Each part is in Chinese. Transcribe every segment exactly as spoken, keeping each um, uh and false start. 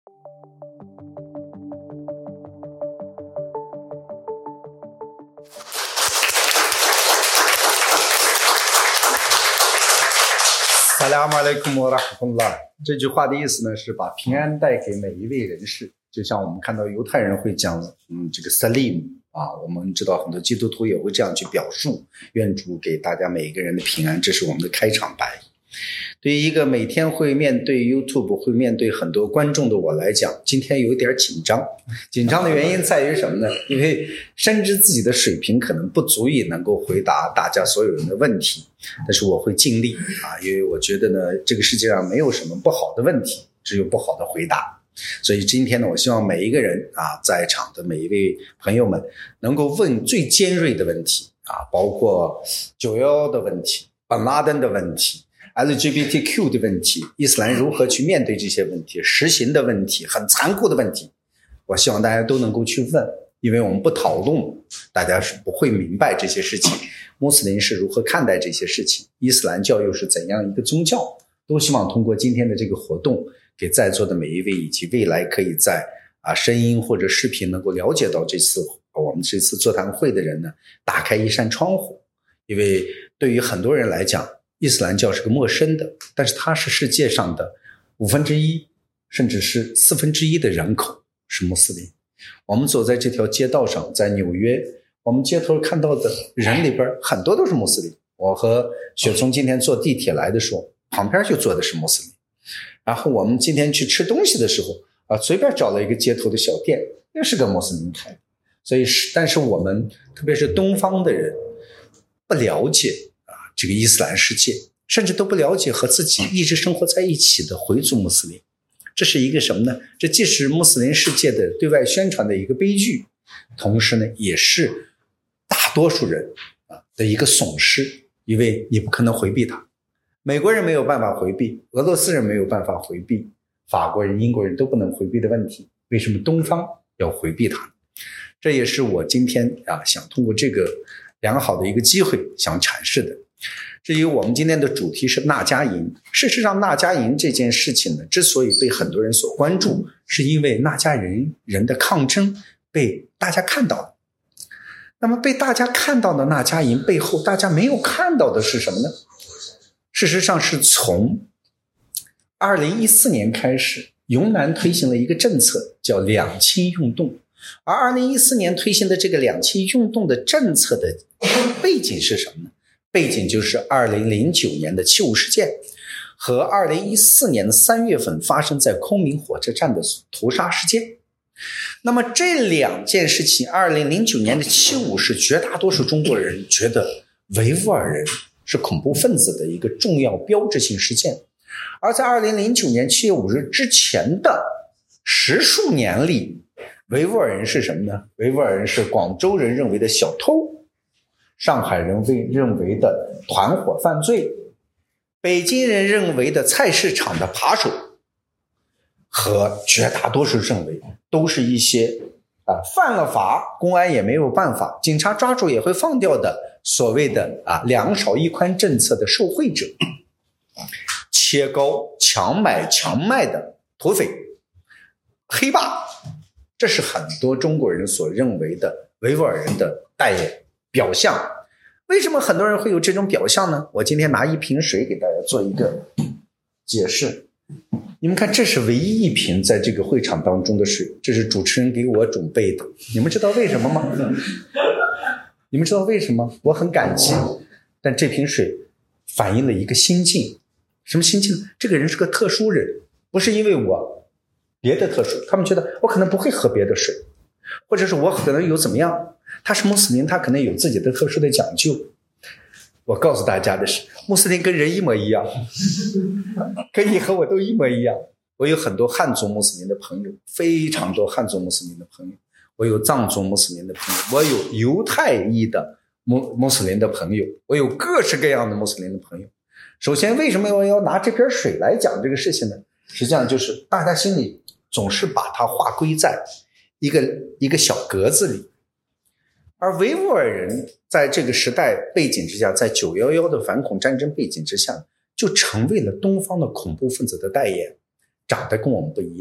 萨拉姆阿莱库姆拉哈通拉，这句话的意思呢是把平安带给每一位人士，就像我们看到犹太人会讲，嗯，这个 Salim 啊，我们知道很多基督徒也会这样去表述，愿主给大家每一个人的平安，这是我们的开场白。对于一个每天会面对 YouTube 会面对很多观众的我来讲，今天有点紧张。紧张的原因在于什么呢？因为深知自己的水平可能不足以能够回答大家所有人的问题，但是我会尽力啊，因为我觉得呢，这个世界上没有什么不好的问题，只有不好的回答。所以今天呢，我希望每一个人啊，在场的每一位朋友们能够问最尖锐的问题啊，包括九一一的问题、本拉登的问题、L G B T Q 的问题，伊斯兰如何去面对这些问题，实行的问题，很残酷的问题，我希望大家都能够去问，因为我们不讨论，大家是不会明白这些事情，穆斯林是如何看待这些事情，伊斯兰教又是怎样一个宗教，都希望通过今天的这个活动，给在座的每一位以及未来可以在啊声音或者视频能够了解到这次我们这次座谈会的人呢，打开一扇窗户。因为对于很多人来讲，伊斯兰教是个陌生的，但是它是世界上的五分之一甚至是四分之一的人口是穆斯林。我们走在这条街道上，在纽约，我们街头看到的人里边很多都是穆斯林。我和雪松今天坐地铁来的时候，旁边就坐的是穆斯林。然后我们今天去吃东西的时候啊，随便找了一个街头的小店，又是个穆斯林开的。所以但是我们特别是东方的人不了解啊这个伊斯兰世界，甚至都不了解和自己一直生活在一起的回族穆斯林。这是一个什么呢？这既是穆斯林世界的对外宣传的一个悲剧，同时呢也是大多数人啊的一个损失，因为你不可能回避它。美国人没有办法回避，俄罗斯人没有办法回避，法国人、英国人都不能回避的问题，为什么东方要回避它？这也是我今天啊想通过这个良好的一个机会想阐释的。至于我们今天的主题是纳迦营，事实上纳迦营这件事情呢，之所以被很多人所关注，是因为纳迦人人的抗争被大家看到了。那么被大家看到的纳迦营背后，大家没有看到的是什么呢？事实上是从二零一四年开始，云南推行了一个政策叫两清运动，而二零一四年推行的这个两清运动的政策的背景是什么呢？背景就是二零零九年的七五事件和二零一四年的三月份发生在昆明火车站的屠杀事件。那么这两件事情，二零零九年的七五是绝大多数中国人觉得维吾尔人是恐怖分子的一个重要标志性事件，而在二零零九年七月五日之前的十数年里，维吾尔人是什么呢？维吾尔人是广州人认为的小偷，上海人认为的团伙犯罪，北京人认为的菜市场的扒手，和绝大多数认为都是一些啊犯了法，公安也没有办法，警察抓住也会放掉的所谓的啊两少一宽政策的受贿者，切糕、强买强卖的土匪、黑霸，这是很多中国人所认为的维吾尔人的代表象。为什么很多人会有这种表象呢？我今天拿一瓶水给大家做一个解释。你们看，这是唯一一瓶在这个会场当中的水，这是主持人给我准备的。你们知道为什么吗？你们知道为什么？我很感激，但这瓶水反映了一个心境。什么心境？这个人是个特殊人，不是因为我别的特殊，他们觉得我可能不会喝别的水，或者是我可能有怎么样，他是穆斯林，他可能有自己的特殊的讲究。我告诉大家的是，穆斯林跟人一模一样，跟你和我都一模一样。我有很多汉族穆斯林的朋友，非常多汉族穆斯林的朋友，我有藏族穆斯林的朋友，我有犹太裔的穆穆斯林的朋友，我有各式各样的穆斯林的朋友。首先，为什么我要拿这瓶水来讲这个事情呢？实际上就是大家心里总是把它划归在一个一个小格子里，而维吾尔人在这个时代背景之下，在九一一的反恐战争背景之下，就成为了东方的恐怖分子的代言，长得跟我们不一样。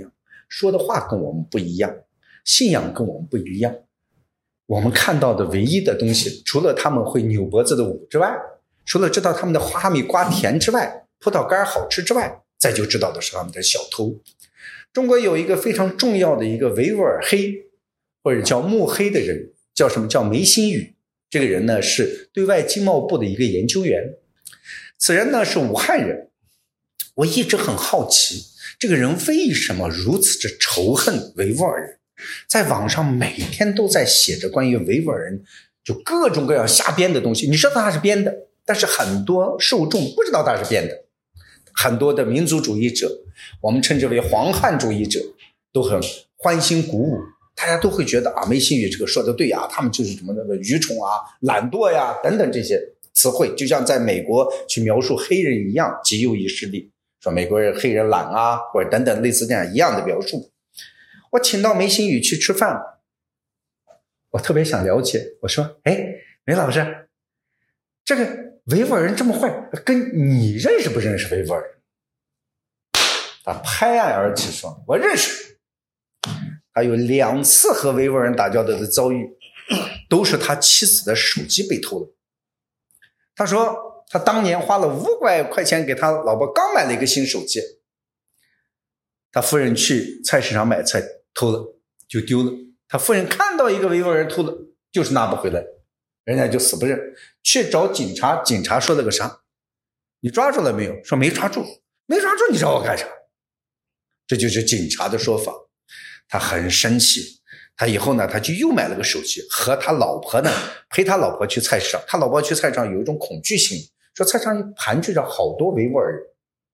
说的话跟我们不一样，信仰跟我们不一样。我们看到的唯一的东西，除了他们会扭脖子的舞之外，除了知道他们的哈密瓜甜之外，葡萄干好吃之外，再就知道的是他们的小偷。中国有一个非常重要的一个维吾尔黑或者叫慕黑的人，叫什么？叫梅新宇。这个人呢是对外经贸部的一个研究员，此人呢是武汉人。我一直很好奇，这个人为什么如此之仇恨维吾尔人，在网上每天都在写着关于维吾尔人就各种各样瞎编的东西。你知道他是编的，但是很多受众不知道他是编的。很多的民族主义者，我们称之为黄汉主义者，都很欢欣鼓舞，大家都会觉得啊，梅新宇这个说的对啊，他们就是什么的愚蠢啊、懒惰呀等等这些词汇，就像在美国去描述黑人一样，极右翼势力说美国人黑人懒啊，或者等等类似这样一样的描述。我请到梅新宇去吃饭，我特别想了解，我说，哎，梅老师，这个维吾尔人这么坏，跟你认识不认识维吾尔人？他拍案而起说，我认识。他有两次和维吾尔人打交道的遭遇，都是他妻子的手机被偷了。他说他当年花了五百块钱给他老婆刚买了一个新手机，他夫人去菜市场买菜偷了就丢了，他夫人看到一个维吾尔人偷了就是拿不回来，人家就死不认，去找警察，警察说了个啥？你抓住了没有？说没抓住。没抓住你找我干啥？这就是警察的说法。他很生气，他以后呢他就又买了个手机，和他老婆呢陪他老婆去菜市场。他老婆去菜市场有一种恐惧心理，说菜市场一盘踞着好多维吾尔人。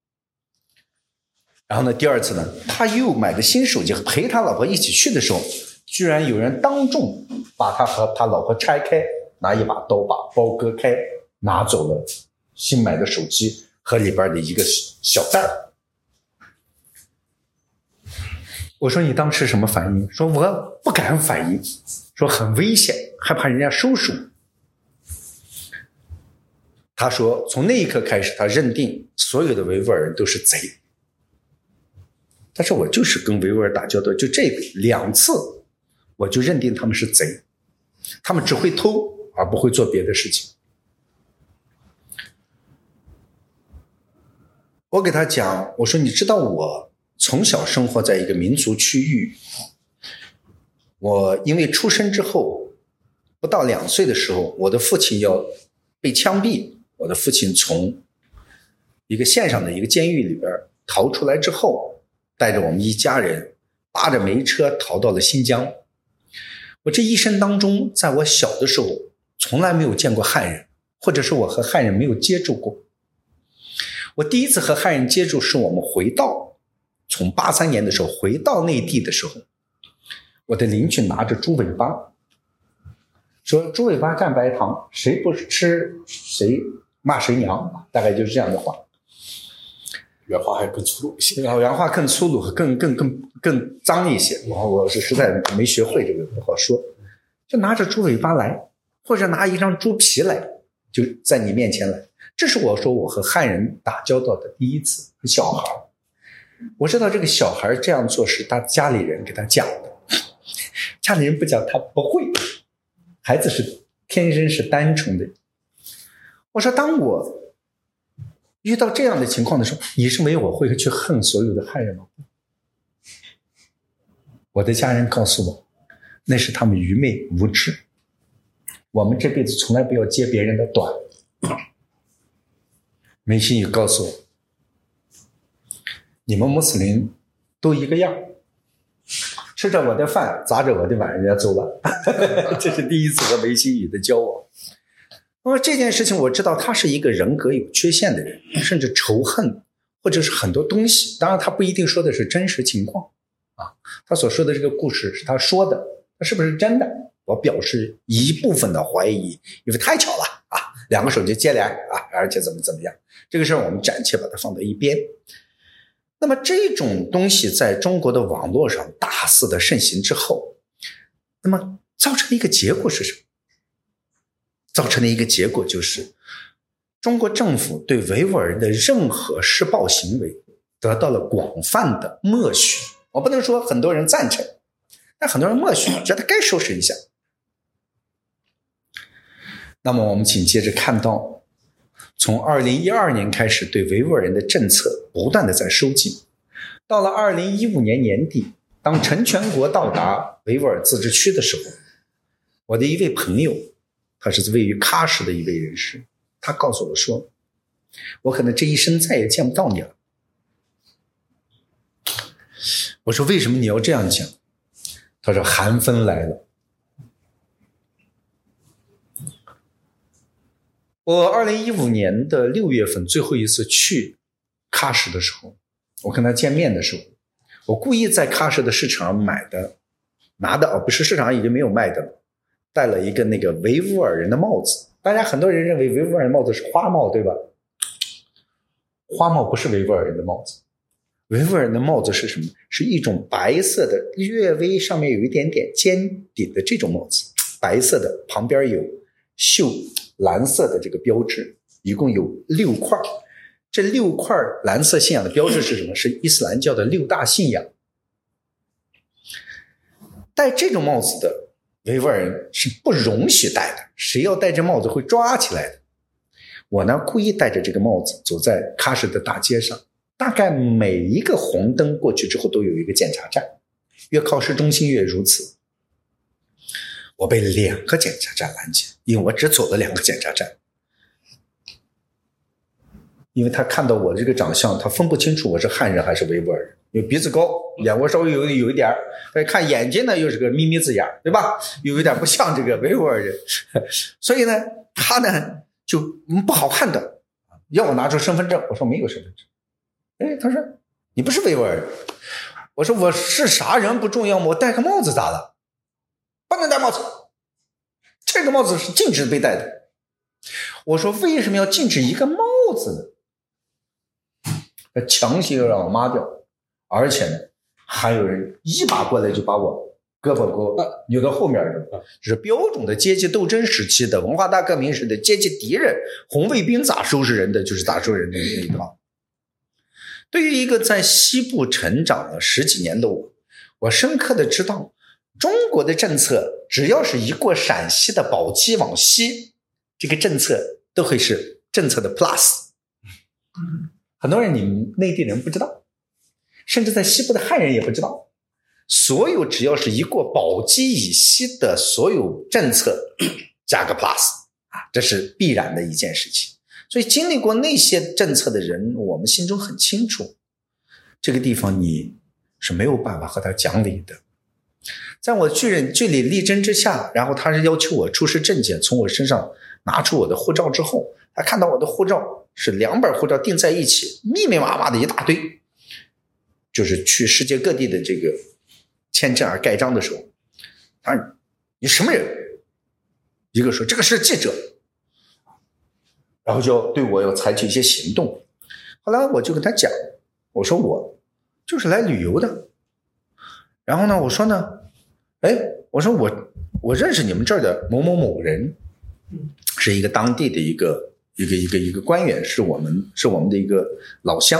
然后呢第二次呢他又买个新手机，陪他老婆一起去的时候，居然有人当众把他和他老婆拆开，拿一把刀把包割开，拿走了新买的手机和里边的一个小袋。我说你当时什么反应？说我不敢反应，说很危险，害怕人家收手。他说从那一刻开始，他认定所有的维吾尔人都是贼。但是我就是跟维吾尔打交道，就这个两次我就认定他们是贼，他们只会偷而不会做别的事情。我给他讲，我说你知道我从小生活在一个民族区域，我因为出生之后不到两岁的时候，我的父亲要被枪毙，我的父亲从一个县上的一个监狱里边逃出来之后，带着我们一家人扒着煤车逃到了新疆。我这一生当中，在我小的时候从来没有见过汉人，或者是我和汉人没有接触过。我第一次和汉人接触是我们回到从八三年的时候回到内地的时候，我的邻居拿着猪尾巴说猪尾巴蘸白糖，谁不吃谁骂谁娘，大概就是这样的话。 原话还更粗鲁一些， 原话更粗鲁，更更更更脏一些。我我是实在没学会这个，不好说。就拿着猪尾巴来，或者拿一张猪皮来，就在你面前来。这是我说我和汉人打交道的第一次。小孩，我知道这个小孩这样做是他家里人给他讲的，家里人不讲他不会。孩子是天生是单纯的。我说当我遇到这样的情况的时候，你认为我会去恨所有的汉人吗？我的家人告诉我，那是他们愚昧无知。我们这辈子从来不要揭别人的短。梅心宇告诉我，你们穆斯林都一个样，吃着我的饭，砸着我的碗，人家走了。这是第一次和梅心宇的交往。那么这件事情我知道他是一个人格有缺陷的人，甚至仇恨或者是很多东西，当然他不一定说的是真实情况啊，他所说的这个故事是他说的，他是不是真的？我表示一部分的怀疑，因为太巧了啊，两个手机接连啊，而且怎么怎么样，这个事儿我们暂且把它放到一边。那么这种东西在中国的网络上大肆的盛行之后，那么造成的一个结果是什么？造成的一个结果就是中国政府对维吾尔人的任何施暴行为得到了广泛的默许， 我不能说很多人赞成，但很多人默许，觉得该收拾一下。那么我们请接着看到，从二零一二年开始对维吾尔人的政策不断的在收紧，到了二零一五年年底，当陈全国到达维吾尔自治区的时候，我的一位朋友，他是位于喀什的一位人士，他告诉我说，我可能这一生再也见不到你了。我说为什么你要这样讲？他说寒风来了。我二零一五年的六月份最后一次去喀什的时候，我跟他见面的时候，我故意在喀什的市场上买的拿的哦，不是市场上已经没有卖的了，戴了一个那个维吾尔人的帽子。大家很多人认为维吾尔人帽子是花帽，对吧？花帽不是维吾尔人的帽子，维吾尔人的帽子是什么？是一种白色的，略微上面有一点点尖顶的这种帽子，白色的，旁边有绣蓝色的这个标志，一共有六块。这六块蓝色信仰的标志是什么？是伊斯兰教的六大信仰。戴这种帽子的维吾尔人是不容许戴的，谁要戴这帽子会抓起来的。我呢，故意戴着这个帽子走在喀什的大街上，大概每一个红灯过去之后都有一个检查站，越靠市中心越如此。我被两个检查站拦截，因为我只走了两个检查站。因为他看到我这个长相，他分不清楚我是汉人还是维吾尔人，因为鼻子高，眼窝稍微有有一点，看眼睛呢又是个眯眯子眼，对吧？有一点不像这个维吾尔人，所以呢，他呢就不好判断，要我拿出身份证，我说没有身份证。哎，他说你不是维吾尔人，我说我是啥人不重要吗？我戴个帽子咋了？不能戴帽子，这个帽子是禁止被戴的。我说为什么要禁止一个帽子呢？强行要让我抹掉，而且呢，还有人一把过来就把我胳膊给我扭到后面去，这是标准的阶级斗争时期的文化大革命时的阶级敌人，红卫兵咋收拾人的就是咋收拾人的那一套。对于一个在西部成长了十几年的我，我深刻的知道，中国的政策只要是一过陕西的宝鸡往西，这个政策都会是政策的 plus。很多人你们内地人不知道，甚至在西部的汉人也不知道，所有只要是一过宝鸡以西的所有政策加个 plus 啊，这是必然的一件事情。所以经历过那些政策的人，我们心中很清楚，这个地方你是没有办法和他讲理的。在我据理据理力争之下，然后他是要求我出示证件，从我身上拿出我的护照之后，他看到我的护照是两本护照订在一起，密密麻麻的一大堆，就是去世界各地的这个签证而盖章的时候，他说你什么人？一个说这个是记者，然后就对我要采取一些行动。后来我就跟他讲，我说我就是来旅游的。然后呢，我说呢，哎，我说我我认识你们这儿的某某某人，是一个当地的一个一个一个一个官员，是我们是我们的一个老乡。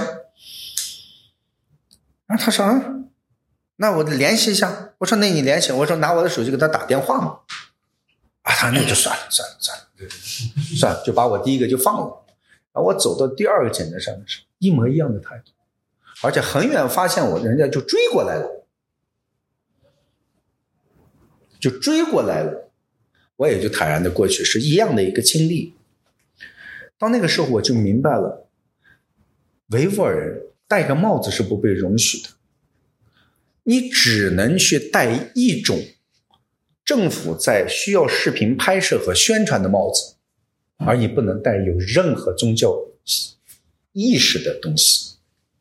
然后他说啊，那我联系一下。我说那你联系，我说拿我的手机给他打电话嘛。啊，他那就算了算了算了算了，就把我第一个就放了。然后我走到第二个检查站的时候，一模一样的态度，而且很远发现我，人家就追过来了，就追过来了，我也就坦然的过去，是一样的一个经历。到那个时候我就明白了，维吾尔人戴个帽子是不被容许的，你只能去戴一种政府在需要视频拍摄和宣传的帽子，而你不能戴有任何宗教意识的东西。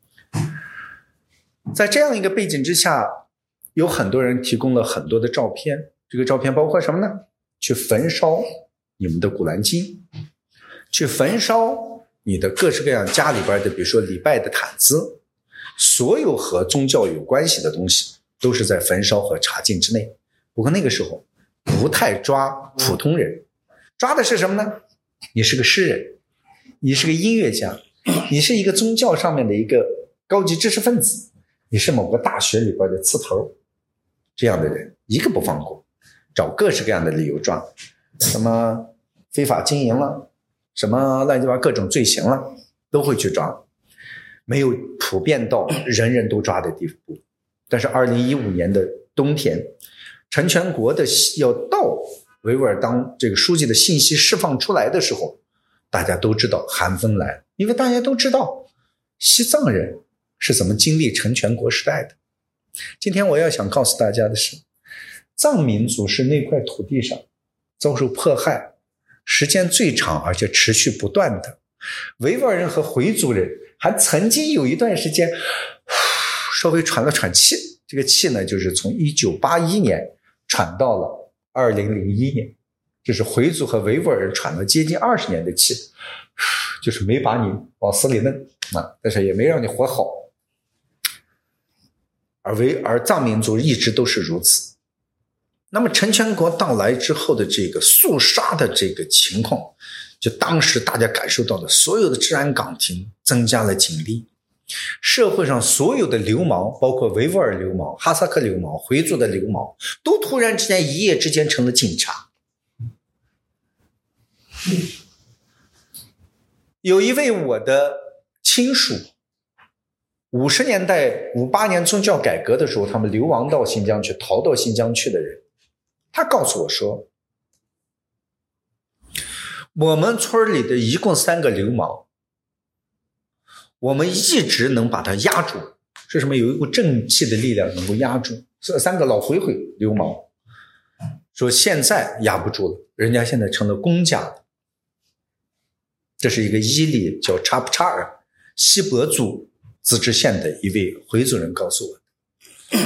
在这样一个背景之下，有很多人提供了很多的照片，这个照片包括什么呢？去焚烧你们的古兰经，去焚烧你的各式各样家里边的，比如说礼拜的毯子，所有和宗教有关系的东西都是在焚烧和查禁之内。不过那个时候不太抓普通人，抓的是什么呢？你是个诗人，你是个音乐家，你是一个宗教上面的一个高级知识分子， 你是某个大学里边的刺头，这样的人一个不放过，找各式各样的理由抓，什么非法经营了，什么乱七八糟各种罪行了，都会去抓，没有普遍到人人都抓的地步。但是二零一五年的冬天，陈全国的要到维吾尔当这个书记的信息释放出来的时候，大家都知道寒风来了，因为大家都知道西藏人是怎么经历陈全国时代的。今天我要想告诉大家的是，藏民族是那块土地上遭受迫害时间最长而且持续不断的。维吾尔人和回族人还曾经有一段时间稍微喘了喘气，这个气呢就是从一九八一年喘到了二零零一年，就是回族和维吾尔人喘了接近二十年的气，就是没把你往死里弄啊，但是也没让你活好。而维而藏民族一直都是如此。那么陈全国到来之后的这个肃杀的这个情况，就当时大家感受到的，所有的治安岗亭增加了警力，社会上所有的流氓，包括维吾尔流氓、哈萨克流氓、回族的流氓，都突然之间一夜之间成了警察。有一位我的亲属，五十年代五八年宗教改革的时候，他们流亡到新疆去，逃到新疆去的人，他告诉我说，我们村里的一共三个流氓，我们一直能把他压住，是什么？有一股正气的力量能够压住。这三个老回回流氓说现在压不住了，人家现在成了公家了。这是一个伊犁叫查普查尔锡伯族自治县的一位回族人告诉我的。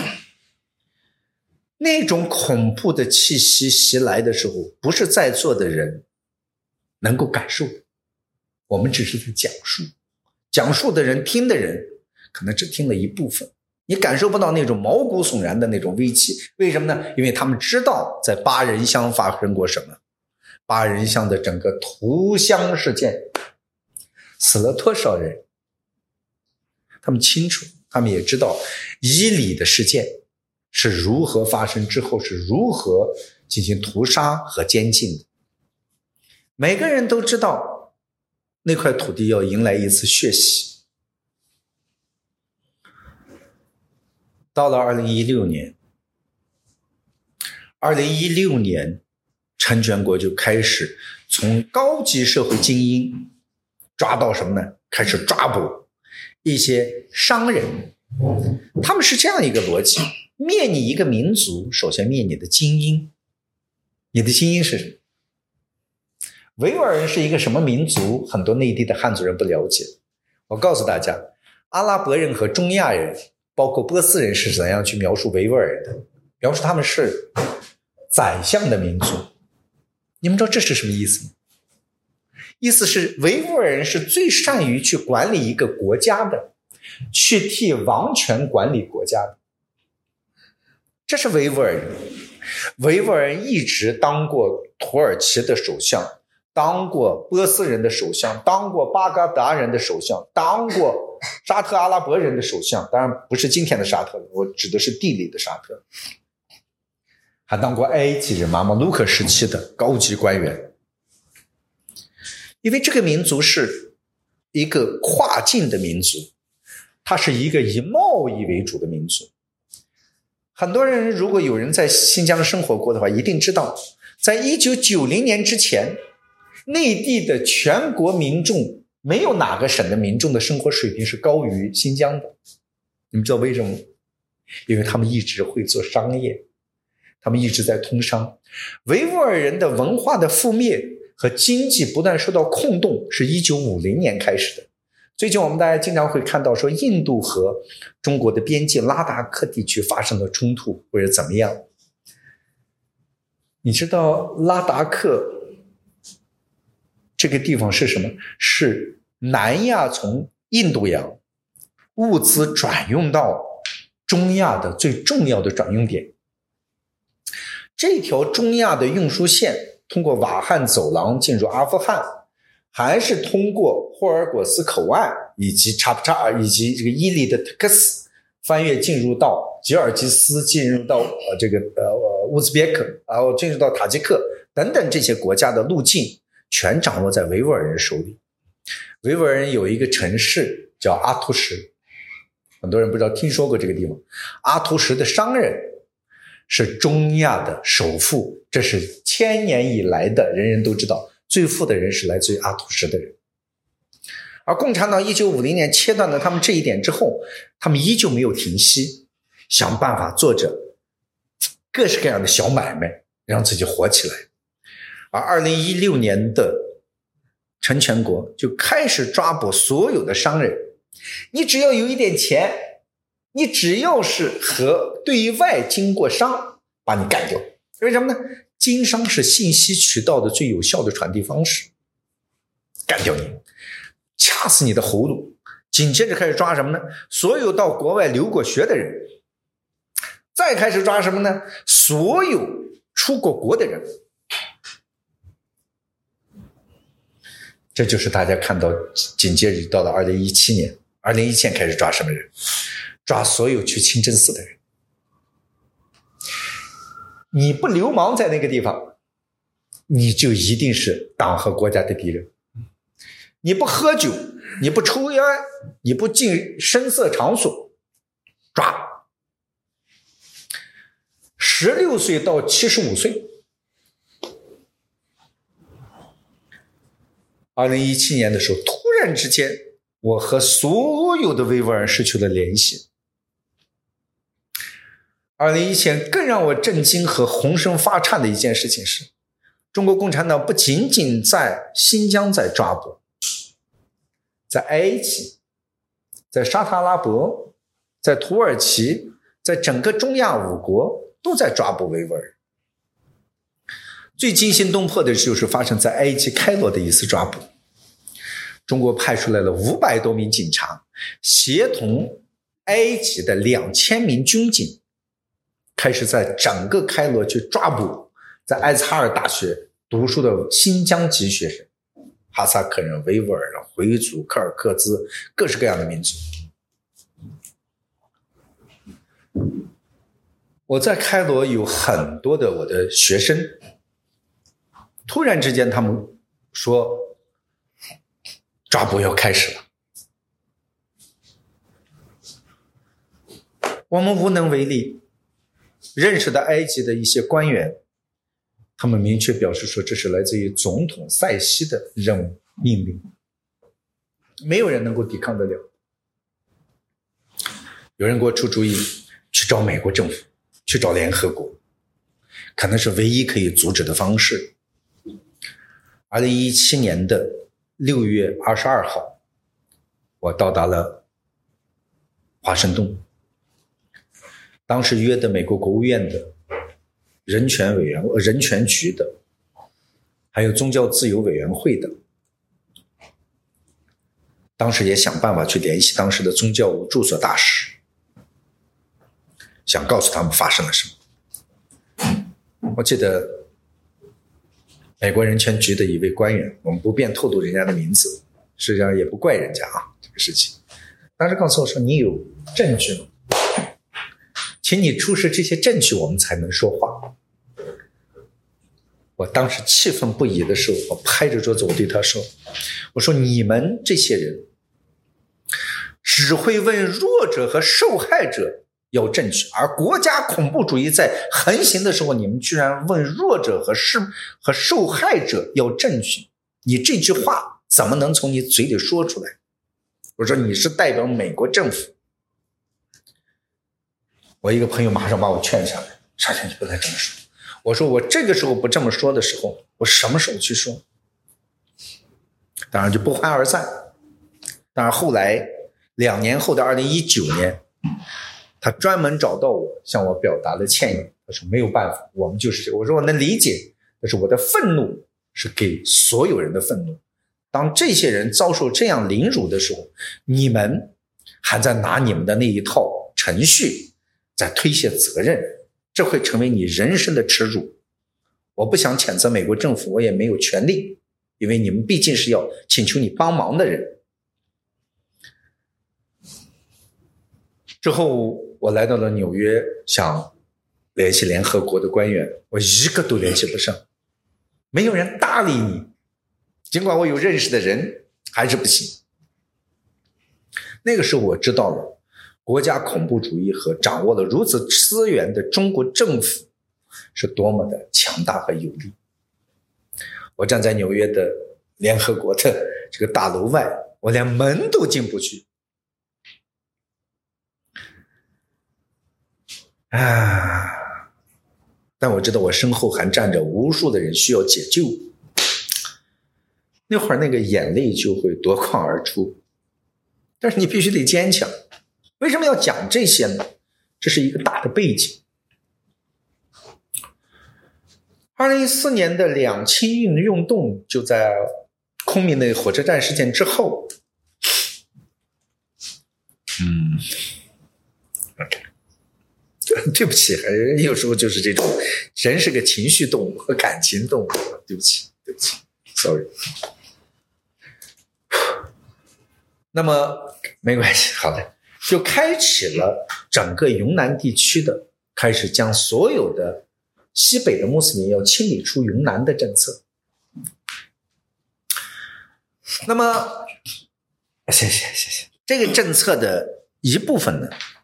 那种恐怖的气息袭来的时候，不是在座的人能够感受的，我们只是在讲述，讲述的人听的人可能只听了一部分，你感受不到那种毛骨悚然的那种危气。为什么呢？因为他们知道在八人乡发生过什么，八人乡的整个屠乡事件死了多少人，他们清楚，他们也知道伊犁的事件是如何发生，之后是如何进行屠杀和监禁的。每个人都知道那块土地要迎来一次血洗。到了二零一六年二零一六年陈全国就开始从高级社会精英抓到什么呢？开始抓捕一些商人。他们是这样一个逻辑，灭你一个民族，首先灭你的精英。你的精英是什么？维吾尔人是一个什么民族？很多内地的汉族人不了解。我告诉大家，阿拉伯人和中亚人包括波斯人是怎样去描述维吾尔人的，描述他们是宰相的民族。你们知道这是什么意思吗？意思是维吾尔人是最善于去管理一个国家的，去替王权管理国家的，这是维吾尔人。维吾尔人一直当过土耳其的首相，当过波斯人的首相，当过巴格达人的首相，当过沙特阿拉伯人的首相，当然不是今天的沙特，我指的是地理的沙特，还当过埃及人马马卢克时期的高级官员。因为这个民族是一个跨境的民族，它是一个以贸易为主的民族。很多人如果有人在新疆生活过的话，一定知道在一九九零年之前，内地的全国民众没有哪个省的民众的生活水平是高于新疆的。你们知道为什么？因为他们一直会做商业，他们一直在通商。维吾尔人的文化的覆灭和经济不断受到空洞是一九五零年开始的。最近我们大家经常会看到说印度和中国的边境拉达克地区发生了冲突或者怎么样。你知道拉达克这个地方是什么？是南亚从印度洋物资转用到中亚的最重要的转用点。这条中亚的运输线通过瓦罕走廊进入阿富汗，还是通过霍尔果斯口岸以及查普查尔以及这个伊犁的特克斯翻越进入到吉尔吉斯，进入到呃这个呃乌兹别克，然后进入到塔吉克等等这些国家的路径，全掌握在维吾尔人手里。维吾尔人有一个城市叫阿图什，很多人不知道听说过这个地方。阿图什的商人是中亚的首富，这是千年以来的人人都知道，最富的人是来自于阿图什的人。而共产党一九五零年切断了他们这一点之后，他们依旧没有停息，想办法做着各式各样的小买卖，让自己活起来。而二零一六年的陈全国就开始抓捕所有的商人，你只要有一点钱，你只要是和对外经过商，把你干掉。为什么呢？经商是信息渠道的最有效的传递方式，干掉你，掐死你的喉咙。紧接着开始抓什么呢？所有到国外留过学的人。再开始抓什么呢？所有出过国的人。这就是大家看到紧接着到了二零一七年，二零一七年开始抓什么人？抓所有去清真寺的人。你不流氓在那个地方，你就一定是党和国家的敌人。你不喝酒，你不抽烟，你不进声色场所，抓。十六岁到七十五岁。二零一七年的时候，突然之间，我和所有的维吾尔人失去了联系。二零一七年更让我震惊和浑身发颤的一件事情是，中国共产党不仅仅在新疆在抓捕，在埃及，在沙特阿拉伯，在土耳其，在整个中亚五国都在抓捕维吾尔人。最惊心动魄的就是发生在埃及开罗的一次抓捕，中国派出来了五百多名警察，协同埃及的两千名军警，开始在整个开罗去抓捕在埃兹哈尔大学读书的新疆籍学生，哈萨克人、维吾尔人、回族、柯尔克孜，各式各样的民族。我在开罗有很多的我的学生，突然之间他们说抓捕要开始了，我们无能为力。认识的埃及的一些官员，他们明确表示说这是来自于总统塞西的任务命令，没有人能够抵抗得了。有人给我出主意，去找美国政府，去找联合国，可能是唯一可以阻止的方式。二零一七年的六月二十二号，我到达了华盛顿，当时约的美国国务院的人权委员人权局的，还有宗教自由委员会的，当时也想办法去联系当时的宗教务住所大使，想告诉他们发生了什么。我记得美国人权局的一位官员，我们不便透露人家的名字，实际上也不怪人家啊，这个事情。当时告诉我说，你有证据吗？请你出示这些证据，我们才能说话。我当时气愤不已的时候，我拍着桌子，我对他说，我说你们这些人只会问弱者和受害者要证据，而国家恐怖主义在横行的时候，你们居然问弱者和是和受害者要证据，你这句话怎么能从你嘴里说出来？我说你是代表美国政府。我一个朋友马上把我劝下来，沙尘你不能这么说。我说我这个时候不这么说的时候，我什么时候去说？当然就不欢而散。当然后来两年后的二零一九年，他专门找到我，向我表达了歉意。他说没有办法，我们就是我说我能理解，但是我的愤怒是给所有人的愤怒。当这些人遭受这样凌辱的时候，你们还在拿你们的那一套程序在推卸责任，这会成为你人生的耻辱。我不想谴责美国政府，我也没有权利，因为你们毕竟是要请求你帮忙的人。 之后我来到了纽约，想联系联合国的官员，我一个都联系不上，没有人搭理你，尽管我有认识的人，还是不行。那个时候我知道了国家恐怖主义和掌握了如此资源的中国政府是多么的强大和有力。我站在纽约的联合国的这个大楼外，我连门都进不去啊！但我知道我身后还站着无数的人需要解救，那会儿那个眼泪就会夺眶而出。但是你必须得坚强。为什么要讲这些呢？这是一个大的背景。二零一四年的两清运运动就在昆明的火车站事件之后，嗯 ，OK， 对不起，人有时候就是这种，人是个情绪动物和感情动物，对不起，对不起 ，sorry。那么没关系，好的，就开启了整个云南地区的开始将所有的西北的穆斯林要清理出云南的政策。那么谢谢谢谢，这个政策的一部分呢，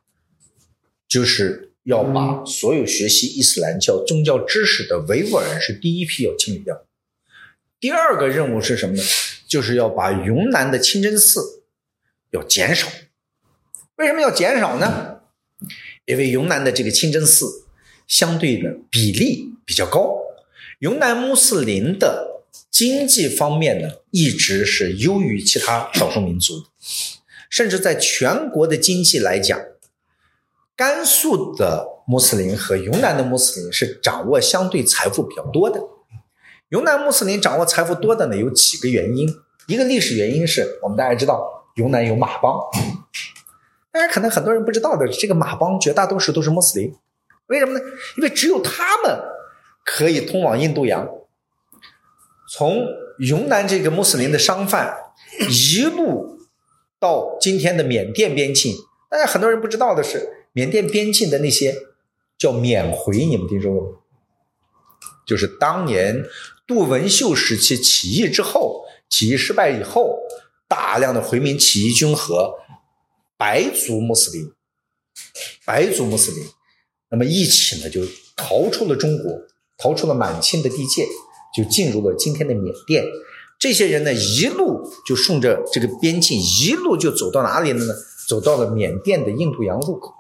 就是要把所有学习伊斯兰教宗教知识的维吾尔人是第一批要清理掉。第二个任务是什么呢？就是要把云南的清真寺要减少。为什么要减少呢？因为云南的这个清真寺相对的比例比较高，云南穆斯林的经济方面呢一直是优于其他少数民族的，甚至在全国的经济来讲，甘肃的穆斯林和云南的穆斯林是掌握相对财富比较多的。云南穆斯林掌握财富多的呢有几个原因，一个历史原因是我们大家知道云南有马帮，但是可能很多人不知道的，这个马帮绝大多数都是穆斯林。为什么呢？因为只有他们可以通往印度洋，从云南这个穆斯林的商贩一路到今天的缅甸边境。但是很多人不知道的是，缅甸边境的那些叫缅回，你们听说过吗？就是当年杜文秀时期起义之后，起义失败以后，大量的回民起义军和白族穆斯林白族穆斯林那么一起呢就逃出了中国，逃出了满清的地界，就进入了今天的缅甸。这些人呢一路就顺着这个边境一路就走到哪里了呢？走到了缅甸的印度洋入口。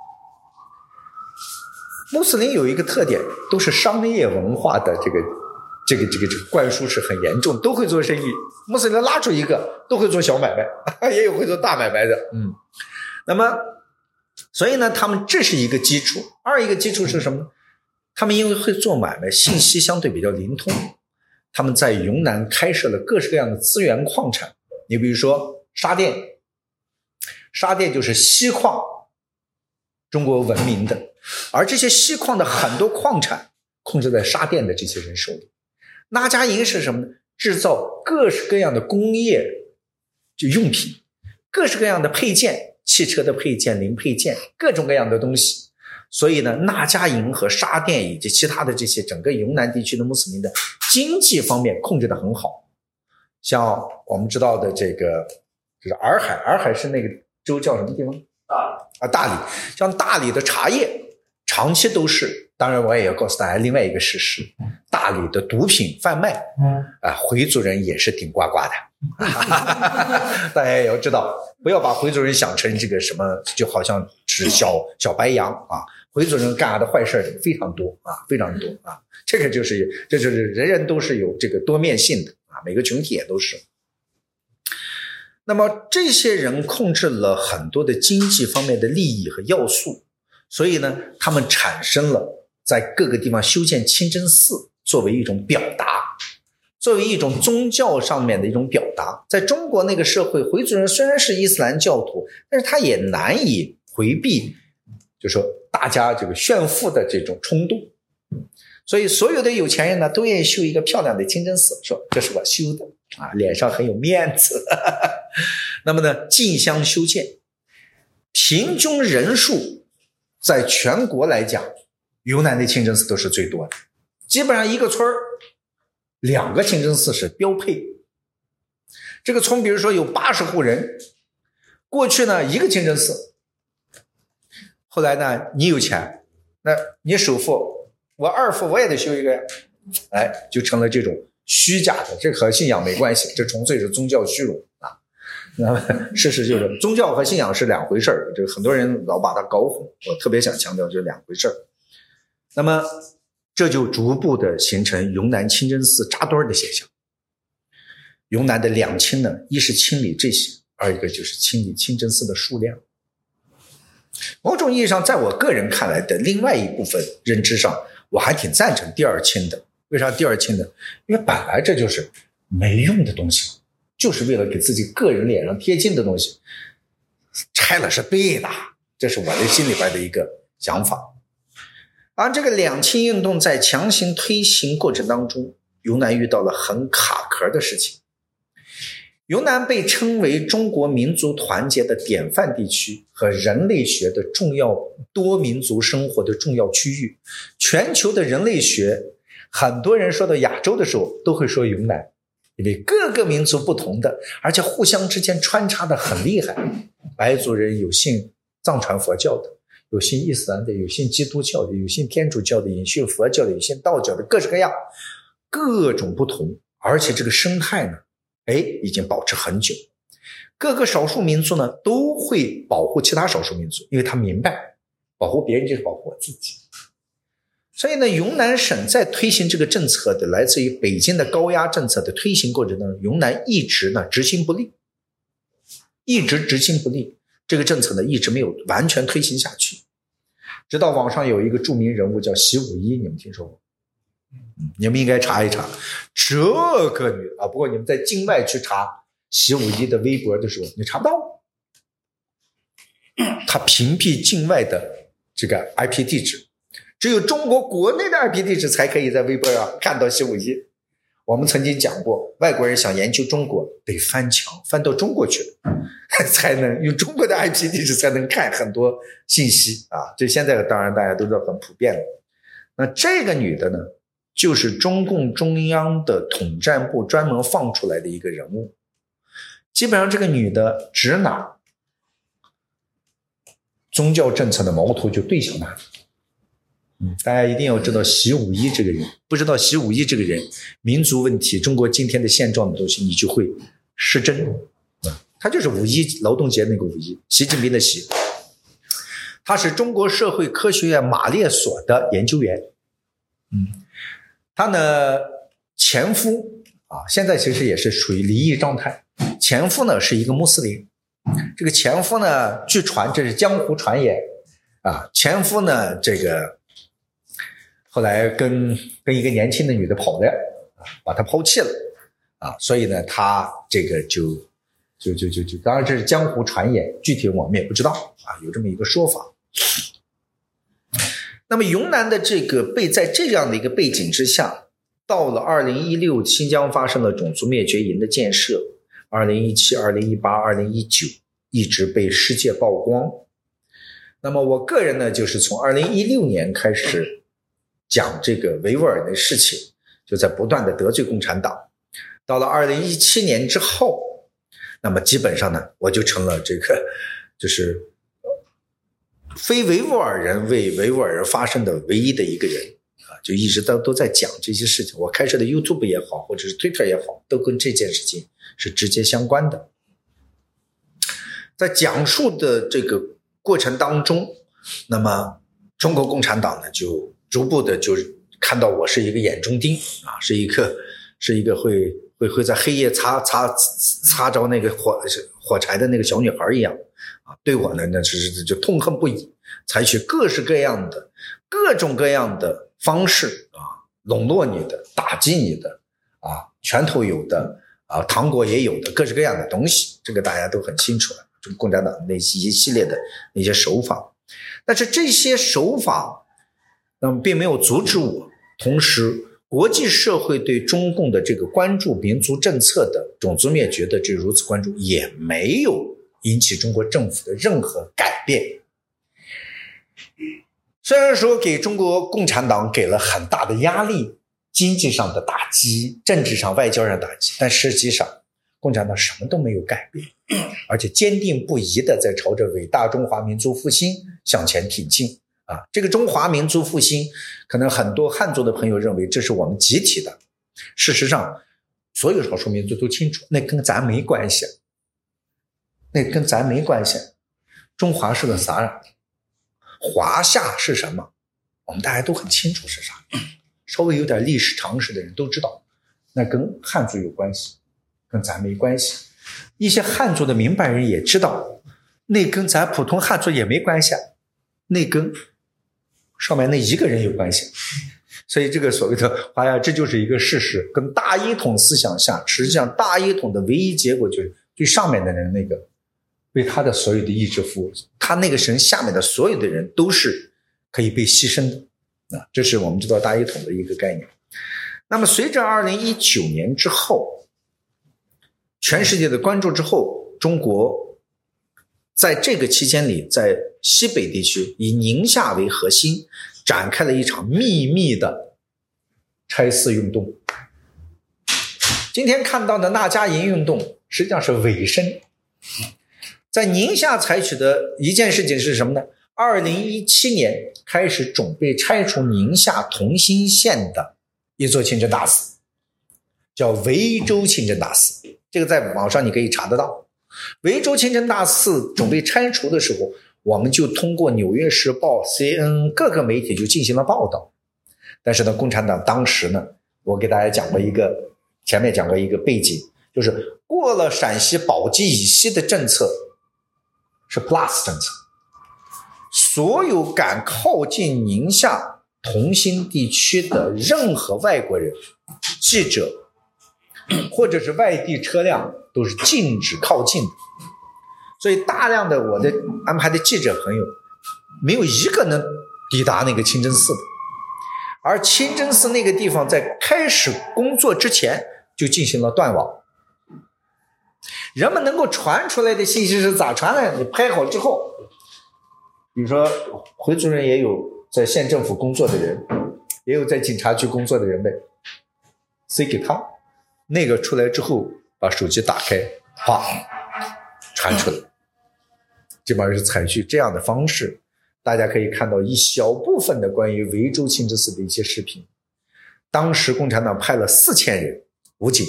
穆斯林有一个特点，都是商业文化的这个这个这个这个灌输是很严重，都会做生意。穆斯林拉出一个都会做小买卖，也有会做大买卖的。嗯，那么所以呢他们这是一个基础。二一个基础是什么呢？他们因为会做买卖，信息相对比较灵通，他们在云南开设了各式各样的资源矿产。你比如说沙甸，沙甸就是锡矿中国闻名的，而这些锡矿的很多矿产控制在沙甸的这些人手里。那家营是什么呢？制造各式各样的工业就用品，各式各样的配件，汽车的配件、零配件，各种各样的东西。所以呢，那家营和沙甸以及其他的这些整个云南地区的穆斯林的经济方面控制得很好。像我们知道的这个就是洱海，洱海是那个州叫什么地方？ 大理啊，大理。像大理的茶叶长期都是，当然我也要告诉大家另外一个事实，大理的毒品贩卖啊，回族人也是顶呱呱的。大家也要知道，不要把回族人想成这个什么，就好像是小小白羊啊。回族人干的坏事非常多啊，非常多啊。这个就是这就是人人都是有这个多面性的啊，每个群体也都是。那么这些人控制了很多的经济方面的利益和要素，所以呢，他们产生了在各个地方修建清真寺作为一种表达，作为一种宗教上面的一种表达。在中国那个社会，回族人虽然是伊斯兰教徒，但是他也难以回避就是说大家这个炫富的这种冲动，所以所有的有钱人呢都愿意修一个漂亮的清真寺，说这是我修的啊，脸上很有面子。那么呢，竞相修建。 平均人数在全国来讲，云南的清真寺都是最多的，基本上一个村两个清真寺是标配。这个村比如说有八十户人，过去呢一个清真寺，后来呢你有钱，那你首付，我二付我也得修一个呀，哎，就成了这种虚假的，这和信仰没关系，这纯粹是宗教虚荣啊。那么事实就是宗教和信仰是两回事儿，这个很多人老把它搞混，我特别想强调这两回事儿。那么这就逐步的形成云南清真寺扎堆的现象。云南的两清呢，一是清理这些，二一个就是清理清真寺的数量。某种意义上，在我个人看来的另外一部分认知上，我还挺赞成第二清的。为啥第二清呢？因为本来这就是没用的东西，就是为了给自己个人脸上贴金的东西，拆了是对的，这是我的心里边的一个想法。而这个两清运动在强行推行过程当中，云南遇到了很卡壳的事情。云南被称为中国民族团结的典范地区和人类学的重要多民族生活的重要区域。全球的人类学，很多人说到亚洲的时候都会说云南，因为各个民族不同的，而且互相之间穿插的很厉害。白族人有信藏传佛教的，有信伊斯兰的，有信基督教的，有信天主教的，有信佛教的，有信道教的，各式各样，各种不同。而且这个生态呢，哎，已经保持很久。各个少数民族呢都会保护其他少数民族，因为他明白保护别人就是保护我自己。所以呢，云南省在推行这个政策的，来自于北京的高压政策的推行过程当中，云南一直呢执行不力，一直执行不力，这个政策呢一直没有完全推行下去。直到网上有一个著名人物叫习武一，你们听说过？你们应该查一查这个女啊，不过你们在境外去查习武一的微博的时候，你查不到。他屏蔽境外的这个 I P 地址，只有中国国内的 I P 地址才可以在微博上看到习武一。我们曾经讲过，外国人想研究中国得翻墙，翻到中国去才能用中国的 I P 地址才能看很多信息啊。这现在当然大家都知道很普遍了。那这个女的呢，就是中共中央的统战部专门放出来的一个人物。基本上这个女的指哪，宗教政策的矛头就对向哪里。嗯，大家一定要知道习武一这个人，不知道习武一这个人，民族问题，中国今天的现状的东西，你就会失真。嗯，他就是五一劳动节那个五一，习近平的习。他是中国社会科学院马列所的研究员。嗯，他呢前夫啊，现在其实也是属于离异状态。前夫呢是一个穆斯林，这个前夫呢，据传这是江湖传言啊，前夫呢这个后来跟跟一个年轻的女的跑了啊，把她抛弃了啊，所以呢他这个就就就就就，当然这是江湖传言，具体我们也不知道啊，有这么一个说法。那么云南的这个被在这样的一个背景之下，到了二零一六新疆发生了种族灭绝营的建设，二零一七、二零一八、二零一九一直被世界曝光。那么我个人呢，就是从二零一六年开始讲这个维吾尔的事情，就在不断的得罪共产党。到了二零一七年之后，那么基本上呢，我就成了这个就是非维吾尔人为维吾尔人发声的唯一的一个人啊，就一直都都在讲这些事情。我开设的 YouTube 也好，或者是 Twitter 也好，都跟这件事情是直接相关的。在讲述的这个过程当中，那么中国共产党呢，就逐步的就看到我是一个眼中钉啊，是一个是一个会会会在黑夜擦擦擦着那个火火柴的那个小女孩一样啊，对我呢那是就痛恨不已，采取各式各样的各种各样的方式啊，笼络你的，打击你的啊，拳头有的啊，糖果也有的，各式各样的东西，这个大家都很清楚了。这个共产党那一系列的那些手法，但是这些手法，那么并没有阻止我。同时，国际社会对中共的这个关注民族政策的种族灭绝的这如此关注，也没有引起中国政府的任何改变。虽然说给中国共产党给了很大的压力，经济上的打击，政治上外交上打击，但实际上共产党什么都没有改变，而且坚定不移地在朝着伟大中华民族复兴向前挺进啊！这个中华民族复兴，可能很多汉族的朋友认为这是我们集体的，事实上所有少数民族都清楚，那跟咱没关系，那跟咱没关系。中华是个啥呀？华夏是什么？我们大家都很清楚是啥，稍微有点历史常识的人都知道，那跟汉族有关系，跟咱没关系。一些汉族的明白人也知道，那跟咱普通汉族也没关系，那跟上面那一个人有关系。所以这个所谓的华夏，这就是一个事实，跟大一统思想下，实际上大一统的唯一结果就是最上面的人那个为他的所有的意志服务，他那个神下面的所有的人都是可以被牺牲的啊，这是我们知道大一统的一个概念。那么随着二零一九年之后，全世界的关注之后，中国在这个期间里，在西北地区以宁夏为核心，展开了一场秘密的拆四运动。今天看到的那家营运动实际上是尾声。在宁夏采取的一件事情是什么呢？二零一七年开始准备拆除宁夏同心县的一座清真大寺，叫维州清真大寺，这个在网上你可以查得到。维州清真大寺准备拆除的时候，我们就通过纽约时报、C N N 各个媒体就进行了报道。但是呢，共产党当时呢，我给大家讲过一个，前面讲过一个背景，就是过了陕西宝鸡以西的政策是 Plus 政策，所有敢靠近宁夏同心地区的任何外国人、记者或者是外地车辆都是禁止靠近的。所以大量的我的安排的记者朋友没有一个能抵达那个清真寺的，而清真寺那个地方在开始工作之前就进行了断网。人们能够传出来的信息是咋传的？你拍好之后，比如说回族人也有在县政府工作的人，也有在警察局工作的人呗，塞给他，那个出来之后把手机打开，哗，传出来。基本上是采取这样的方式，大家可以看到一小部分的关于维州清真寺的一些视频。当时共产党派了四千人武警，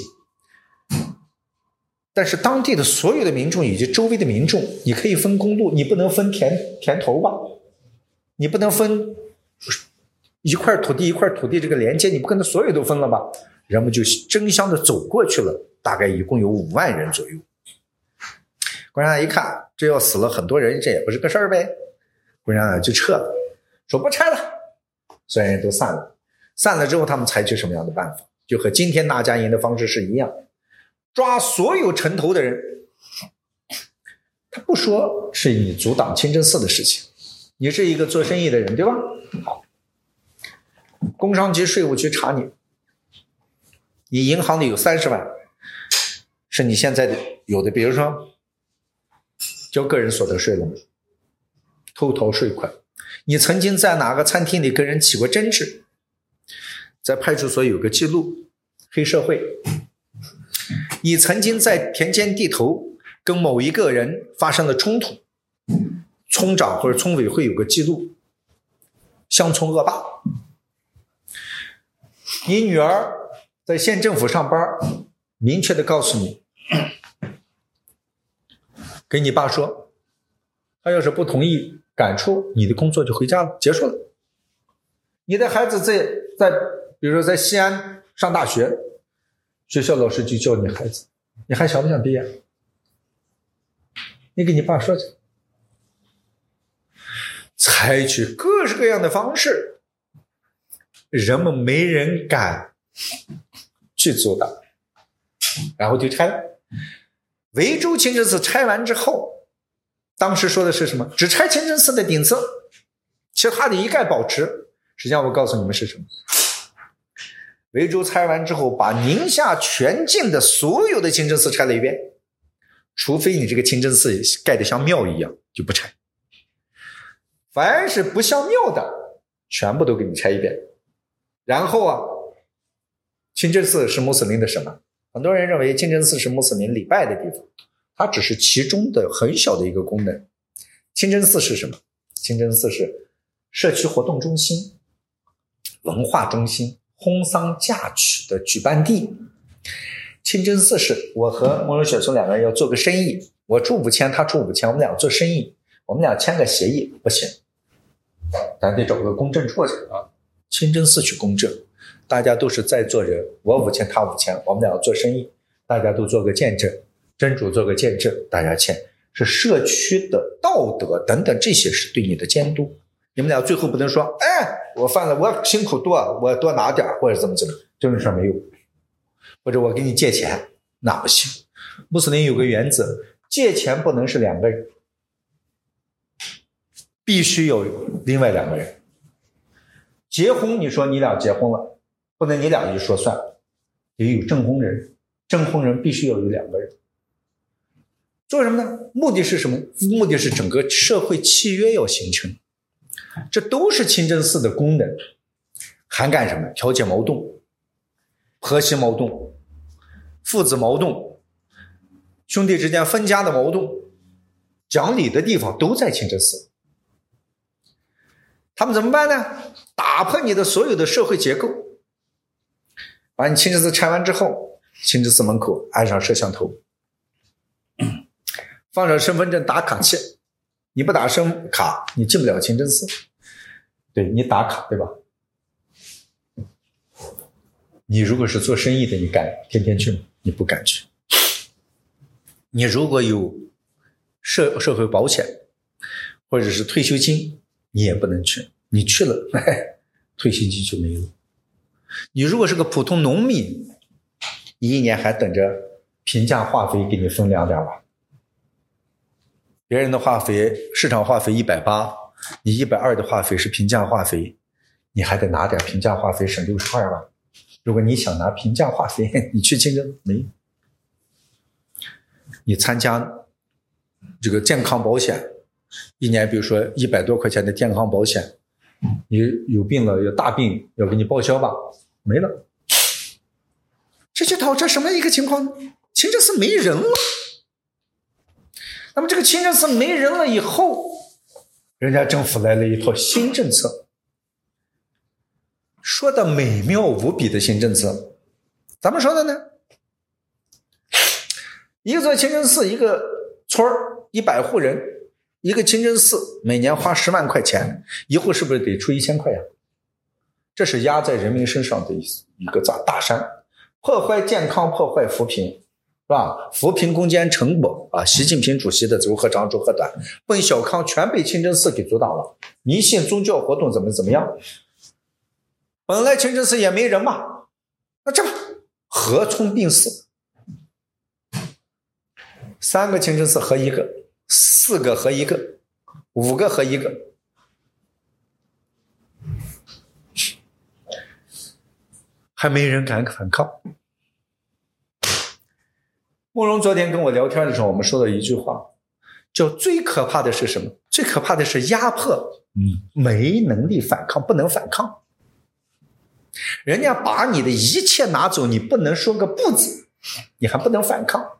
但是当地的所有的民众以及周围的民众，你可以分公路，你不能分田田头吧？你不能分一块土地一块土地这个连接，你不可能所有都分了吧？人们就争相的走过去了，大概一共有五万人左右。共产党一看这要死了很多人，这也不是个事儿呗，共产党就撤了，说不拆了，所有人都散了。散了之后他们采取什么样的办法？就和今天那家营的方式是一样，抓所有城头的人，他不说是你阻挡清真寺的事情，你是一个做生意的人对吧？好，工商局税务局查你，你银行里有三十万是你现在的有的，比如说交个人所得税了吗？偷逃税款，你曾经在哪个餐厅里跟人起过争执，在派出所有个记录，黑社会，你曾经在田间地头跟某一个人发生了冲突，村长或者村委会有个记录，乡村恶霸，你女儿在县政府上班，明确的告诉你，给你爸说，他要是不同意赶出，你的工作就回家了，结束了。你的孩子在在比如说在西安上大学，学校老师就叫你孩子，你还想不想毕业？你给你爸说去，采取各式各样的方式，人们没人敢去阻挡，然后就拆了。维州清真寺拆完之后，当时说的是什么？只拆清真寺的顶层，其他的一概保持。实际上我告诉你们是什么？维州拆完之后，把宁夏全境的所有的清真寺拆了一遍， 除非你这个清真寺盖得像庙一样，就不拆。凡是不像庙的，全部都给你拆一遍。然后啊，清真寺是穆斯林的什么？很多人认为清真寺是穆斯林礼拜的地方，它只是其中的很小的一个功能。清真寺是什么？清真寺是社区活动中心、文化中心、婚丧嫁娶的举办地。清真寺是我和慕容雪松两个人要做个生意，我出五千，他出五千，我们俩做生意，我们俩签个协议不行，咱得找个公证处去啊。清真寺去公证，大家都是在座人，我五千他五千，我们俩要做生意，大家都做个见证，真主做个见证，大家签，是社区的道德等等，这些是对你的监督。你们俩最后不能说，哎，我犯了，我辛苦多，我多拿点或者怎么怎么，这种事没有。或者我给你借钱，那不行。穆斯林有个原则，借钱不能是两个人，必须有另外两个人。结婚你说你俩结婚了，不能你俩一说算，得有证婚人，证婚人必须要有两个人。做什么呢？目的是什么？目的是整个社会契约要形成，这都是清真寺的功能，涵盖什么？调解矛盾、婆媳矛盾、父子矛盾、兄弟之间分家的矛盾，讲理的地方都在清真寺。他们怎么办呢？打破你的所有的社会结构，把你清真寺拆完之后，清真寺门口安上摄像头，放上身份证打卡器，你不打身卡你进不了清真寺。对，你打卡对吧？你如果是做生意的，你敢天天去吗？你不敢去。你如果有社社会保险或者是退休金，你也不能去。你去了，哎，退休金就没了。你如果是个普通农民，你一年还等着平价化肥给你分两点吧。别人的化肥市场化肥一百八，你一百二的化肥是平价化肥，你还得拿点平价化肥省六十二吧。如果你想拿平价化肥，你去清真没。你参加这个健康保险，一年比如说一百多块钱的健康保险，你有病了，有大病要给你报销吧，没了。这就导致什么一个情况呢？清真寺没人了。那么这个清真寺没人了以后，人家政府来了一套新政策，说的美妙无比的新政策。怎么说的呢？一座清真寺，一个村儿一百户人，一个清真寺每年花十万块钱，一户是不是得出一千块呀？这是压在人民身上的一个大山，破坏健康，破坏扶贫，是吧？扶贫攻坚成果啊！习近平主席的走和长走和短，奔小康全被清真寺给阻挡了。迷信宗教活动怎么怎么样？本来清真寺也没人嘛，那这合葱并饲，三个清真寺合一个，四个合一个，五个合一个。还没人敢反抗。慕容昨天跟我聊天的时候，我们说了一句话，叫最可怕的是什么？最可怕的是压迫，你没能力反抗，不能反抗。人家把你的一切拿走，你不能说个不字，你还不能反抗。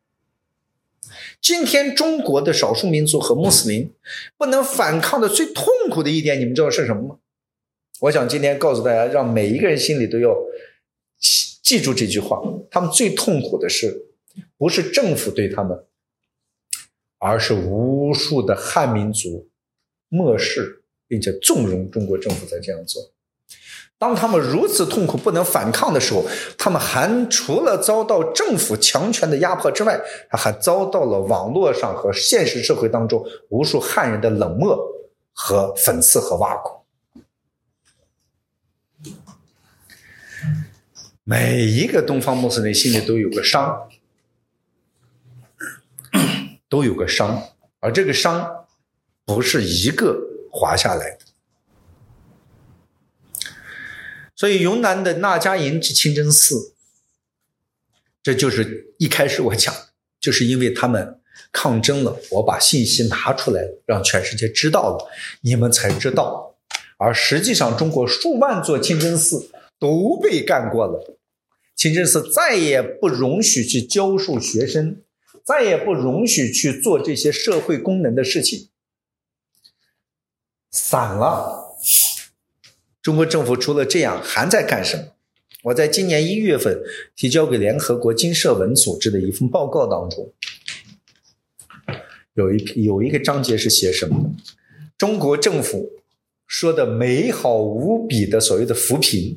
今天中国的少数民族和穆斯林不能反抗的最痛苦的一点，你们知道是什么吗？我想今天告诉大家，让每一个人心里都要记住这句话，他们最痛苦的是不是政府对他们，而是无数的汉民族漠视并且纵容中国政府在这样做。当他们如此痛苦不能反抗的时候，他们还除了遭到政府强权的压迫之外，还遭到了网络上和现实社会当中无数汉人的冷漠和讽刺和挖苦。每一个东方穆斯林心里都有个伤，都有个伤，而这个伤不是一个划下来的。所以云南的那家营之清真寺，这就是一开始我讲的， 就是因为他们抗争了，我把信息拿出来，让全世界知道了，你们才知道。而实际上，中国数万座清真寺都被干过了，清真寺再也不容许去教授学生，再也不容许去做这些社会功能的事情，散了。中国政府除了这样还在干什么？我在今年一月份提交给联合国经社文组织的一份报告当中，有一有一个章节是写什么呢？中国政府说的美好无比的所谓的扶贫，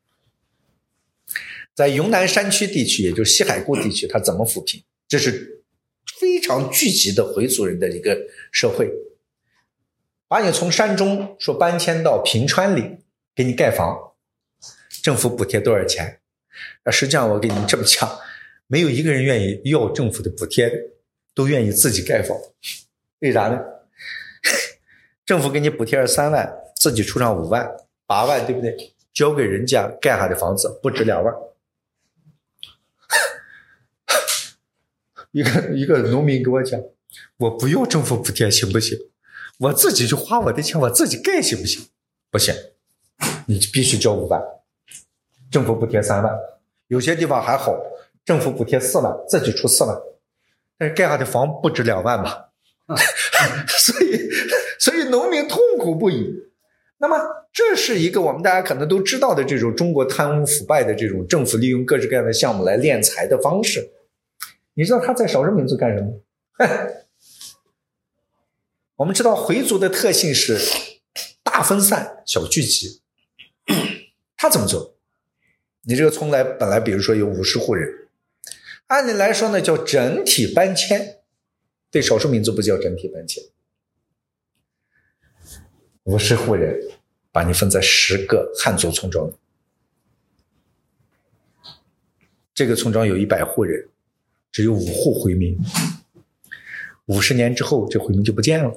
在云南山区地区，也就是西海固地区，它怎么扶贫？这是非常聚集的回族人的一个社会，把你从山中说搬迁到平川里，给你盖房，政府补贴多少钱？啊，实际上我给你们这么讲，没有一个人愿意要政府的补贴的，都愿意自己盖房。为啥呢？政府给你补贴了三万，自己出上五万、八万，对不对？交给人家盖下的房子不止两万。一个一个农民跟我讲，我不要政府补贴行不行？我自己去花我的钱，我自己盖行不行？不行，你必须交五万，政府补贴三万，有些地方还好，政府补贴四万，自己出四万，但是盖下的房不止两万吧？所以，所以农民痛苦不已。那么，这是一个我们大家可能都知道的这种中国贪污腐败的这种政府利用各式各样的项目来敛财的方式。你知道他在少数民族干什么？我们知道回族的特性是大分散小聚集，他怎么做？你这个村来本来比如说有五十户人，按理来说呢叫整体搬迁，对少数民族不叫整体搬迁。五十户人把你分在十个汉族村庄，这个村庄有一百户人，只有五户回民，五十年之后这回民就不见了，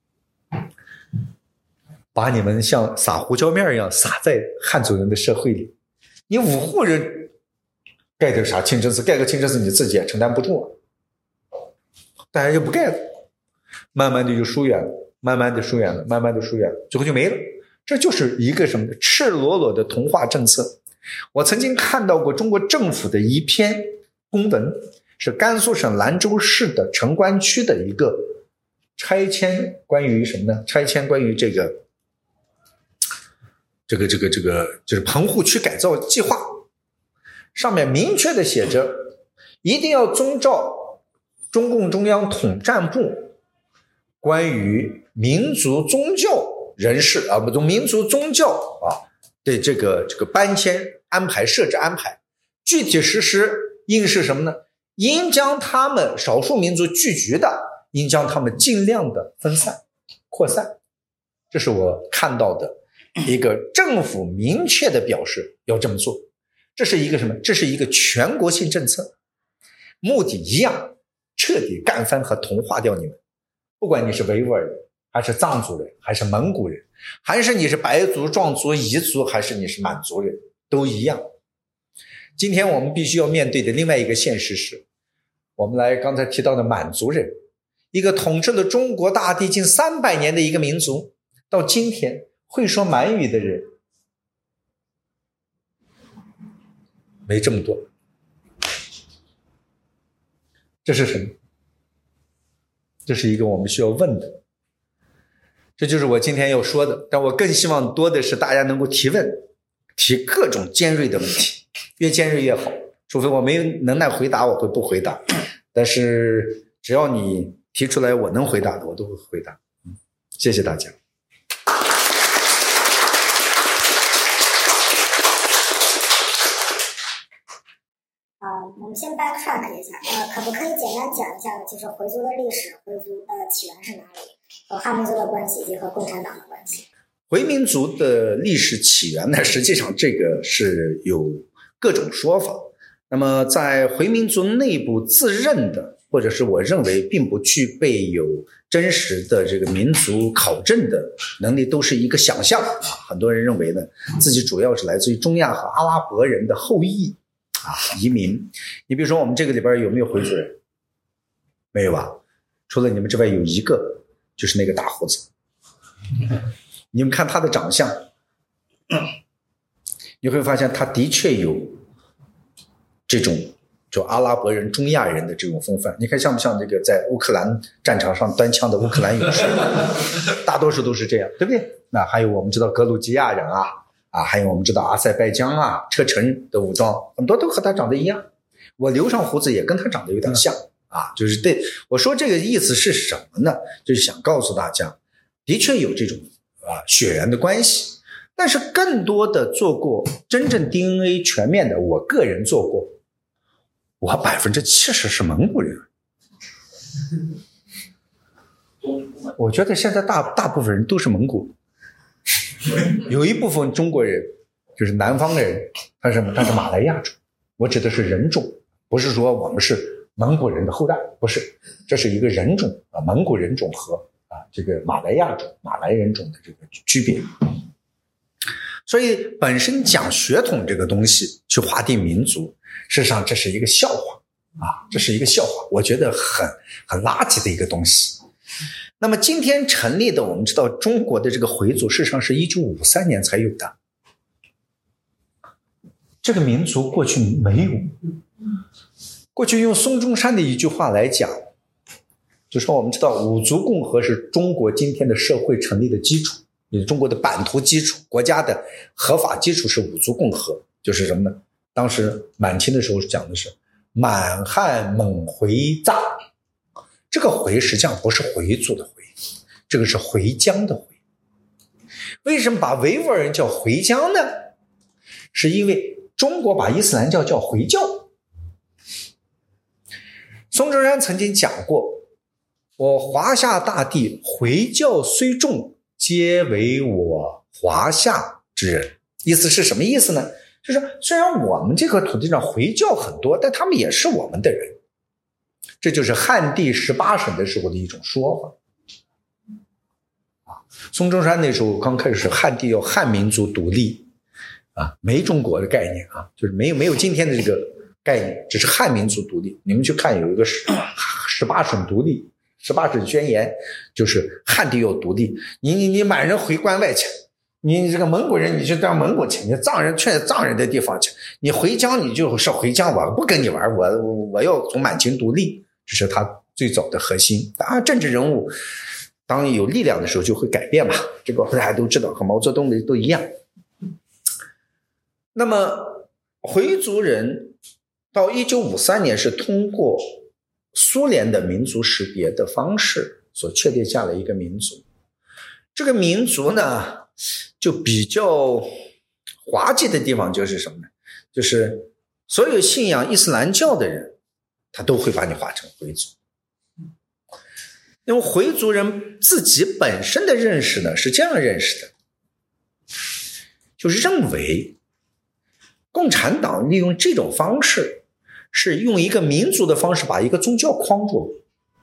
把你们像撒胡椒面一样撒在汉族人的社会里。你五户人盖个啥清真寺，盖个清真寺你自己也承担不住啊，大家就不盖了，慢慢的就疏远了，慢慢的疏远了，慢慢的疏远了，最后就没了。这就是一个什么赤裸裸的同化政策。我曾经看到过中国政府的一篇公文，是甘肃省兰州市的城关区的一个拆迁，关于什么呢？拆迁关于这个这个这个这个就是棚户区改造计划，上面明确的写着，一定要遵照中共中央统战部关于民族宗教人士啊，不，民族宗教啊的这个这个搬迁安排设置安排，具体实施应是什么呢？应将他们少数民族聚集的，应将他们尽量的分散扩散。这是我看到的一个政府明确的表示要这么做。这是一个什么？这是一个全国性政策，目的一样，彻底干翻和同化掉你们。不管你是维吾尔人，还是藏族人，还是蒙古人，还是你是白族、壮族、彝族，还是你是满族人，都一样。今天我们必须要面对的另外一个现实是，我们来刚才提到的满族人，一个统治了中国大地近三百年的一个民族，到今天会说满语的人没这么多。这是什么？这是一个我们需要问的，这就是我今天要说的。但我更希望多的是大家能够提问，提各种尖锐的问题，越尖锐越好。除非我没有能耐回答，我会不回答。但是只要你提出来我能回答的，我都会回答。嗯，谢谢大家。 呃，我们先 backtrack 一下，呃，可不可以简单讲一下，就是回族的历史，回族的起源是哪里，和汉民族的关系以及和共产党的关系？ 回民族的历史起源呢，实际上这个是有各种说法。那么在回民族内部自认的，或者是我认为并不具备有真实的这个民族考证的能力，都是一个想象啊。很多人认为呢，自己主要是来自于中亚和阿拉伯人的后裔啊，移民。你比如说我们这个里边有没有回族人？ 没有吧？除了你们之外有一个，就是那个大胡子。你们看他的长相，你会发现他的确有这种就阿拉伯人、中亚人的这种风范。你看像不像这个在乌克兰战场上端枪的乌克兰勇士？大多数都是这样，对不对？那还有我们知道格鲁吉亚人啊，啊，还有我们知道阿塞拜疆啊、车臣的武装，很多都和他长得一样。我留上胡子也跟他长得有点像啊，就是对我说这个意思是什么呢？就是想告诉大家，的确有这种啊血缘的关系，但是更多的做过真正 D N A 全面的，我个人做过，我百分之七十是蒙古人。我觉得现在大大部分人都是蒙古，有一部分中国人就是南方的人，他是他是马来亚族，我指的是人种，不是说我们是蒙古人的后代，不是，这是一个人种啊，蒙古人种和啊这个马来亚种马来人种的这个区别。所以本身讲血统这个东西去划定民族，事实上这是一个笑话啊，这是一个笑话，我觉得很很垃圾的一个东西。那么今天成立的，我们知道中国的这个回族事实上是一九五三年才有的，这个民族过去没有。过去用孙中山的一句话来讲，就说我们知道五族共和是中国今天的社会成立的基础，也是中国的版图基础，国家的合法基础是五族共和，就是什么呢？当时满清的时候讲的是满汉蒙回藏，这个回实际上不是回族的回，这个是回疆的回。为什么把维吾尔人叫回疆呢？是因为中国把伊斯兰教叫回教。孙中山曾经讲过，我华夏大地回教虽众，皆为我华夏之人。意思是什么意思呢？就是虽然我们这块土地上回教很多，但他们也是我们的人。这就是汉地十八省的时候的一种说法。啊，孙中山那时候刚开始汉地要汉民族独立啊，没中国的概念啊，就是没有没有今天的这个概念，只是汉民族独立。你们去看有一个十八省独立，十八省宣言，就是汉地要独立。你你你满人回关外去，你这个蒙古人你就到蒙古去，你藏人去藏人的地方去，你回疆你就是回疆，我不跟你玩，我我要从满清独立。这是他最早的核心。当然政治人物当有力量的时候就会改变嘛，这个大家都知道，和毛泽东的都一样。那么回族人到一九五三年是通过苏联的民族识别的方式所确定下了一个民族。这个民族呢就比较滑稽的地方就是什么呢？就是所有信仰伊斯兰教的人他都会把你划成回族。因为回族人自己本身的认识呢是这样认识的，就是认为共产党利用这种方式是用一个民族的方式把一个宗教框住，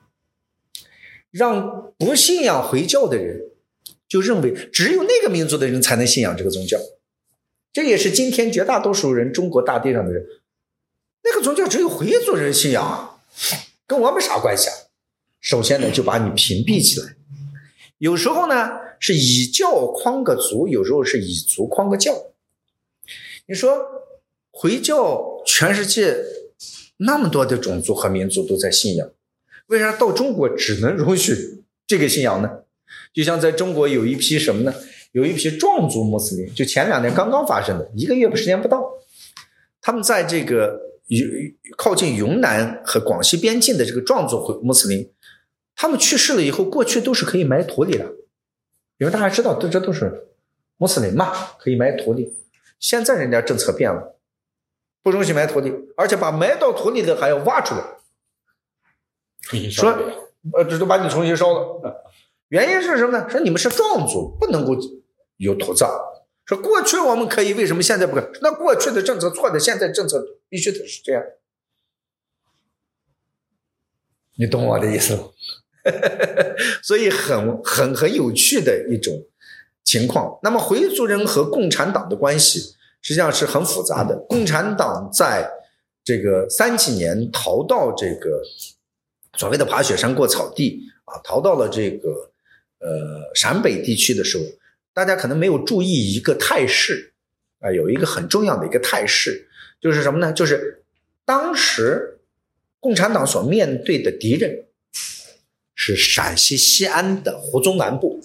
让不信仰回教的人就认为只有那个民族的人才能信仰这个宗教。这也是今天绝大多数人中国大地上的人，那个宗教只有回族人信仰啊，跟我们啥关系啊？首先呢就把你屏蔽起来，有时候呢是以教框个族，有时候是以族框个教。你说回教全世界那么多的种族和民族都在信仰，为啥到中国只能容许这个信仰呢？就像在中国有一批什么呢？有一批壮族穆斯林，就前两年刚刚发生的，一个月时间不到，他们在这个靠近云南和广西边境的这个壮族穆斯林，他们去世了以后，过去都是可以埋土里的，因为大家知道这都是穆斯林嘛，可以埋土里。现在人家政策变了，不允许埋土里，而且把埋到土里的还要挖出来，说呃，这都把你重新烧了。原因是什么呢？说你们是壮族，不能够有土葬。说过去我们可以，为什么现在不可以？那过去的政策错的，现在政策必须得是这样。你懂我的意思吗？所以很很很有趣的一种情况。那么回族人和共产党的关系实际上是很复杂的。共产党在这个三几年逃到这个所谓的爬雪山过草地啊，逃到了这个呃陕北地区的时候，大家可能没有注意一个态势啊，有一个很重要的一个态势，就是什么呢？就是当时共产党所面对的敌人是陕西西安的胡宗南部，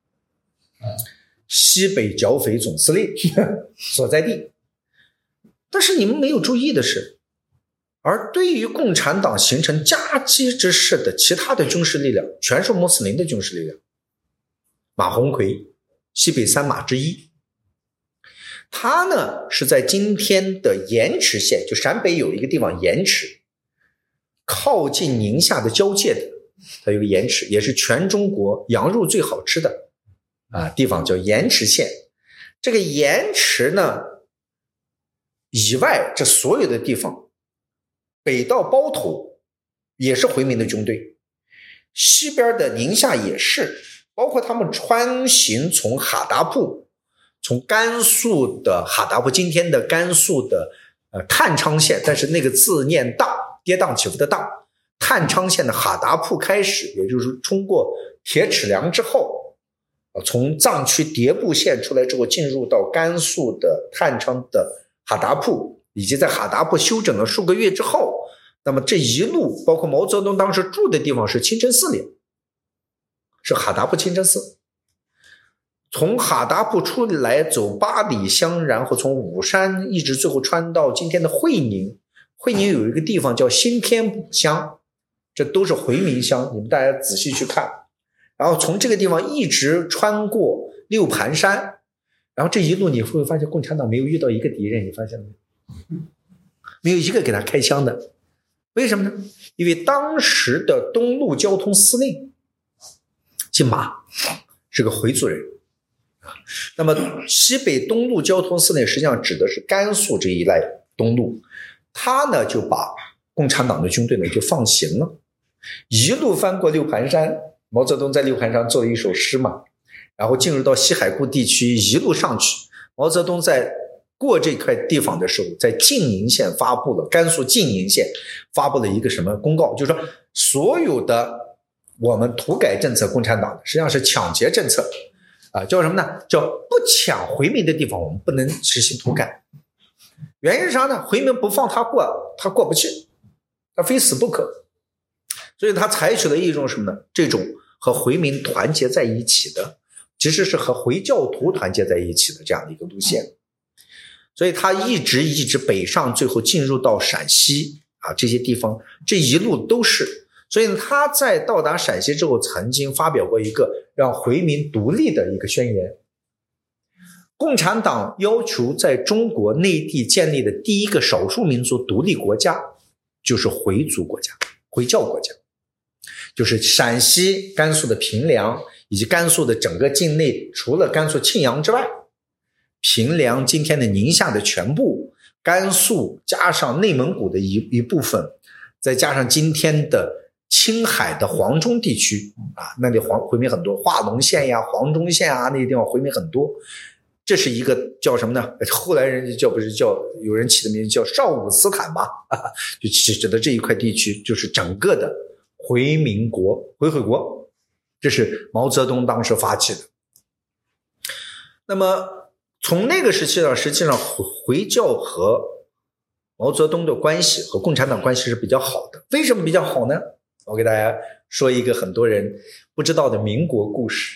西北剿匪总司令所在地。但是你们没有注意的是，而对于共产党形成夹击之势的其他的军事力量，全是穆斯林的军事力量。马鸿逵，西北三马之一，他呢是在今天的盐池县，就陕北有一个地方盐池，靠近宁夏的交界的，它有个盐池，也是全中国羊肉最好吃的啊地方，叫盐池县。这个盐池呢以外，这所有的地方，北到包头也是回民的军队，西边的宁夏也是，包括他们穿行从哈达铺，从甘肃的哈达铺，今天的甘肃的呃探昌县，但是那个字念荡，跌宕起伏的荡，探昌县的哈达铺开始，也就是通过铁齿梁之后，从藏区迭部县出来之后，进入到甘肃的探昌的哈达铺，以及在哈达铺休整了数个月之后，那么这一路包括毛泽东当时住的地方是清真寺里，是哈达铺清真寺。从哈达铺出来走八里乡，然后从武山一直最后穿到今天的会宁。会宁有一个地方叫新天补乡，这都是回民乡，你们大家仔细去看。然后从这个地方一直穿过六盘山，然后这一路你会发现共产党没有遇到一个敌人，你发现了没有？没有一个给他开枪的。为什么呢？因为当时的东路交通司令姓马，是个回族人。那么西北东路交通司令实际上指的是甘肃这一带东路，他呢就把共产党的军队呢就放行了，一路翻过六盘山，毛泽东在六盘山做了一首诗嘛，然后进入到西海固地区，一路上去，毛泽东在过这块地方的时候，在晋宁县发布了，甘肃晋宁县发布了一个什么公告，就是说所有的我们土改政策，共产党实际上是抢劫政策啊，叫什么呢？叫不抢回民的地方我们不能实行土改。原因是啥呢？回民不放他过，他过不去，他非死不可。所以他采取了一种什么呢？这种和回民团结在一起的，其实是和回教徒团结在一起的这样的一个路线。所以他一直一直北上，最后进入到陕西啊这些地方，这一路都是。所以他在到达陕西之后，曾经发表过一个让回民独立的一个宣言。共产党要求在中国内地建立的第一个少数民族独立国家就是回族国家，回教国家，就是陕西、甘肃的平凉以及甘肃的整个境内，除了甘肃庆阳之外，平凉今天的宁夏的全部，甘肃加上内蒙古的一一部分，再加上今天的青海的黄中地区啊，那里黄回民很多，化隆县呀、黄中县啊，那些地方回民很多。这是一个叫什么呢？后来人叫不是叫有人起的名字叫绍武斯坦吧，就指的这一块地区就是整个的回民国、回回国，这是毛泽东当时发起的。那么从那个时期上，实际上回教和毛泽东的关系和共产党关系是比较好的。为什么比较好呢？我给大家说一个很多人不知道的民国故事。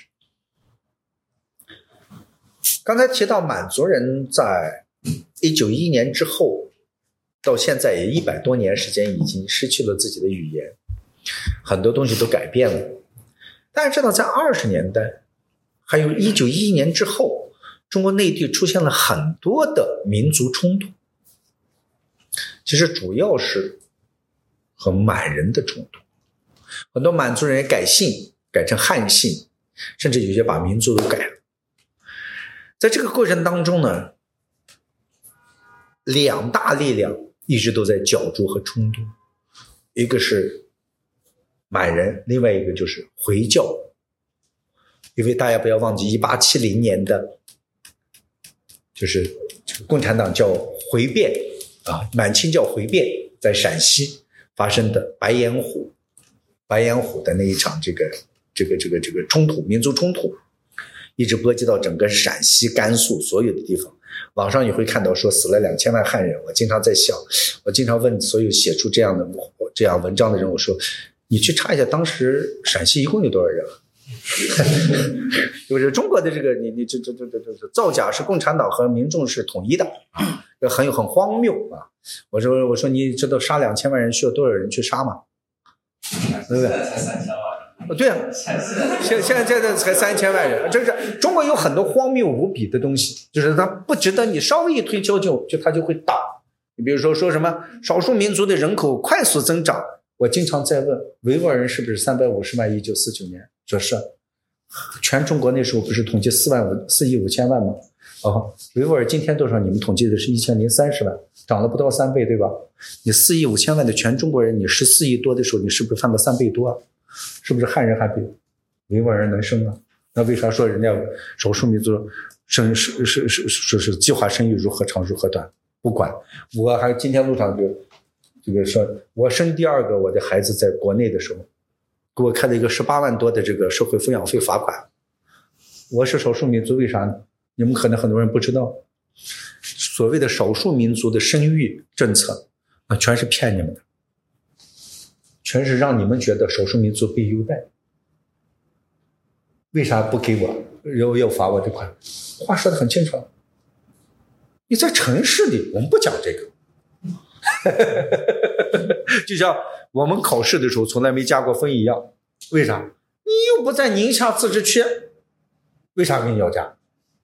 刚才提到满族人在一九一一年之后到现在也一百多年时间，已经失去了自己的语言，很多东西都改变了。大家知道在二十年代还有一九一一年之后，中国内地出现了很多的民族冲突，其实主要是和满人的冲突，很多满族人也改姓，改成汉姓，甚至有些把民族都改了。在这个过程当中呢，两大力量一直都在角逐和冲突，一个是满人，另外一个就是回教。因为大家不要忘记一八七零年的就是共产党叫回变啊，满清叫回变，在陕西发生的白眼虎白眼虎的那一场这个这个这个这个冲突，民族冲突，一直波及到整个陕西、甘肃所有的地方。网上你会看到说死了两千万汉人，我经常在笑，我经常问所有写出这样的这样文章的人，我说你去查一下当时陕西一共有多少人？就是中国的这个你你这这这这这造假是共产党和民众是统一的啊，这很很荒谬啊！我说我说你知道杀两千万人需要多少人去杀吗？对不对？ 才三千万。 对啊，现现在现在才三千万人，这是中国有很多荒谬无比的东西，就是它不值得你稍微一推敲就就它就会倒。你比如说说什么少数民族的人口快速增长，我经常在问维吾尔人是不是三百五十万？一九四九年说是，全中国那时候不是统计四万五四亿五千万吗？哦，维吾尔今天多少？你们统计的是一千零三十万，涨了不到三倍，对吧？你四亿五千万的全中国人，你十四亿多的时候，你是不是翻个三倍多啊？是不是汉人还比维吾尔人能生啊？那为啥说人家少数民族生是是是是是计划生育如何长如何短？不管，我还今天路上就这个说，我生第二个我的孩子在国内的时候，给我开了一个十八万多的这个社会抚养费罚款。我是少数民族，为啥呢？你们可能很多人不知道，所谓的少数民族的生育政策啊，全是骗你们的。全是让你们觉得少数民族被优待，为啥不给我要要罚我这款？话说得很清楚，你在城市里我们不讲这个，就像我们考试的时候从来没加过分一样，为啥？你又不在宁夏自治区，为啥给你要加？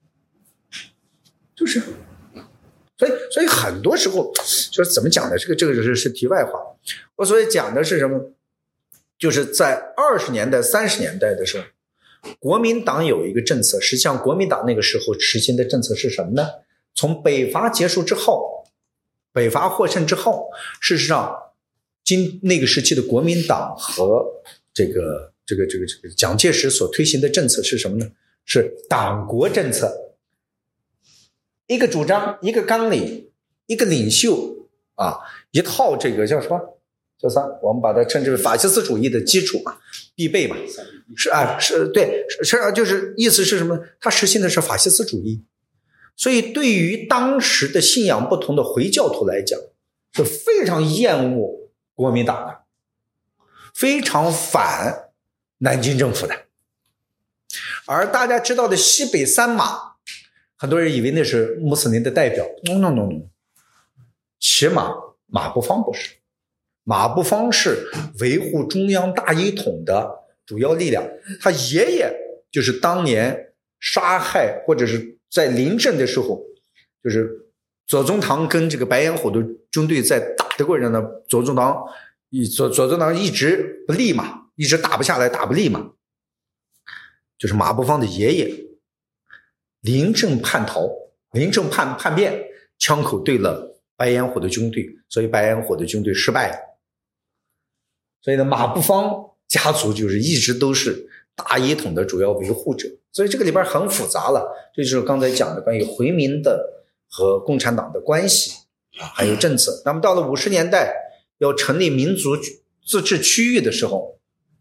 就是。所以，所以很多时候就是怎么讲呢？这个这个是是题外话。我所以讲的是什么？就是在二十年代、三十年代的时候，国民党有一个政策。实际上，国民党那个时候实行的政策是什么呢？从北伐结束之后，北伐获胜之后，事实上，今那个时期的国民党和这个这个这个这个蒋介石所推行的政策是什么呢？是党国政策。一个主张，一个纲领，一个领袖啊，一套这个叫什么？叫啥？我们把它称之为法西斯主义的基础嘛，必备嘛。是啊，是对，是啊，就是意思是什么？他实行的是法西斯主义，所以对于当时的信仰不同的回教徒来讲，是非常厌恶国民党的，非常反南京政府的。而大家知道的西北三马。很多人以为那是穆斯林的代表 ，no no no no， 起码马步芳不是，马步芳是维护中央大一统的主要力量。他爷爷就是当年杀害或者是在临阵的时候，就是左宗棠跟这个白眼虎的军队在打的过程呢，左宗棠左左宗棠一直不利嘛，一直打不下来，打不利嘛，就是马步芳的爷爷。临阵叛逃，临阵叛叛变，枪口对了白眼虎的军队，所以白眼虎的军队失败了。所以呢，马步芳家族就是一直都是大一统的主要维护者，所以这个里边很复杂了。这就是刚才讲的关于回民的和共产党的关系啊，还有政策。那么到了五十年代要成立民族自治区域的时候，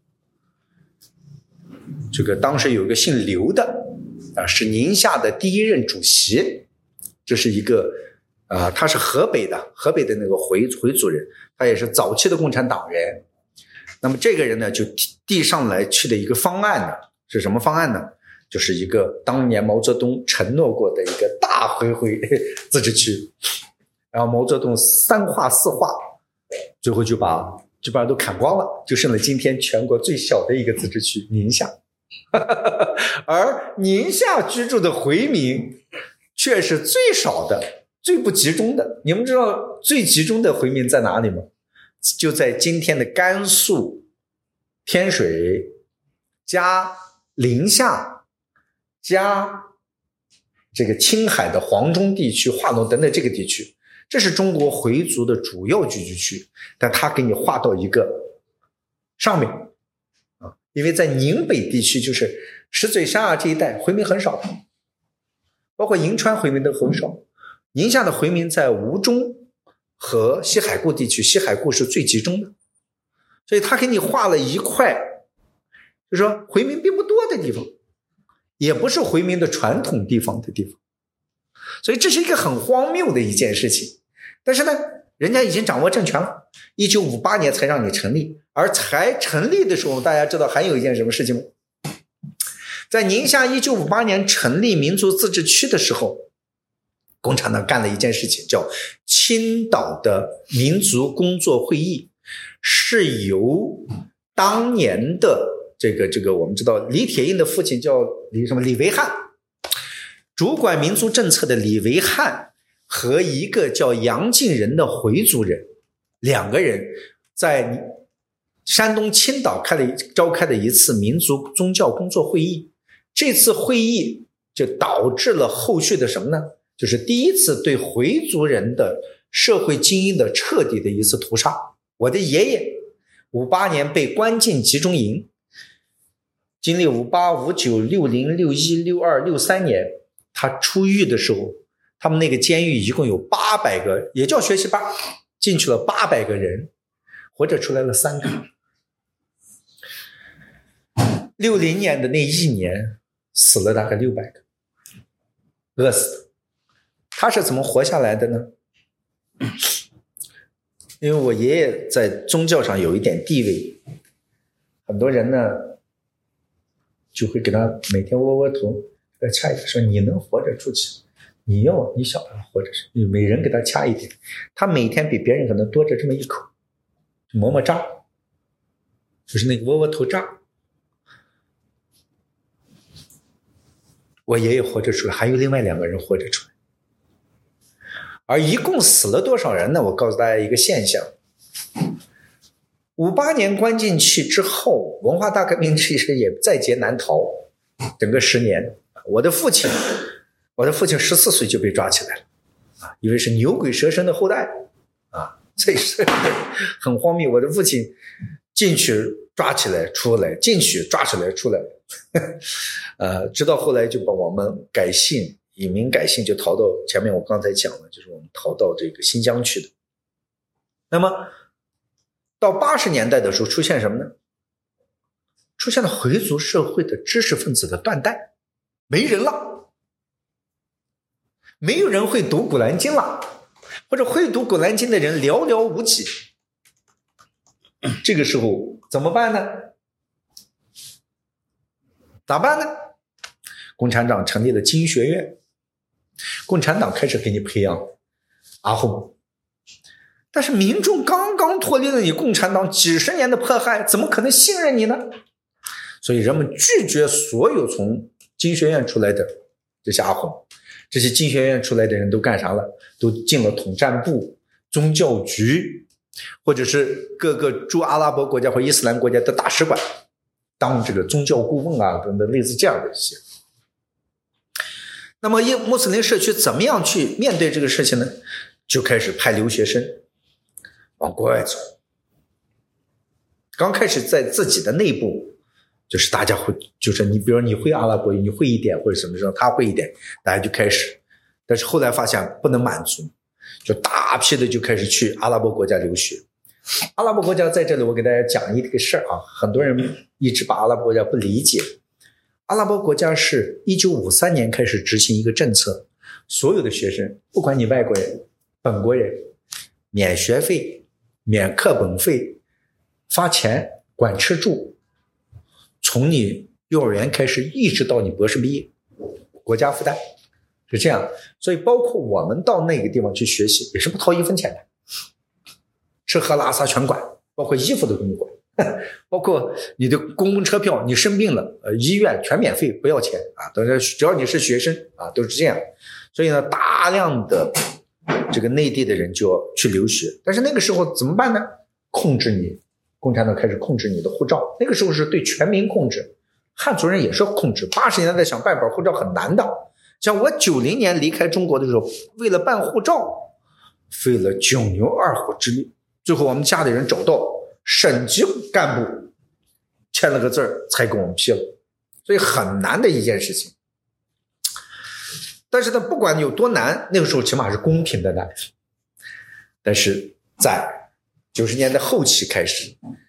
这个当时有一个姓刘的。啊，是宁夏的第一任主席，这是一个啊、呃，他是河北的，河北的那个回回族人，他也是早期的共产党员。那么这个人呢，就递上来去的一个方案呢，是什么方案呢？就是一个当年毛泽东承诺过的一个大回回自治区，然后毛泽东三化四化，最后就把基本上都砍光了，就剩了今天全国最小的一个自治区宁夏。而宁夏居住的回民却是最少的、最不集中的。你们知道最集中的回民在哪里吗？就在今天的甘肃、天水加宁夏加这个青海的黄忠地区、化农等等这个地区，这是中国回族的主要聚居区，但它给你划到一个上面。因为在宁北地区，就是石嘴山啊这一带回民很少，包括银川回民都很少。宁夏的回民在吴中和西海固地区，西海固是最集中的。 所以他给你画了一块，就是说回民并不多的地方，也不是回民的传统地方的地方，所以这是一个很荒谬的一件事情。但是呢，人家已经掌握政权了，一九五八年才让你成立，而才成立的时候，大家知道还有一件什么事情吗？在宁夏一九五八年成立民族自治区的时候，共产党干了一件事情，叫青岛的民族工作会议，是由当年的这个这个我们知道李铁英的父亲叫李什么李维汉，主管民族政策的李维汉和一个叫杨敬仁的回族人，两个人在山东青岛开了召开了一次民族宗教工作会议。这次会议就导致了后续的什么呢？就是第一次对回族人的社会精英的彻底的一次屠杀。我的爷爷五八年被关进集中营，经历五八、五九、六零、六一、六二、六三年，他出狱的时候，他们那个监狱一共有八百个，也叫学习班，进去了八百个人，活着出来了三个。六零年的那一年死了大概六百个，饿死的。他是怎么活下来的呢？因为我爷爷在宗教上有一点地位，很多人呢就会给他每天窝窝头，给他掐一点，说你能活着出去，你要你想让活着，每人给他掐一点，他每天比别人可能多着这么一口，磨磨渣，就是那个窝窝头渣。我爷爷活着出来，还有另外两个人活着出来，而一共死了多少人呢？我告诉大家一个现象：五八年关进去之后，文化大革命其实也在劫难逃，整个十年。我的父亲，我的父亲十四岁就被抓起来了，啊，因为是牛鬼蛇神的后代，啊，这是很荒谬。我的父亲进去抓起来出来，进去抓起来出来。呃，直到后来就把我们改姓，以民改姓，就逃到前面我刚才讲了，就是我们逃到这个新疆去的。那么到八十年代的时候出现什么呢？出现了回族社会的知识分子的断代，没人了，没有人会读古兰经了，或者会读古兰经的人寥寥无几。这个时候怎么办呢？咋办呢？共产党成立了经学院，共产党开始给你培养阿訇，但是民众刚刚脱离了你共产党几十年的迫害，怎么可能信任你呢？所以人们拒绝所有从经学院出来的这些阿訇，这些经学院出来的人都干啥了？都进了统战部、宗教局，或者是各个驻阿拉伯国家或伊斯兰国家的大使馆，当这个宗教顾问啊等等类似这样的一些。那么穆斯林社区怎么样去面对这个事情呢？就开始派留学生往国外走。刚开始在自己的内部，就是大家会，就是你比如你会阿拉伯语，你会一点或者什么时候他会一点，大家就开始。但是后来发现不能满足，就大批的就开始去阿拉伯国家留学。阿拉伯国家在这里我给大家讲一个事儿啊，很多人一直把阿拉伯国家不理解。阿拉伯国家是一九五三年开始执行一个政策，所有的学生不管你外国人本国人，免学费免课本费，发钱管吃住，从你幼儿园开始一直到你博士毕业，国家负担，是这样。所以包括我们到那个地方去学习也是不掏一分钱的，吃喝拉撒全管，包括衣服都给你管，包括你的公共车票，你生病了呃，医院全免费不要钱啊，等于只要你是学生啊，都是这样。所以呢，大量的这个内地的人就要去留学，但是那个时候怎么办呢？控制你，共产党开始控制你的护照，那个时候是对全民控制，汉族人也是控制。八十年代想办本护照很难的，像我九零年离开中国的时候，为了办护照费了九牛二虎之力，最后我们家里人找到省级干部签了个字儿才给我们批了，所以很难的一件事情。但是呢，不管有多难，那个时候起码是公平的难。但是在九十年代后期开始，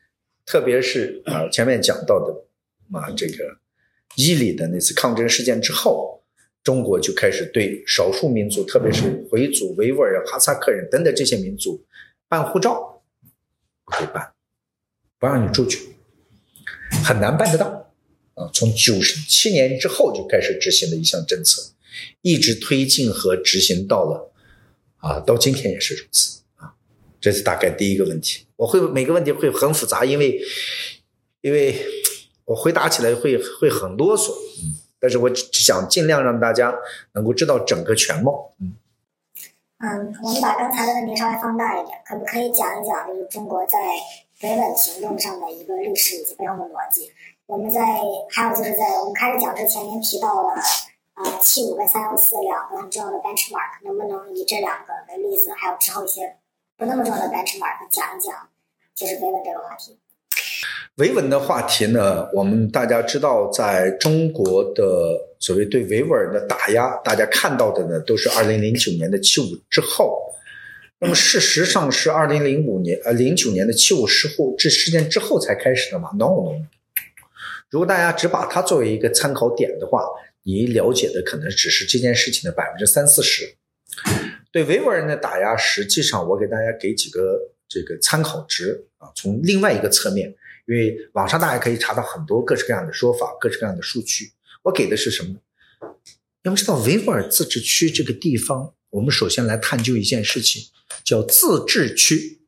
特别是啊前面讲到的啊这个伊犁的那次抗争事件之后，中国就开始对少数民族，特别是回族、维吾尔人、哈萨克人等等这些民族办护照，不可以办，不让你出去，很难办得到啊。从九十七年之后就开始执行的一项政策，一直推进和执行到了啊，到今天也是如此啊。这是大概第一个问题。我会每个问题会很复杂，因为因为我回答起来会会很啰嗦，嗯，但是我只想尽量让大家能够知道整个全貌。嗯， 嗯，我们把刚才的问题稍微放大一点，可不可以讲一讲就是中国在维稳行动上的一个历史以及背后的逻辑？我们在还有就是在我们开始讲之前，您提到了呃七五跟三幺四两个很重要的 benchmark， 能不能以这两个为例子，还有之后一些不那么重要的 benchmark 讲一讲，就是维稳这个话题？ 维稳的话题呢，我们大家知道，在中国的所谓对维吾尔人的打压，大家看到的呢都是二零零九年的七五之后。那么事实上是二零零五年呃零九年的七五事后这事件之后才开始的嘛 ？No No。如果大家只把它作为一个参考点的话，你了解的可能只是这件事情的百分之三四十。对维吾尔人的打压，实际上我给大家给几个这个参考值啊，从另外一个侧面。因为网上大家可以查到很多各式各样的说法，各式各样的数据。我给的是什么呢？要知道维吾尔自治区这个地方，我们首先来探究一件事情，叫自治区。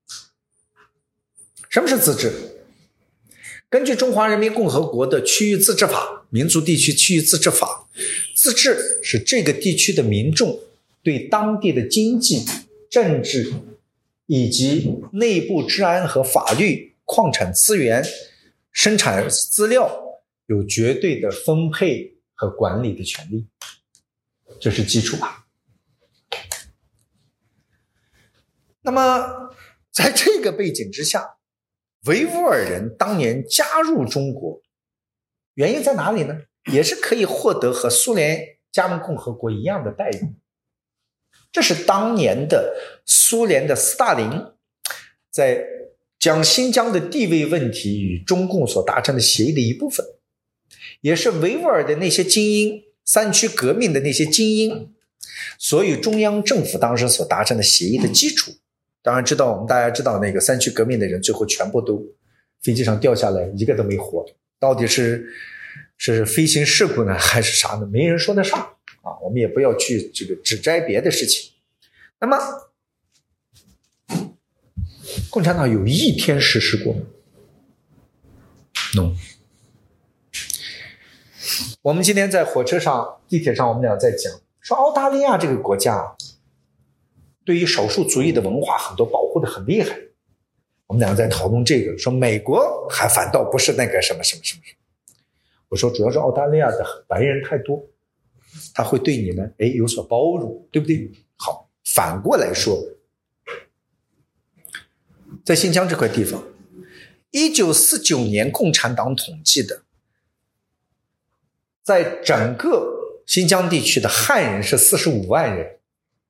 什么是自治？根据中华人民共和国的区域自治法，民族地区区域自治法，自治是这个地区的民众对当地的经济、政治以及内部治安和法律、矿产资源、生产资料有绝对的分配和管理的权利，这是基础吧。那么在这个背景之下，维吾尔人当年加入中国，原因在哪里呢？也是可以获得和苏联加盟共和国一样的待遇。这是当年的苏联的斯大林在将新疆的地位问题与中共所达成的协议的一部分，也是维吾尔的那些精英，三区革命的那些精英所与中央政府当时所达成的协议的基础。当然知道，我们大家知道那个三区革命的人最后全部都飞机上掉下来，一个都没活，到底是是飞行事故呢还是啥呢？没人说得上啊，我们也不要去这个指摘别的事情。那么共产党有一天实施过 No。 我们今天在火车上地铁上我们俩在讲说澳大利亚这个国家对于少数族裔的文化很多保护的很厉害，我们俩在讨论这个，说美国还反倒不是那个什么什么什么什么。我说主要是澳大利亚的白人太多，他会对你呢诶有所包容，对不对？好，反过来说，在新疆这块地方，一九四九年共产党统计的，在整个新疆地区的汉人是四十五万人。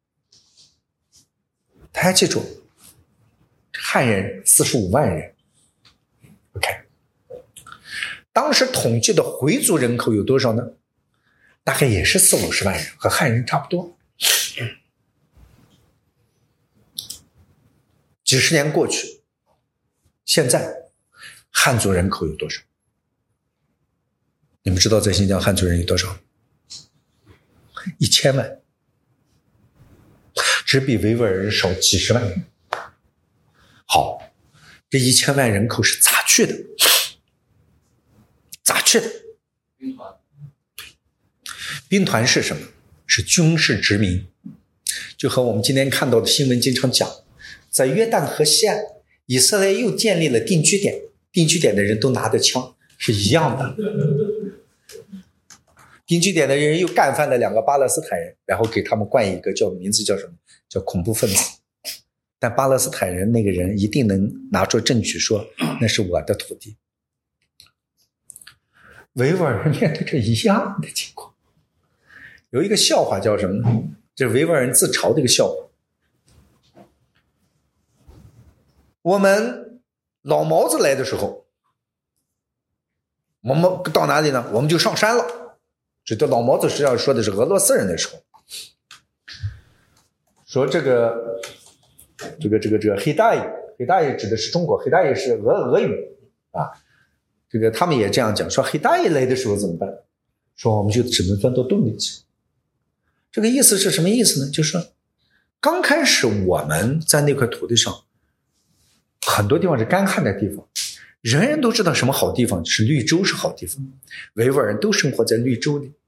大家记住，汉人四十五万人 OK。 当时统计的回族人口有多少呢？大概也是四五十万人，和汉人差不多。几十年过去，现在汉族人口有多少？你们知道在新疆汉族人有多少？一千万，只比维吾尔人少几十万人。好，这一千万人口是咋去的？咋去的？兵团。兵团是什么？是军事殖民。就和我们今天看到的新闻经常讲，在约旦河西岸，以色列又建立了定居点，定居点的人都拿着枪，是一样的。定居点的人又干翻了两个巴勒斯坦人，然后给他们冠一个叫名字叫什么？叫恐怖分子。但巴勒斯坦人那个人一定能拿出证据说那是我的土地。维吾尔人面对着一样的情况。有一个笑话叫什么呢？这是维吾尔人自嘲的一个笑话。我们老毛子来的时候，我们到哪里呢？我们就上山了。这对老毛子实际上说的是俄罗斯人的时候，说这个这个这个这个黑大爷，黑大爷指的是中国，黑大爷是俄俄语啊。这个他们也这样讲，说黑大爷来的时候怎么办？说我们就只能钻到洞里去。这个意思是什么意思呢？就是说刚开始我们在那块土地上，很多地方是干旱的地方，人人都知道什么好地方，是绿洲是好地方，维吾尔人都生活在绿洲里。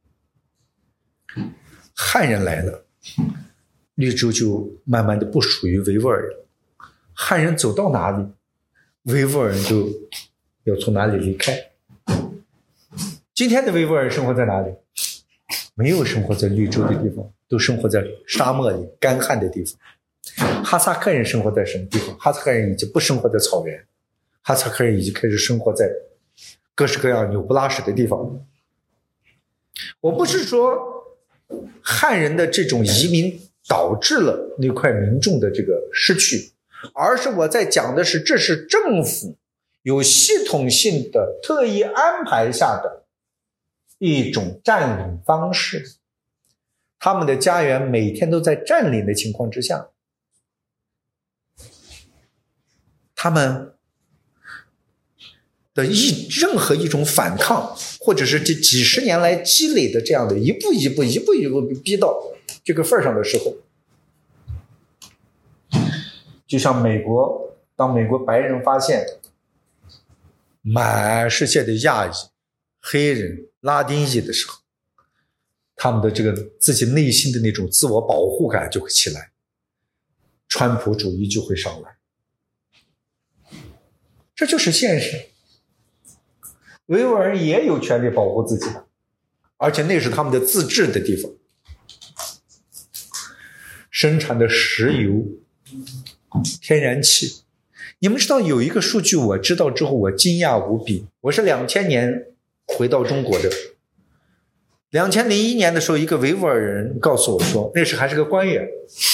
汉人来了，绿洲就慢慢的不属于维吾尔人，汉人走到哪里，维吾尔人就要从哪里离开。今天的维吾尔人生活在哪里？没有生活在绿洲的地方，都生活在沙漠里干旱的地方。哈萨克人生活在什么地方？哈萨克人已经不生活在草原，哈萨克人已经开始生活在各式各样牛不拉屎的地方。我不是说汉人的这种移民导致了那块民众的这个失去，而是我在讲的是，这是政府有系统性的特意安排下的一种占领方式。他们的家园每天都在占领的情况之下，他们的一任何一种反抗，或者是这几十年来积累的这样的一步一步一步一步逼到这个份上的时候，就像美国，当美国白人发现满世界的亚裔、黑人、拉丁裔的时候，他们的这个自己内心的那种自我保护感就会起来，川普主义就会上来。这就是现实。维吾尔人也有权利保护自己的，而且那是他们的自治的地方，生产的石油、天然气。你们知道有一个数据我知道之后我惊讶无比，我是两千年回到中国的，两千零一年的时候，一个维吾尔人告诉我说，那时还是个官员，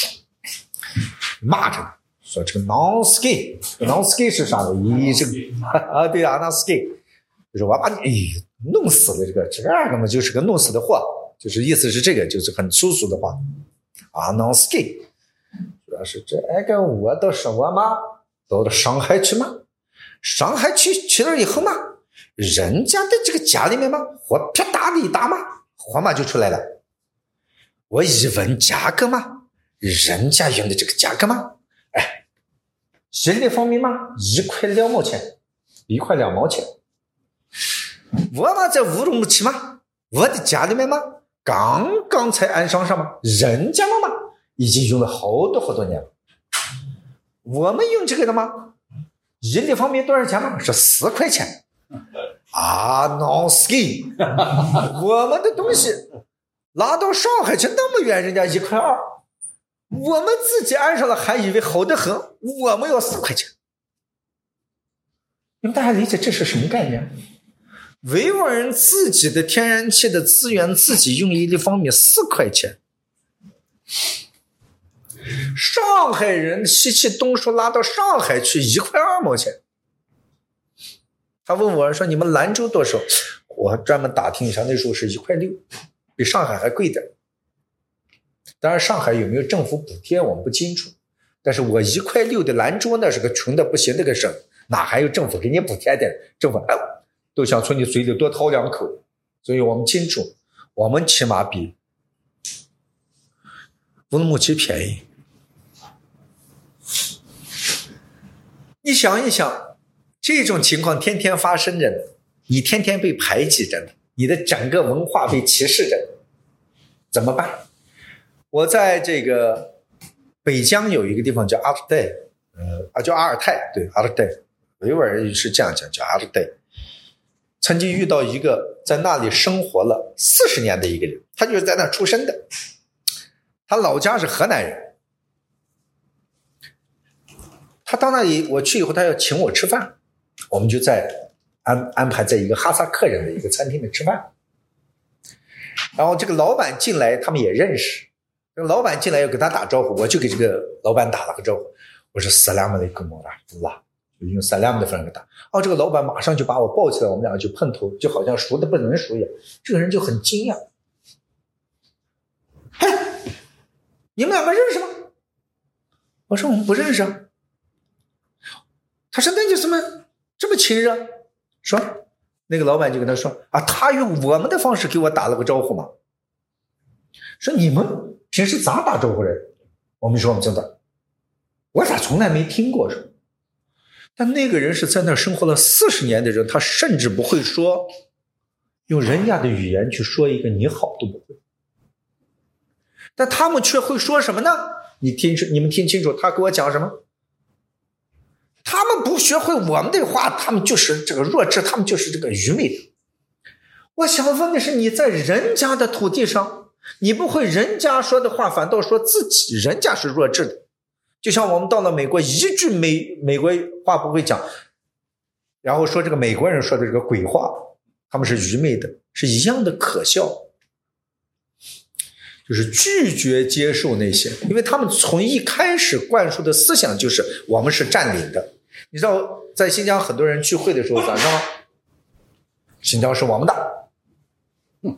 骂着呢，说这个 non-ski non-ski 是啥的？咦，这个啊，对啊 non-ski 就是我把你弄死了，这个这个嘛就是个弄死的货，就是意思是这个，就是很粗俗的话啊 non-ski 主要是这个我到什么嘛，到了上海去嘛，上海去去了以后嘛，人家的这个家里面嘛，火啪嗒的一打嘛，火嘛就出来了。我一问价格嘛，人家用的这个价格嘛，哎，人力方面嘛，一块两毛钱，一块两毛钱。我嘛在乌鲁木齐嘛，我的家里面嘛，刚刚才安上上嘛，人家嘛嘛已经用了好多好多年了。我们用这个的嘛，人力方面多少钱嘛？是四块钱。啊 non-ski 我们的东西拉到上海去那么远，人家一块二，我们自己安上了还以为好得很，我们要四块钱。你们大家理解这是什么概念？维吾尔人自己的天然气的资源自己用一立方米四块钱，上海人吸气东输拉到上海去一块二毛钱。他问我说你们兰州多少？我专门打听一下，那时候是一块六，比上海还贵点。当然上海有没有政府补贴我们不清楚，但是我一块六的兰州那是个穷的不行的个省，哪还有政府给你补贴的？政府、哎、都想从你嘴里多掏两口，所以我们清楚，我们起码比乌鲁木齐便宜。你想一想，这种情况天天发生着，你天天被排挤着，你的整个文化被歧视着，怎么办？我在这个北疆有一个地方叫阿尔代，呃，啊叫阿尔泰，对，阿尔代，维吾尔人是这样讲，叫阿尔代。曾经遇到一个在那里生活了四十年的一个人，他就是在那出生的，他老家是河南人。他到那里，我去以后，他要请我吃饭，我们就在安安排在一个哈萨克人的一个餐厅里吃饭。然后这个老板进来，他们也认识。这个老板进来要给他打招呼，我就给这个老板打了个招呼，我说斯拉姆雷库姆拉夫拉， 就用萨拉姆的方式打。哦，这个老板马上就把我抱起来，我们两个就碰头，就好像熟的不能熟一样。这个人就很惊讶，嘿，你们两个认识吗？我说我们不认识啊。他说那你怎么这么亲热？说那个老板就跟他说啊，他用我们的方式给我打了个招呼嘛。说你们平时咋打招呼人？我们说我们真的，我咋从来没听过说。但那个人是在那儿生活了四十年的人，他甚至不会说用人家的语言去说一个你好都不会。但他们却会说什么呢？你听你们听清楚，他给我讲什么？他们不学会我们的话，他们就是这个弱智，他们就是这个愚昧的。我想问的是，你在人家的土地上，你不会人家说的话，反倒说自己人家是弱智的。就像我们到了美国，一句美美国话不会讲，然后说这个美国人说的这个鬼话，他们是愚昧的，是一样的可笑。就是拒绝接受那些，因为他们从一开始灌输的思想就是我们是占领的。你知道在新疆很多人聚会的时候咋说吗？新疆是我们的，嗯，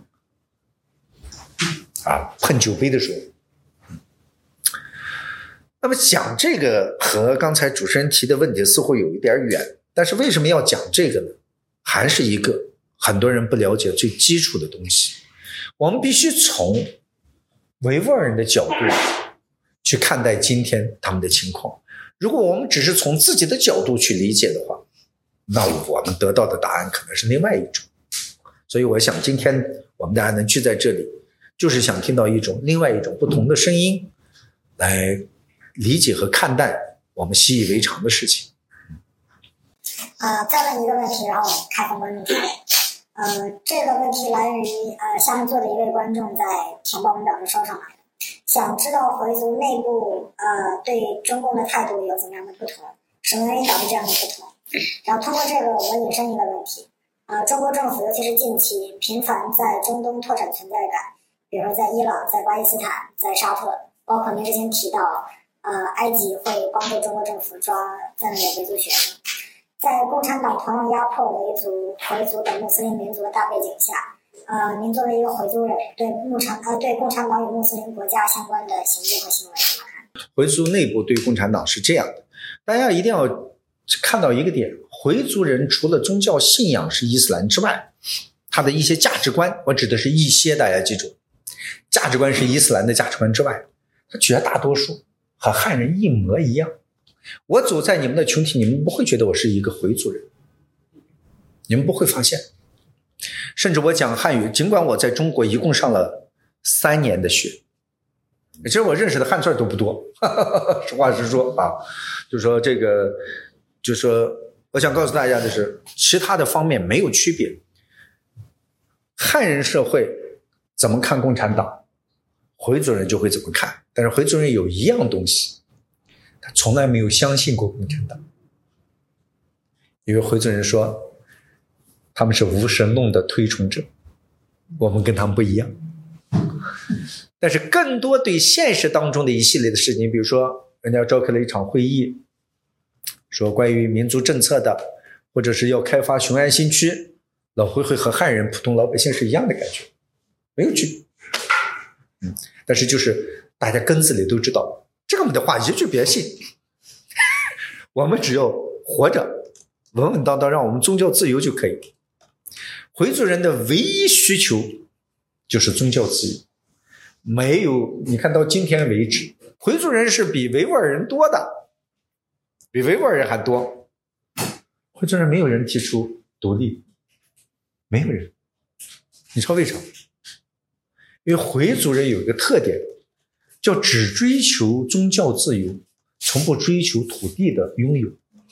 啊，碰酒杯的时候。那么讲这个和刚才主持人提的问题似乎有一点远，但是为什么要讲这个呢？还是一个很多人不了解最基础的东西。我们必须从维吾尔人的角度去看待今天他们的情况。如果我们只是从自己的角度去理解的话，那我们得到的答案可能是另外一种。所以我想今天我们大家能聚在这里，就是想听到一种另外一种不同的声音，来理解和看待我们习以为常的事情。 呃，再问一个问题，然后开放观众提问。呃，这个问题来源于呃下面坐的一位观众在填报文表上捎上来的，想知道回族内部呃对中共的态度有怎么样的不同，什么原因导致这样的不同？然后通过这个，我引申一个问题，呃，中国政府尤其是近期频繁在中东拓展存在感，比如说在伊朗、在巴基斯坦、在沙特，包括您之前提到，呃，埃及会帮助中国政府抓在那里维族学生。在共产党同样压迫维族、回族等穆斯林民族的大背景下，呃，您作为一个回族人，对穆产呃对共产党与穆斯林国家相关的行动和行为怎么看？ 回族内部对共产党是这样的，大家一定要看到一个点：回族人除了宗教信仰是伊斯兰之外，他的一些价值观，我指的是一些，大家记住，价值观是伊斯兰的价值观之外，他绝大多数和汉人一模一样。我走在你们的群体，你们不会觉得我是一个回族人，你们不会发现。甚至我讲汉语，尽管我在中国一共上了三年的学，其实我认识的汉字都不多，实话实说啊，就说这个，就说我想告诉大家的是，其他的方面没有区别。汉人社会怎么看共产党，回族人就会怎么看，但是回族人有一样东西，他从来没有相信过共产党。因为回族人说他们是无神论的推崇者，我们跟他们不一样。但是更多对现实当中的一系列的事情，比如说人家召开了一场会议，说关于民族政策的，或者是要开发雄安新区，老回会和汉人普通老百姓是一样的感觉，没有区别。嗯，但是就是大家根子里都知道，这个的话一句别信，我们只要活着稳稳当当，让我们宗教自由就可以。回族人的唯一需求就是宗教自由，没有，你看到今天为止，回族人是比维吾尔人多的，比维吾尔人还多。回族人没有人提出独立，没有人。你知道为啥？因为回族人有一个特点，叫只追求宗教自由，从不追求土地的拥有。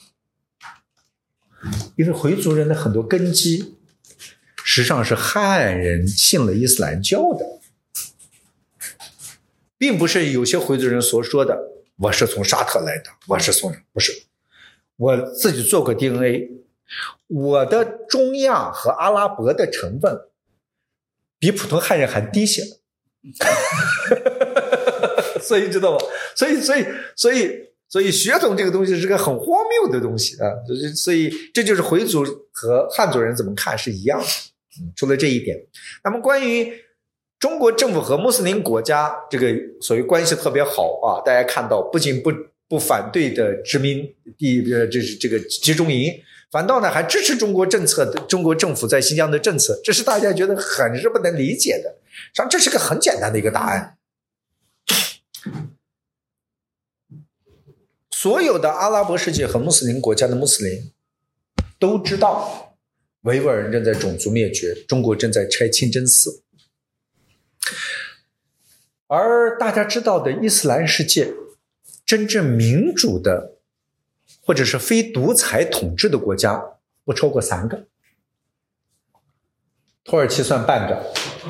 因为回族人的很多根基实际上是汉人信了伊斯兰教的，并不是有些回族人所说的我是从沙特来的，我是从不是，我自己做过 D N A， 我的中亚和阿拉伯的成分比普通汉人还低些。所以知道吗？所以所以所以所以血统这个东西是个很荒谬的东西啊，所以这就是回族和汉族人怎么看是一样的。嗯，除了这一点，那么关于中国政府和穆斯林国家这个所谓关系特别好啊，大家看到不仅不不反对的殖民地，呃，这是这个集中营，反倒呢还支持中国政策的中国政府在新疆的政策，这是大家觉得很是不能理解的。实际上这是个很简单的一个答案。所有的阿拉伯世界和穆斯林国家的穆斯林都知道维吾尔人正在种族灭绝，中国正在拆清真寺。而大家知道的伊斯兰世界真正民主的或者是非独裁统治的国家不超过三个，土耳其算半个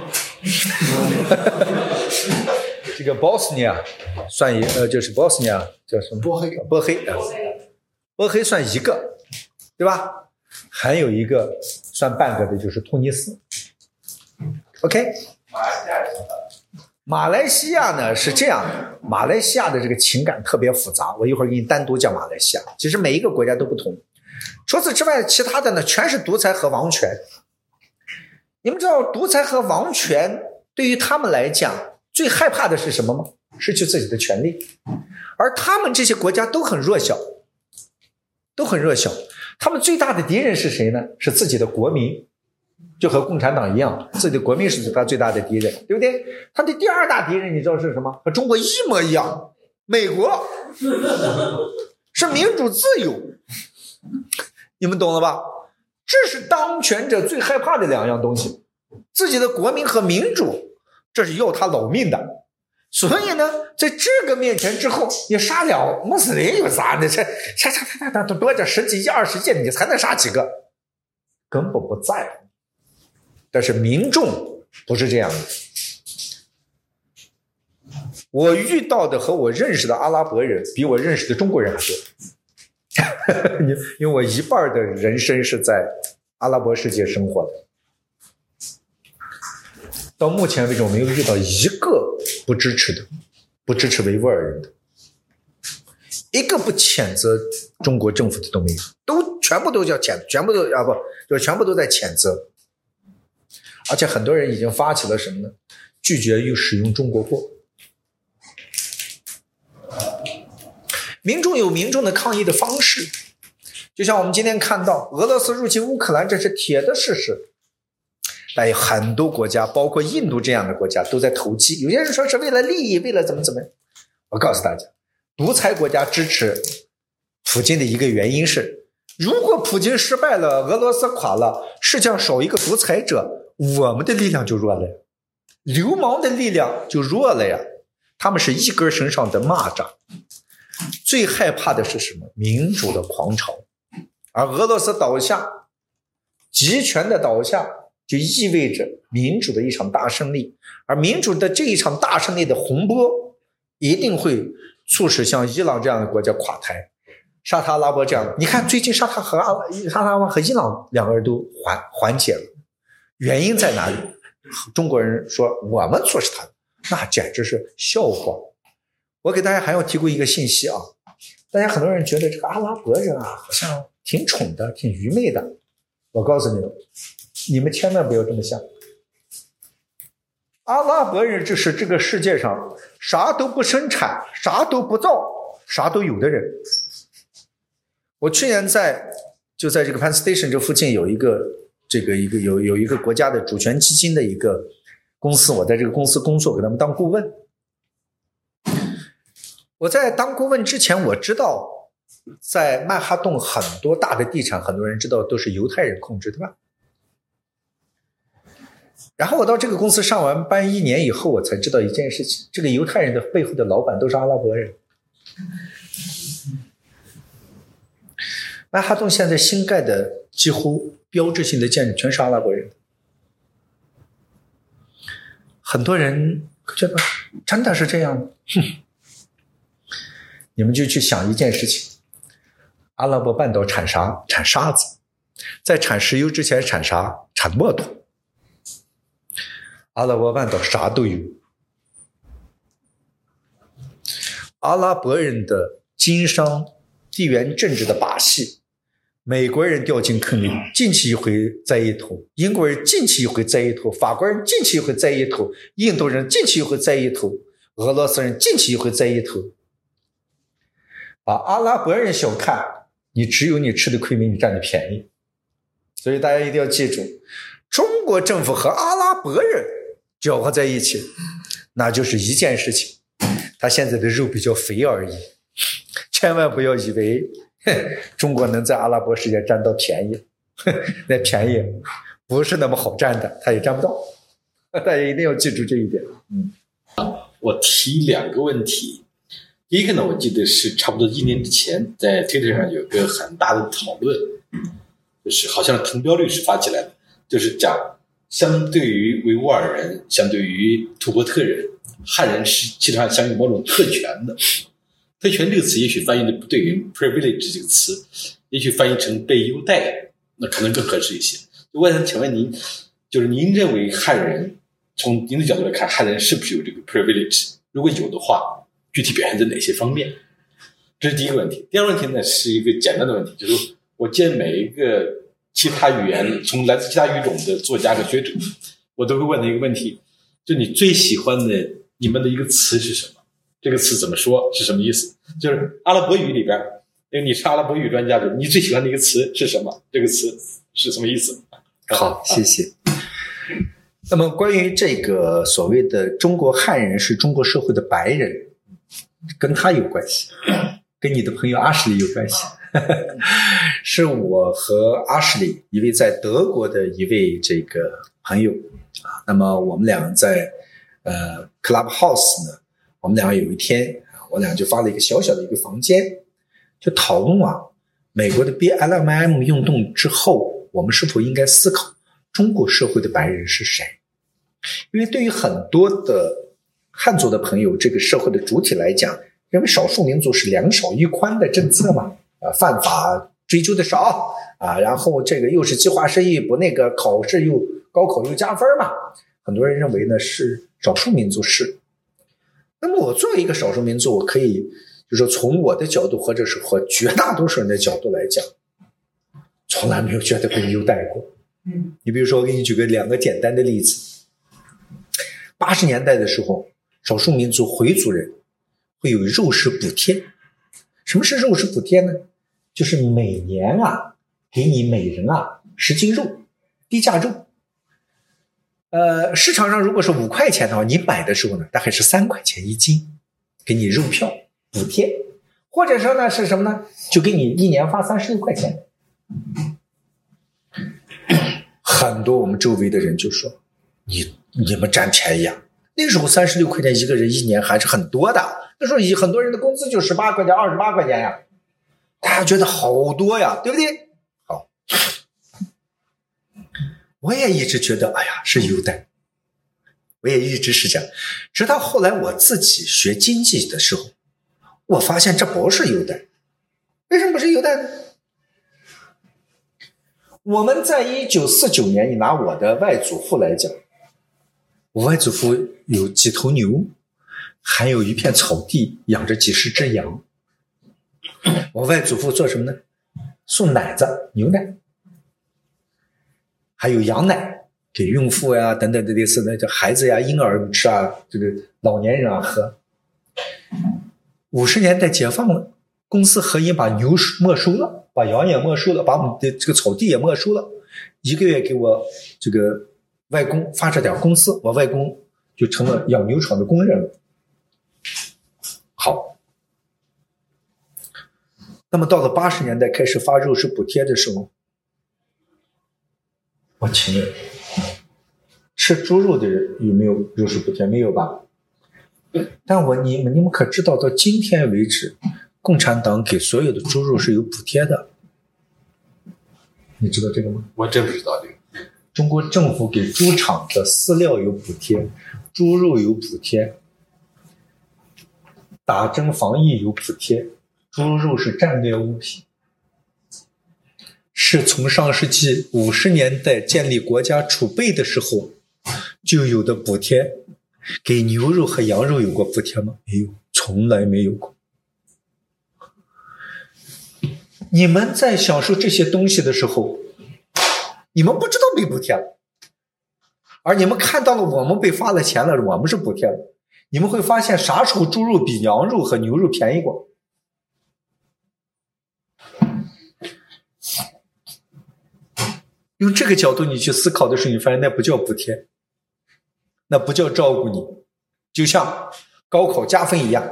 这个波斯尼亚算一呃就是波斯尼亚叫什么波黑波黑啊，波黑算一个，对吧？还有一个算半个的就是突尼斯。 OK， 马来西亚呢是这样的，马来西亚的这个情感特别复杂，我一会儿给你单独讲马来西亚。其实每一个国家都不同，除此之外其他的呢全是独裁和王权。你们知道独裁和王权对于他们来讲最害怕的是什么吗？失去自己的权利。而他们这些国家都很弱小，都很弱小。他们最大的敌人是谁呢？是自己的国民，就和共产党一样，自己的国民是他最大的敌人，对不对？他的第二大敌人你知道是什么？和中国一模一样，美国是民主自由。你们懂了吧？这是当权者最害怕的两样东西，自己的国民和民主，这是要他老命的。所以呢，在这个面前之后，你杀了穆斯林有啥呢？这杀杀杀杀多点十几届、二十届，你才能杀几个？根本不在乎。但是民众不是这样的。我遇到的和我认识的阿拉伯人，比我认识的中国人还多。因为我一半的人生是在阿拉伯世界生活的。到目前为止我没有遇到一个不支持的，不支持维吾尔人的，一个不谴责中国政府的都没有，都全部都叫谴，全部都啊不，就全部都在谴责。而且很多人已经发起了什么呢？拒绝于使用中国货。民众有民众的抗议的方式，就像我们今天看到俄罗斯入侵乌克兰，这是铁的事实。但有很多国家，包括印度这样的国家都在投机，有些人说是为了利益，为了怎么怎么。我告诉大家，独裁国家支持普京的一个原因是，如果普京失败了，俄罗斯垮了，世界上少一个独裁者，我们的力量就弱了呀，流氓的力量就弱了呀。他们是一根绳上的蚂蚱，最害怕的是什么？民主的狂潮。而俄罗斯倒下，集权的倒下，就意味着民主的一场大胜利。而民主的这一场大胜利的洪波，一定会促使像伊朗这样的国家垮台，沙特阿拉伯这样的。你看最近沙特和阿拉沙特阿拉伯和伊朗两个人都缓缓解了，原因在哪里？中国人说我们促使他，那简直是笑话。我给大家还要提供一个信息啊，大家很多人觉得这个阿拉伯人啊好像挺蠢的，挺愚昧的。我告诉你们，你们千万不要这么想。阿拉伯人就是这个世界上啥都不生产、啥都不造、啥都有的人。我去年在就在这个 Penn Station 这附近有一个这个一个有有一个国家的主权基金的一个公司，我在这个公司工作，给他们当顾问。我在当顾问之前，我知道在曼哈顿很多大的地产，很多人知道都是犹太人控制，对吧？然后我到这个公司上完班一年以后，我才知道一件事情，这个犹太人的背后的老板都是阿拉伯人。曼哈顿现在新盖的几乎标志性的建筑全是阿拉伯人。很多人觉得真的是这样吗？你们就去想一件事情，阿拉伯半岛产啥？产沙子。在产石油之前产啥？产骆驼。阿拉伯半岛啥都有。阿拉伯人的经商、地缘政治的把戏。美国人掉进坑里，进去一回栽一头；英国人进去一回栽一头；法国人进去一回栽一头；印度人进去一回栽一头；俄罗斯人进去一回栽一头。把阿拉伯人小看，你只有你吃的亏，没你占的便宜。所以大家一定要记住，中国政府和阿拉伯人搅和在一起，那就是一件事情，他现在的肉比较肥而已。千万不要以为中国能在阿拉伯世界占到便宜，那便宜不是那么好占的，他也占不到。大家一定要记住这一点。嗯， 我提两个问题。第一个呢，我记得是差不多一年之前，在 Twitter 上有个很大的讨论，就是好像滕彪律师发起来的，就是讲相对于维吾尔人，相对于土伯特人，汉人是其实上享有某种特权的。特权这个词也许翻译的不对于 privilege 这个词，也许翻译成被优待，那可能更合适一些。我想请问您，就是您认为汉人从您的角度来看，汉人是不是有这个 privilege？ 如果有的话，具体表现在哪些方面？这是第一个问题。第二个问题呢，是一个简单的问题，就是我见每一个其他语言，从来自其他语种的作家和学者，我都会问的一个问题，就你最喜欢的你们的一个词是什么？这个词怎么说？是什么意思？就是阿拉伯语里边，因为你是阿拉伯语专家的，你最喜欢的一个词是什么？这个词是什么意思？ 好，谢谢。那么关于这个所谓的中国汉人是中国社会的白人，跟他有关系，跟你的朋友阿什利有关系。是我和阿什利一位在德国的一位这个朋友啊，那么我们俩在呃 Clubhouse 呢，我们俩有一天我俩就发了一个小小的一个房间，就讨论啊，美国的 B L M M 运动之后，我们是否应该思考中国社会的白人是谁？因为对于很多的汉族的朋友，这个社会的主体来讲，认为少数民族是两少一宽的政策嘛，啊，犯法追究的少啊，然后这个又是计划生育，不那个考试又高考又加分嘛，很多人认为呢是少数民族是。那么我作为一个少数民族，我可以就是说从我的角度，或者是和绝大多数人的角度来讲，从来没有觉得被优待过。嗯，你比如说，我给你举个两个简单的例子。八十年代的时候，少数民族回族人会有肉食补贴。什么是肉食补贴呢？就是每年啊，给你每人啊十斤肉，低价肉。呃，市场上如果是五块钱的话，你买的时候呢，大概是三块钱一斤，给你肉票补贴。或者说呢是什么呢？就给你一年发三十六块钱。很多我们周围的人就说，你你们占便宜啊！那时候三十六块钱一个人一年还是很多的，那时候很多人的工资就十八块钱、二十八块钱呀，大家觉得好多呀，对不对？好，我也一直觉得，哎呀，是优待，我也一直是这样，直到后来我自己学经济的时候，我发现这不是优待。为什么不是优待呢？我们在一九四九年，你拿我的外祖父来讲，我外祖父有几头牛，还有一片草地，养着几十只羊。我外祖父做什么呢？送奶子，牛奶，还有羊奶，给孕妇呀等等的类似的，这孩子呀、婴儿吃啊，这个老年人啊喝。五十年代解放了，公私合营把牛没收了，把羊也没收了，把我们的这个草地也没收了，一个月给我这个外公发着点工资，我外公就成了养牛场的工人了。好，那么到了八十年代开始发肉食补贴的时候，我请问，吃猪肉的人有没有肉食补贴？没有吧？但我你们你们可知道，到今天为止，共产党给所有的猪肉是有补贴的。你知道这个吗？ 我真不知道这个。 中国政府给猪场的饲料有补贴，猪肉有补贴，打针防疫有补贴，猪肉是战略物品，是从上世纪五十年代建立国家储备的时候就有的补贴。给牛肉和羊肉有过补贴吗？没有，从来没有过。 你们在享受这些东西的时候，你们不知道被补贴了，而你们看到了我们被发了钱了，我们是补贴了。你们会发现啥时候猪肉比羊肉和牛肉便宜过？用这个角度你去思考的时候，你发现那不叫补贴，那不叫照顾你，就像高考加分一样。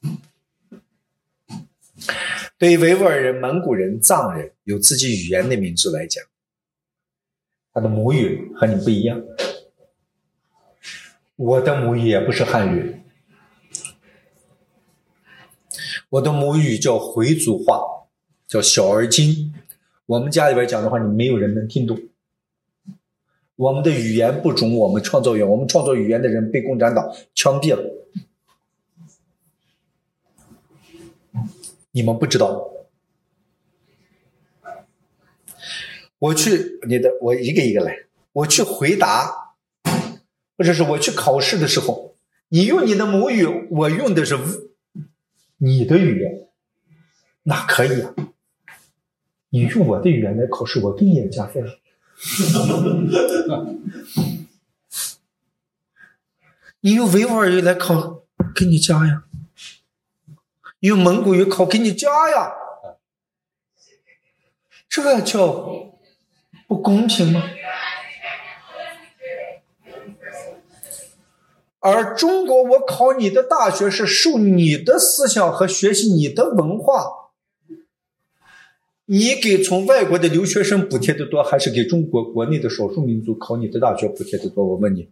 对于维吾尔人、蒙古人、藏人有自己语言的民族来讲，他的母语和你不一样。我的母语也不是汉语，我的母语叫回族话，叫小而精。我们家里边讲的话，你没有人能听懂。我们的语言不准我们创造语言，我们创造语言的人被共产党枪毙了。你们不知道。我去你的，我一个一个来。我去回答，或者是我去考试的时候，你用你的母语，我用的是你的语言，那可以啊。你用我的语言来考试，我给你也加分。你用维吾尔语来考，给你加呀。你用蒙古语考，给你加呀。这叫不公平吗？而中国，我考你的大学是受你的思想和学习你的文化。你给从外国的留学生补贴的多，还是给中国国内的少数民族考你的大学补贴的多？我问你。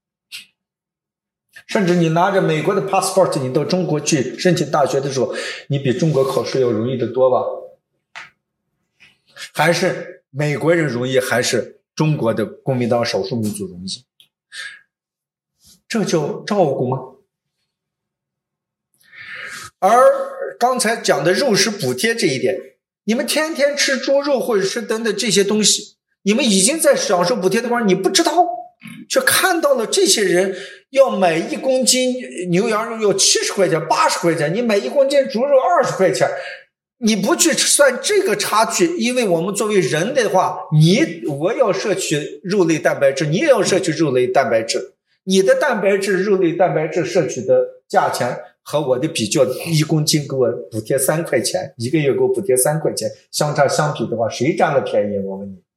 甚至你拿着美国的 passport， 你到中国去申请大学的时候，你比中国考试要容易得多吧？还是美国人容易，还是中国的公民党少数民族容易？这叫照顾吗？而刚才讲的肉食补贴这一点，你们天天吃猪肉或者是等等这些东西，你们已经在享受补贴的光，你不知道，却看到了这些人要买一公斤牛羊肉要七十块钱、八十块钱，你买一公斤猪肉二十块钱，你不去算这个差距，因为我们作为人的话，你我要摄取肉类蛋白质，你也要摄取肉类蛋白质，你的蛋白质、肉类蛋白质摄取的价钱和我的比较，一公斤给我补贴三块钱，一个月给我补贴三块钱，相差相比的话，谁占了便宜？我问你。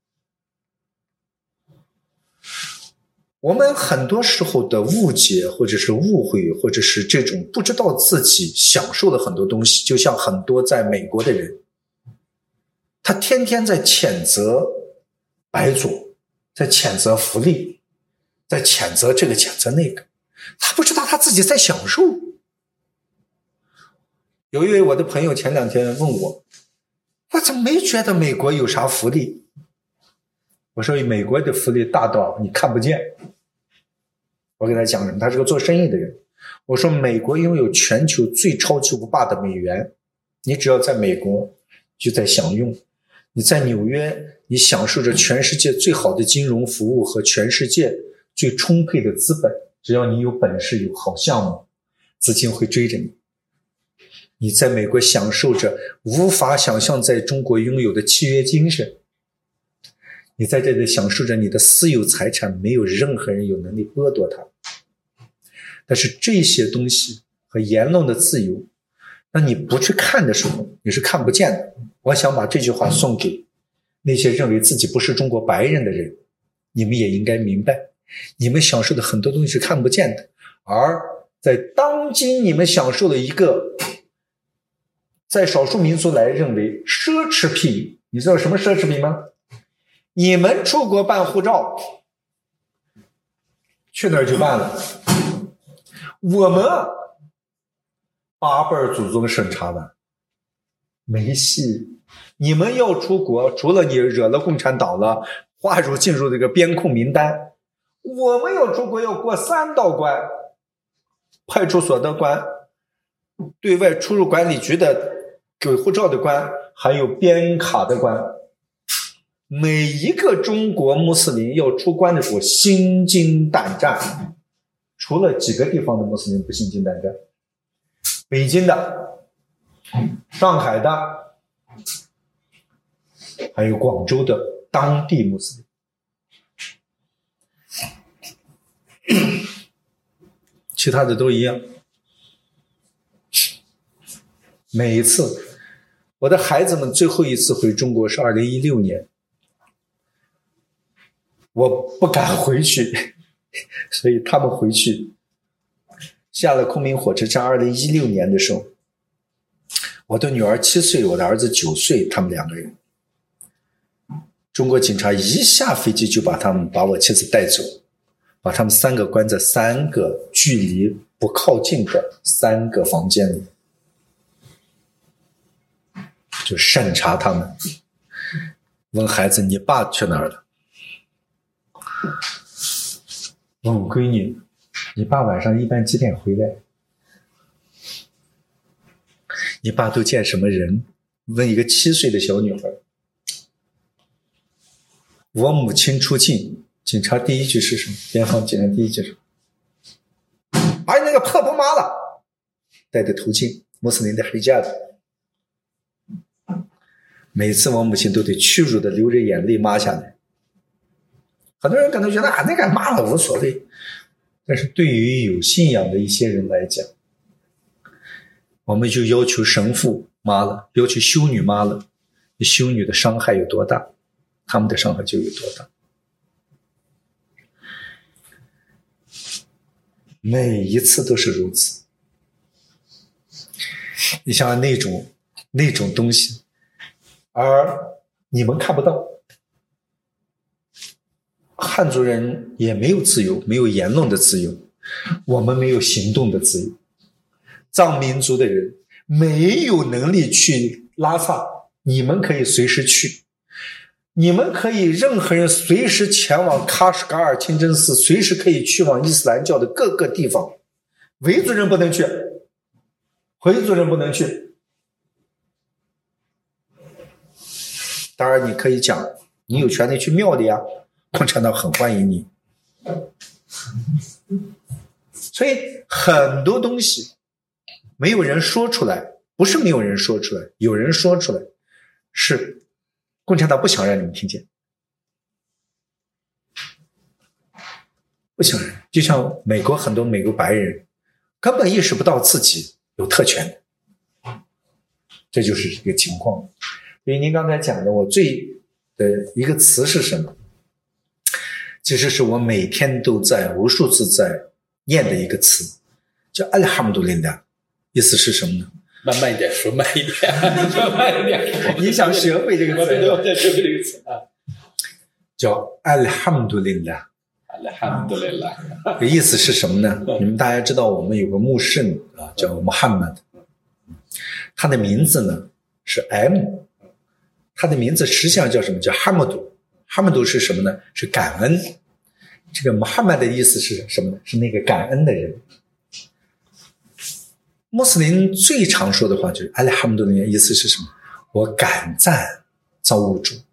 我们很多时候的误解，或者是误会，或者是这种不知道自己享受了很多东西，就像很多在美国的人，他天天在谴责白左，在谴责福利，在谴责这个谴责那个，他不知道他自己在享受。有一位我的朋友前两天问我，我怎么没觉得美国有啥福利？我说美国的福利大到你看不见。我给他讲什么？他是个做生意的人。我说美国拥有全球最超巨无霸的美元，你只要在美国就在享用。你在纽约，你享受着全世界最好的金融服务和全世界最充沛的资本，只要你有本事有好项目，资金会追着你。你在美国享受着无法想象在中国拥有的契约精神，你在这里享受着你的私有财产，没有任何人有能力剥夺它。但是这些东西和言论的自由，那你不去看的时候，你是看不见的。我想把这句话送给那些认为自己不是中国白人的人，你们也应该明白，你们享受的很多东西是看不见的，而在当今你们享受了一个在少数民族来认为奢侈品。你知道什么奢侈品吗？你们出国办护照，去哪儿就办了。我们八辈祖宗审查完，没戏。你们要出国，除了你惹了共产党了，划入进入这个边控名单，我们要出国要过三道关：派出所的关、对外出入管理局的给护照的关，还有边卡的关。每一个中国穆斯林要出关的时候心惊胆战，除了几个地方的穆斯林不心惊胆战，北京的、上海的、 还有广州的当地穆斯林，其他的都一样。每一次，我的孩子们最后一次回中国是二零一六年，我不敢回去，所以他们回去。下了昆明火车站，二零一六年的时候，我的女儿七岁，我的儿子九岁，他们两个人，中国警察一下飞机就把他们把我妻子带走，把他们三个关在三个距离不靠近的三个房间里，就审查他们，问孩子你爸去哪儿了？问我闺女你爸晚上一般几点回来？你爸都见什么人？问一个七岁的小女孩。我母亲出境，警察第一句是什么？边防警察第一句是把你那个破婆妈了，戴着头巾，穆斯林的黑架子。每次我母亲都得屈辱的流着眼泪抹下来。很多人可能觉得啊，那个骂了无所谓，但是对于有信仰的一些人来讲，我们就要求神父骂了，要求修女骂了，修女的伤害有多大，他们的伤害就有多大。每一次都是如此。你像那种那种东西，而你们看不到。汉族人也没有自由，没有言论的自由，我们没有行动的自由。藏民族的人没有能力去拉萨，你们可以随时去，你们可以任何人随时前往喀什噶尔清真寺，随时可以去往伊斯兰教的各个地方，维族人不能去，回族人不能去。当然你可以讲你有权利去庙里啊，共产党很欢迎你。所以很多东西没有人说出来，不是没有人说出来，有人说出来，是共产党不想让你们听见，不想让。就像美国很多美国白人根本意识不到自己有特权的，这就是这个情况。所以您刚才讲的，我最的一个词是什么？其实是我每天都在无数次在念的一个词，叫阿里哈姆杜林达，意思是什么呢？ 慢慢一点说，慢一点，慢慢一点。 你想学会这个词？ 我在学会这个词啊， 叫阿里哈姆杜林达。 阿里哈姆杜林达， 意思是什么呢？你们大家知道，我们有个牧圣啊，叫穆罕默德，他的名字呢是 M， 他的名字实际上叫什么？叫哈姆杜。哈姆杜是什么呢？是感恩。这个穆罕默德的意思是什么呢？是那个感恩的人。穆斯林最常说的话就是阿里哈姆杜林，意思是什么？我感赞造物主。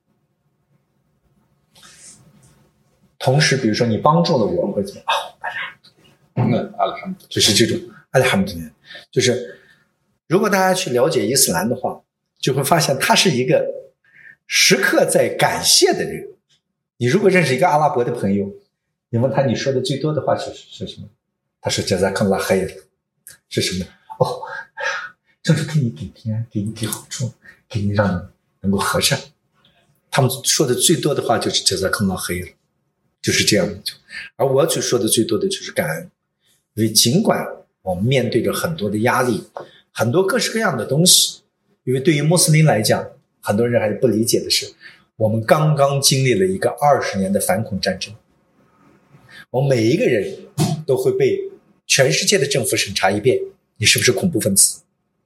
同时比如说你帮助了我或者怎么哦，阿里哈姆杜林， 阿里哈姆杜林， 就是这种阿里哈姆杜林。就是如果大家去了解伊斯兰的话，就会发现他是一个时刻在感谢的人。你如果认识一个阿拉伯的朋友，你问他你说的最多的话是是什么？他说 Jazakallah khair， 是什么？哦，正是给你给平安，给你给好处，给你让你能够和善。他们说的最多的话就是 Jazakallah khair， 就是这样。而我最说的最多的就是感恩。因为尽管我们面对着很多的压力，很多各式各样的东西，因为对于穆斯林来讲，很多人还是不理解的是，我们刚刚经历了一个二十年的反恐战争，我们每一个人都会被全世界的政府审查一遍，你是不是恐怖分子？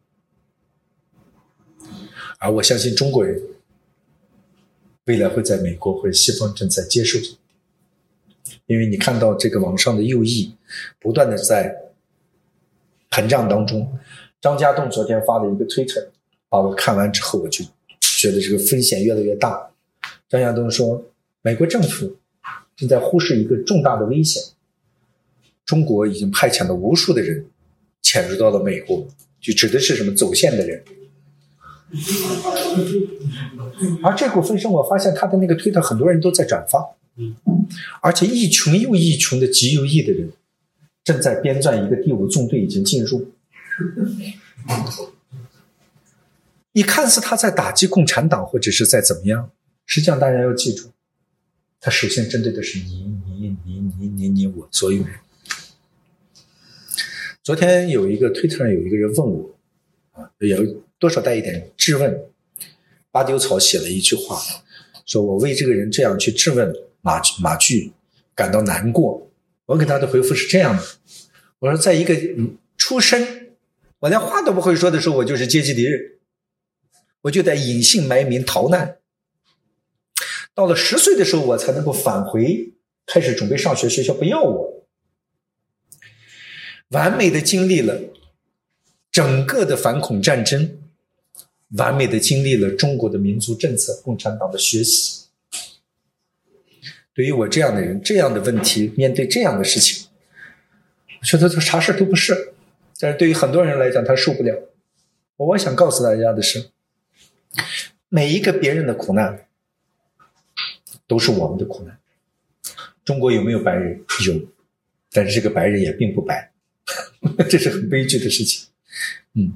而我相信中国人未来会在美国或者西方正在接受这个，因为你看到这个网上的右翼不断的在膨胀当中。张家栋昨天发了一个推特，把我看完之后，我就觉得这个风险越来越大。张亚东说，美国政府正在忽视一个重大的危险，中国已经派遣了无数的人潜入到了美国，就指的是什么走线的人。 而这股风声，我发现他的那个推特很多人都在转发，而且一群又一群的极右翼的人正在编撰一个第五纵队已经进入。你看似他在打击共产党或者是在怎么样，实际上大家要记住，他首先针对的是你你你你你你我所有人。昨天有一个推特上有一个人问我啊，也有多少带一点质问，巴丢草写了一句话，说我为这个人这样去质问马马具感到难过。我给他的回复是这样的，我说在一个出身我连话都不会说的时候，我就是阶级敌人，我就得隐姓埋名逃难。到了十岁的时候，我才能够返回，开始准备上学，学校不要我，完美的经历了整个的反恐战争，完美的经历了中国的民族政策，共产党的学习。对于我这样的人，这样的问题，面对这样的事情，我觉得他啥事都不是，但是对于很多人来讲，他受不了。我想告诉大家的是，每一个别人的苦难都是我们的苦难。中国有没有白人？有，但是这个白人也并不白，这是很悲剧的事情。嗯，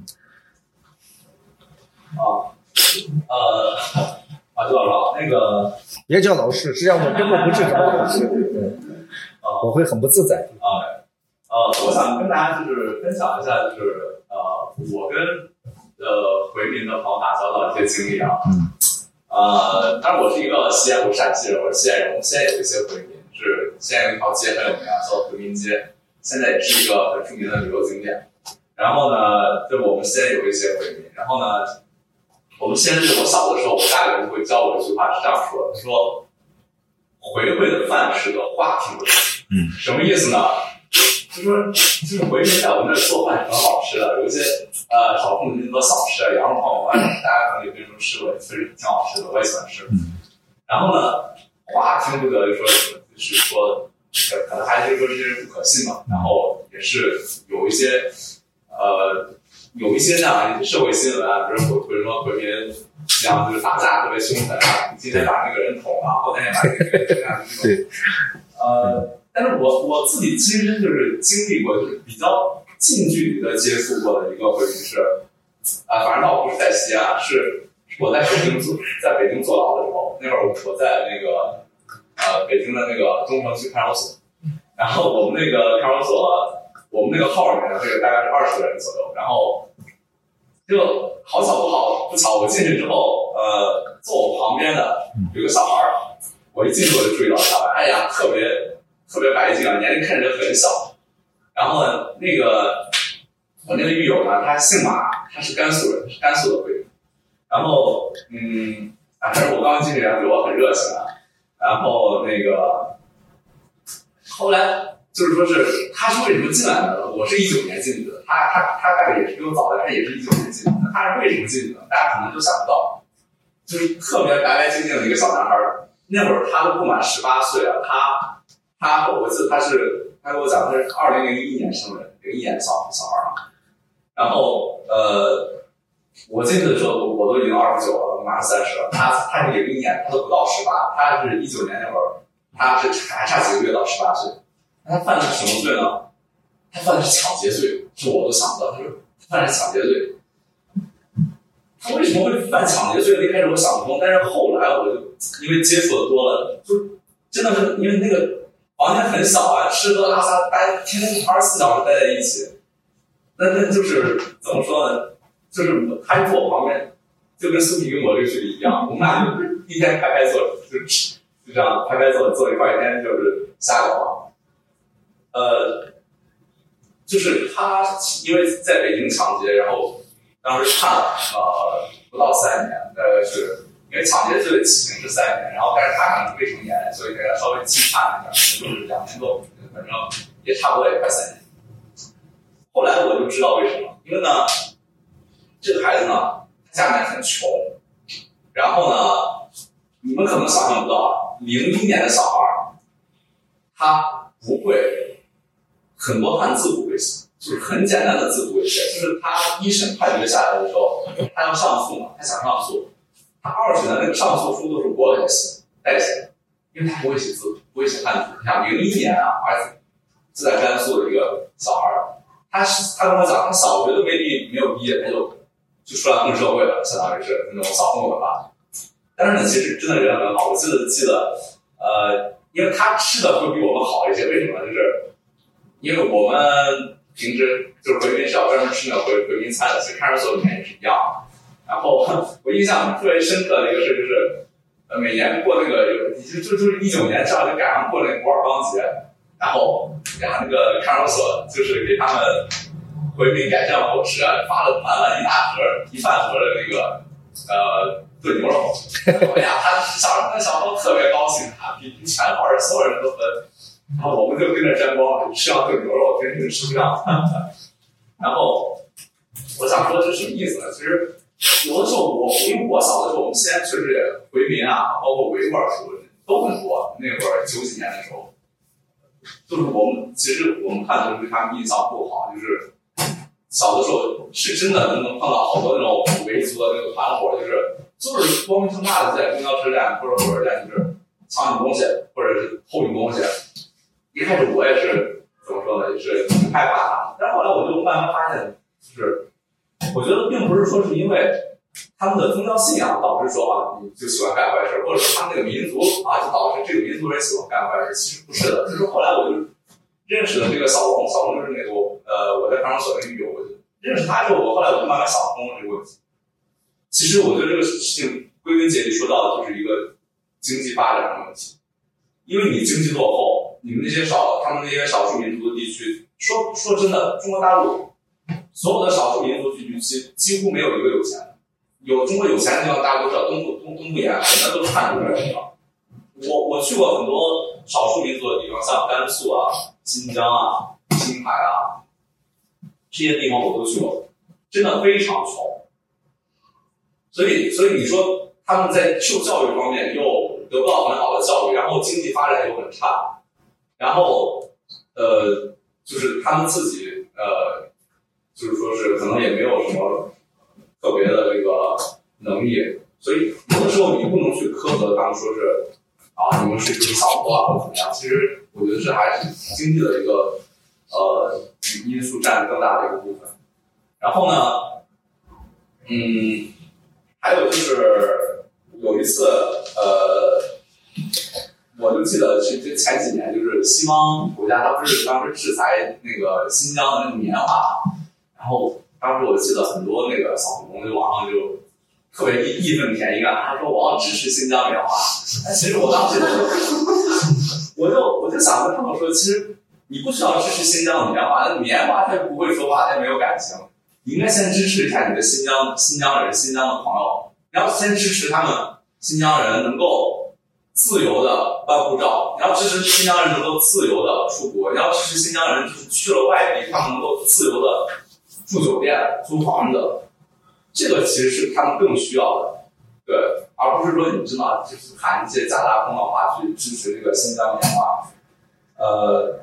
啊，呃，马老师好，那个别叫老师，实际上我根本不是什么老师，嗯，我会很不自在。 啊，呃，我想跟大家就是分享一下，就是呃，我跟呃回民的朋友打交道的一些经历啊。 嗯。 呃，当然我是一个西安，我是陕西人，我是西安人，我们西安有一些回民，是西安有一条街很有名啊，叫回民街，现在也是一个很著名的旅游景点。然后呢，就我们西安有一些回民，然后呢，我们西安是我小的时候，我家里人会教我一句话是这样说的，说回回的饭是个话题。 嗯， 什么意思呢？就说就是回民在我们这做饭是很好吃的，有一些呃少数民族的小吃，羊肉泡馍，大家可能也没什么吃过，确实挺好吃的，我也喜欢吃。 嗯， 然后呢，话听不得就说就是说，可能还是说这些人不可信嘛，然后也是有一些呃有一些这样社会新闻啊，比如回回说回民这样就是打架特别凶狠啊，今天把那个人捅了，后天也把那个人这样这种， 对， 呃。但是我我自己亲身就是经历过，就是比较近距离的接触过的一个回民是，啊、呃，反正倒不是在西安，是我在北京坐在北京坐牢的时候，那会儿我在那个呃北京的那个中城区看守所，然后我们那个看守所，我们那个号里面这个大概是二十个人左右，然后就好巧不好不巧，我进去之后，呃，坐我旁边的有个小孩儿，我一进去我就注意到他，哎呀，特别。特别白净啊，年龄看着很小。然后呢，那个我那个狱友呢，他姓马，他是甘肃人，是甘肃的回民。然后，嗯，啊，反正我刚进去，然后对我很热情啊。然后那个后来就是说是他是为什么进来的呢？我是一九年进去的，他他他大概也是比我早的，他也是一九年进去的。他是为什么进去的？大家可能都想不到，就是特别白白净净的一个小男孩，那会儿他都不满十八岁啊，他。他我记得他是他给我讲他是二零零一年生人，零一年小小孩嘛。然后呃，我进去的时候我我都已经二十九了，马上三十了。他他是零一年，他都不到十八，他是一九年那会儿，他是还差几个月到十八岁。他犯的是什么罪呢？他犯的是抢劫罪，这我都想不到。他说他犯的是抢劫罪。他为什么会犯抢劫罪？一开始我想不通，但是后来我就因为接触的多了，就真的是因为那个。房间很小啊，吃喝拉撒，大家天天二十四小时待在一起，那那就是怎么说呢？就是他就坐我旁边，就跟苏皮跟我这个距离一样，我们俩就一天拍拍坐，就就这样拍拍坐坐一块，一天就是瞎聊。呃，就是他因为在北京抢劫，然后当时判了呃不到三年，大概是。因为抢劫罪的起刑是三年，然后但是他可能是未成年，所以给他稍微轻判一下，就是两年多，反正也差不多也快三年。后来我就知道为什么，因为呢，这个孩子呢，他家里面很穷，然后呢，你们可能想象不到啊，零一年的小孩，他不会很多汉字不会写， 就是很简单的自主违宪，就是他一审判决下来的时候，他要上诉嘛，他想上诉，他二审的那个上诉书都是我给他写代写，因为他不会写字，不会写汉字。你想零一年啊，儿子就在甘肃的一个小孩儿，他是他跟我讲，他小学都没毕没有毕业，他就就出来混社会了，相当于是那种小混混吧。但是呢，其实真的人很好，我记得记得，呃，因为他吃的会比我们好一些，为什么？就是因为我们平时就是回民是要专门吃那个回回民餐的，其实看守所里面也是一样的。然后我印象特别深刻的一个事就是，呃，每年过那个有就就就是一九年正好就赶上过那个古尔邦节，然后然后那个看守所就是给他们回民改善伙食发了满满一大盒一饭盒的那个呃炖牛肉，哎呀，他小那小朋友特别高兴啊，比全班所有人都分。然后我们就跟着沾光，吃上炖牛肉，真是吃不上。然后我想说这是什么意思呢？其实有的时候我因为我小的时候，我们西安确实也回民啊，包括维吾尔族都很多。那会儿九几年的时候，就是我们其实我们看的对他们印象不好，就是小的时候是真的能碰到好多那种维族的那个团伙，就是就是光明正大的在公交车站或者火车站就是抢你东西，或者是偷你东西。一开始我也是怎么说呢，也是挺害怕他，但是后来我就慢慢发现，就是我觉得并不是说是因为他们的宗教信仰导致说啊你就喜欢干坏事，或者说他们那个民族啊就导致这个民族人喜欢干坏事，其实不是的。就是后来我就认识了这个小龙，小龙就是那个呃我在看守所的狱友，我就认识他之后，我后来我就慢慢想通了这个问题。其实我觉得这个事情归根结底说到的就是一个经济发展的问题，因为你经济落后。你们那些少，他们那些少数民族的地区，说说真的，中国大陆所有的少数民族地区几几乎没有一个有钱的。有中国有钱的地方，大家都知道，东部东东部沿海那都是汉族人的地方。我我去过很多少数民族的地方，像甘肃啊、新疆啊、青海啊这些地方我都去过，真的非常穷。所以所以你说他们在受教育方面又得不到很好的教育，然后经济发展又很差。然后，呃，就是他们自己，呃，就是说是可能也没有什么特别的这个能力，所以有的时候你不能去苛责他们，说是啊，你们是不是想多啊，或者怎么样？其实我觉得这还是经济的一个呃因素占更大的一个部分。然后呢，嗯，还有就是有一次，呃。我就记得是前几年，就是西方国家，他不是当时制裁那个新疆的那个棉花，然后当时我记得很多那个小粉红在网上就特别义愤填膺啊，他说我要支持新疆棉花。哎，其实我当时我就我就想跟他们说，其实你不需要支持新疆的棉花，那棉花它又不会说话，它也没有感情，你应该先支持一下你的新疆新疆人、新疆的朋友，你要先支持他们新疆人能够自由的办护照，你要支持新疆人能够自由的出国，你要支持新疆人就是去了外地，他们能够自由的住酒店、租房子，这个其实是他们更需要的，对，而不是说你知道就是喊一些假大空的话去支持这个新疆棉花，呃，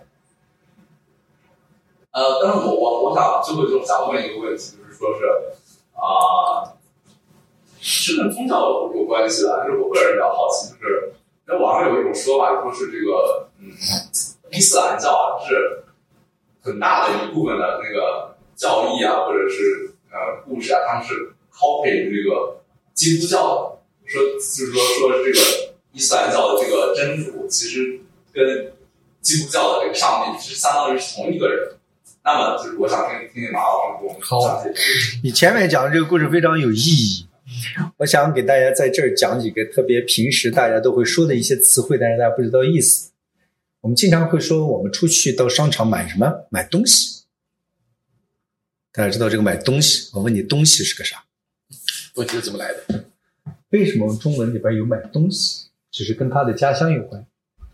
呃，但是我我我想最后就想问一个问题，就是说是啊、呃，是跟宗教有有关系的，就是我个人比较好奇，就是在网上有一种说法，说是这个嗯，伊斯兰教啊是很大的一部分的那个教义啊，或者是呃故事啊，他们是 copy 这个基督教的，说就是说说这个伊斯兰教的这个真主其实跟基督教的这个上帝是相当于是同一个人。那么就是我想听听听马老师给我们讲解。 你前面讲的这个故事非常有意义，我想给大家在这儿讲几个特别平时大家都会说的一些词汇，但是大家不知道意思。我们经常会说我们出去到商场买什么？买东西。大家知道这个买东西，我问你东西是个啥？ 问题是怎么来的？ 为什么中文里边有买东西？只是跟他的家乡有关。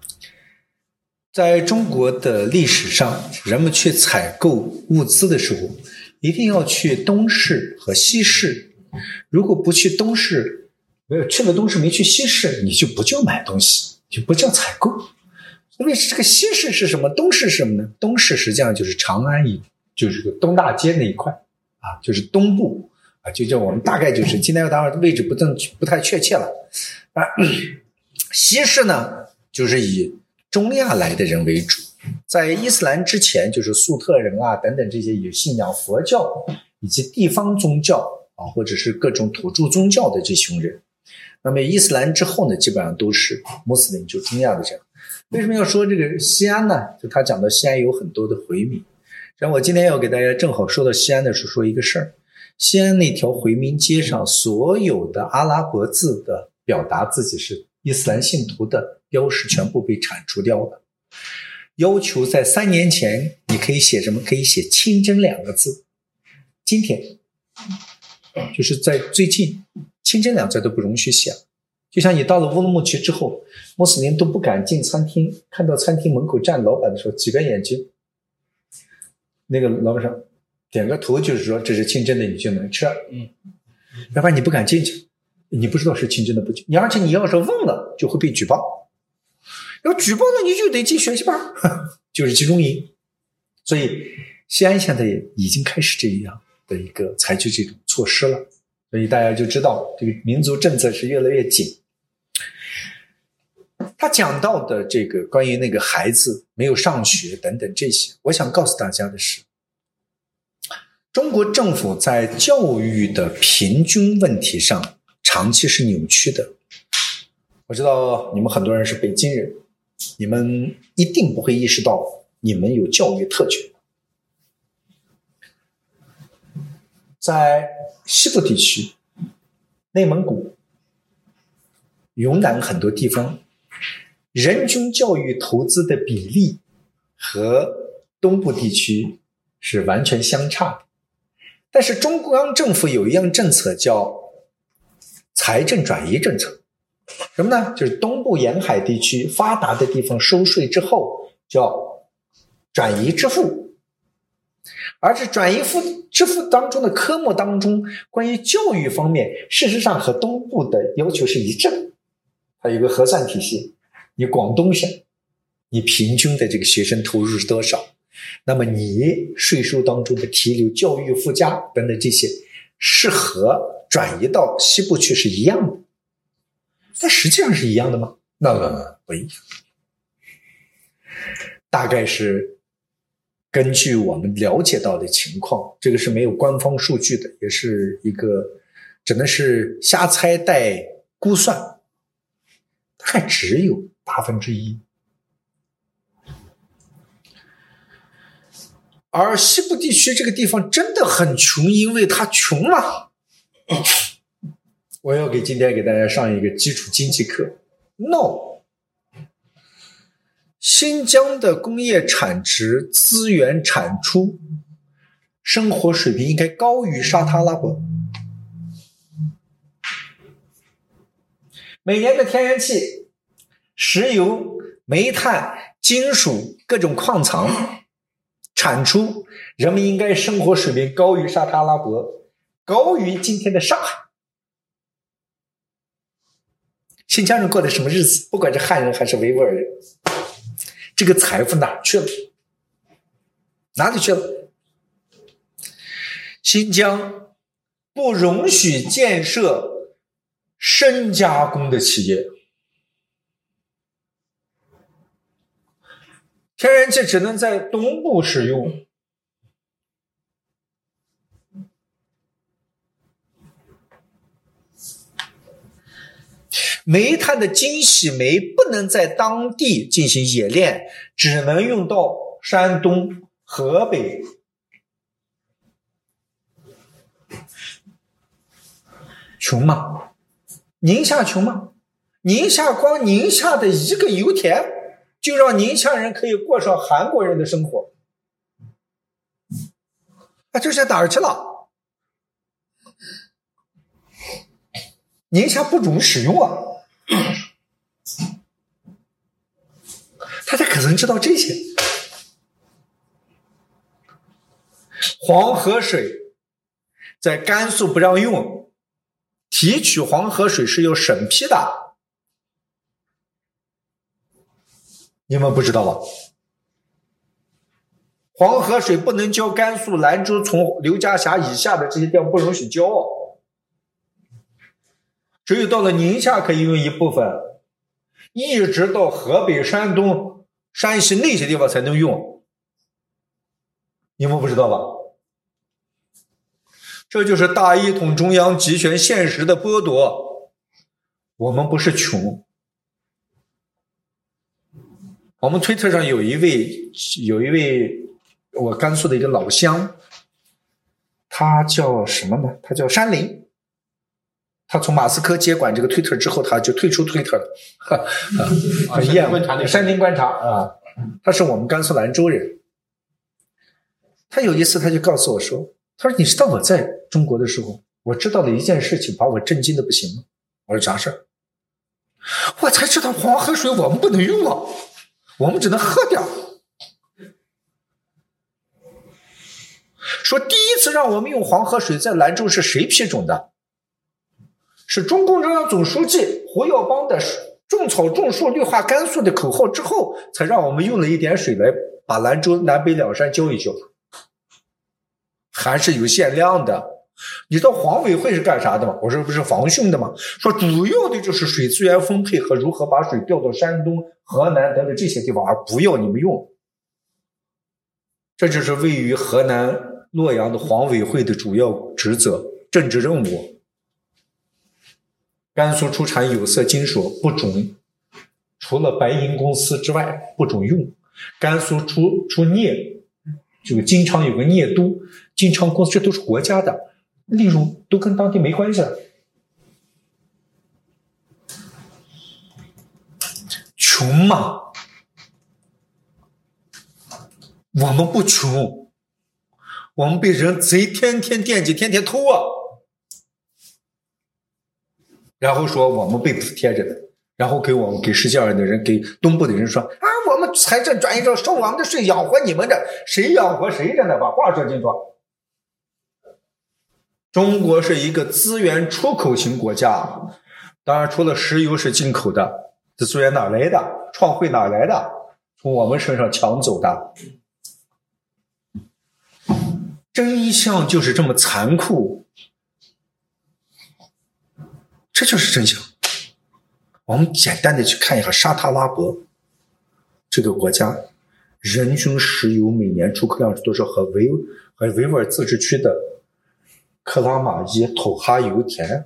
在中国的历史上，人们去采购物资的时候，一定要去东市和西市。如果不去东市，没有去了东市没去西市，你就不叫买东西，就不叫采购。因为这个西市是什么？东市是什么呢？东市实际上就是长安以就是个东大街那一块啊，就是东部啊，就叫我们大概就是今天当然位置不正不太确切了啊。西式呢，就是以中亚来的人为主，在伊斯兰之前，就是粟特人啊等等这些有信仰佛教以及地方宗教啊，或者是各种土著宗教的这群人。那么伊斯兰之后呢，基本上都是穆斯林，就中亚的这样。为什么要说这个西安呢？就他讲到西安有很多的回民。然后我今天要给大家正好说到西安的时候说一个事儿，西安那条回民街上所有的阿拉伯字的表达自己是伊斯兰信徒的标识全部被铲除掉了，要求在三年前你可以写什么？可以写清真两个字。今天就是在最近清真两字都不容许写，就像你到了乌鲁木齐之后，穆斯林都不敢进餐厅，看到餐厅门口站老板的时候挤个眼睛，那个老板上点个头就是说这是清真的你就能吃，嗯，要不然你不敢进去，你不知道是清真的不进，你而且你要是问了就会被举报，要举报了你就得进学习班，就是集中营。所以西安现在也已经开始这样的一个采取这种措施了，所以大家就知道这个民族政策是越来越紧。他讲到的这个关于那个孩子没有上学等等这些，我想告诉大家的是，中国政府在教育的平均问题上长期是扭曲的。我知道你们很多人是北京人，你们一定不会意识到你们有教育特权。在西部地区，内蒙古、云南很多地方，人均教育投资的比例和东部地区是完全相差的。但是中央政府有一样政策叫财政转移政策，什么呢？就是东部沿海地区发达的地方收税之后叫转移支付，而是转移支付当中的科目当中，关于教育方面事实上和东部的要求是一致的。它有个核算体系，你广东省你平均的这个学生投入是多少，那么你税收当中的提留、教育附加等等这些是和转移到西部去是一样的，但实际上是一样的吗？那么不一样，大概是根据我们了解到的情况，这个是没有官方数据的，也是一个只能是瞎猜带估算，大概只有八分之一。而西部地区这个地方真的很穷，因为它穷嘛。我要给今天给大家上一个基础经济课。No， 新疆的工业产值、资源产出、生活水平应该高于沙特阿拉伯。每年的天然气、石油、煤炭、金属各种矿藏产出，人们应该生活水平高于沙特阿拉伯，高于今天的上海。新疆人过的什么日子？不管是汉人还是维吾尔人，这个财富哪去了？哪里去了？新疆不容许建设深加工的企业，天然气只能在东部使用。煤炭的精细煤不能在当地进行冶炼，只能用到山东、河北。穷吗？宁夏穷吗？宁夏光宁夏的一个油田就让宁夏人可以过上韩国人的生活，啊，这下哪儿去了？宁夏不准使用啊！大家可能知道这些。黄河水在甘肃不让用，提取黄河水是有审批的，你们不知道吧？ 黄河水不能交甘肃、兰州，从刘家峡以下的这些地方不允许交，只有到了宁夏可以用一部分，一直到河北、山东、山西那些地方才能用，你们不知道吧？这就是大一统中央集权现实的剥夺。我们不是穷。我们推特上有一位有一位我甘肃的一个老乡，他叫什么呢？他叫山林。他从马斯克接管这个推特之后，他就退出推特了。很厌恶山林观察啊，他是我们甘肃兰州人。他有一次他就告诉我说，他说你知道我在中国的时候，我知道了一件事情，把我震惊的不行了。我说啥事儿？我才知道黄河水我们不能用啊，我们只能喝点。说第一次让我们用黄河水在兰州是谁批准的？是中共中央总书记胡耀邦的种草种树绿化甘肃的口号之后，才让我们用了一点水来把兰州南北两山浇一浇，还是有限量的。你知道黄委会是干啥的吗？我说不是防汛的吗？说主要的就是水资源分配和如何把水调到山东、河南等等这些地方，而不要你们用。这就是位于河南洛阳的黄委会的主要职责、政治任务。甘肃出产有色金属不准，除了白银公司之外不准用。甘肃出出镍，这个金昌有个镍都，金昌公司这都是国家的，利润都跟当地没关系了。穷嘛，我们不穷，我们被人贼天天惦记，天天偷啊。然后说我们被补贴着的，然后给我们给世界上的人，给东部的人说啊，我们财政转移着收我们的税，养活你们的，谁养活谁着呢？把话说清楚。中国是一个资源出口型国家，当然除了石油是进口的，这资源哪来的？创汇哪来的？从我们身上抢走的。真相就是这么残酷。这就是真相。我们简单的去看一下沙特阿拉伯这个国家，人均石油每年出口量是多少？和维和维吾尔自治区的克拉玛依土哈油田、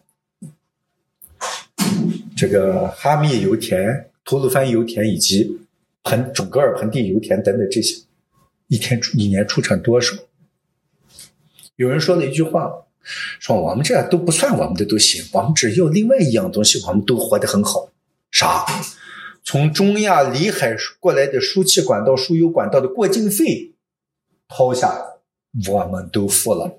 这个哈密油田、吐鲁番油田以及盆准噶尔盆地油田等等这些，一天一年出产多少？有人说了一句话，说我们这都不算我们的都行，我们只要另外一样东西，我们都活得很好。啥？从中亚里海过来的输气管道、输油管道的过境费掏下来，我们都付了。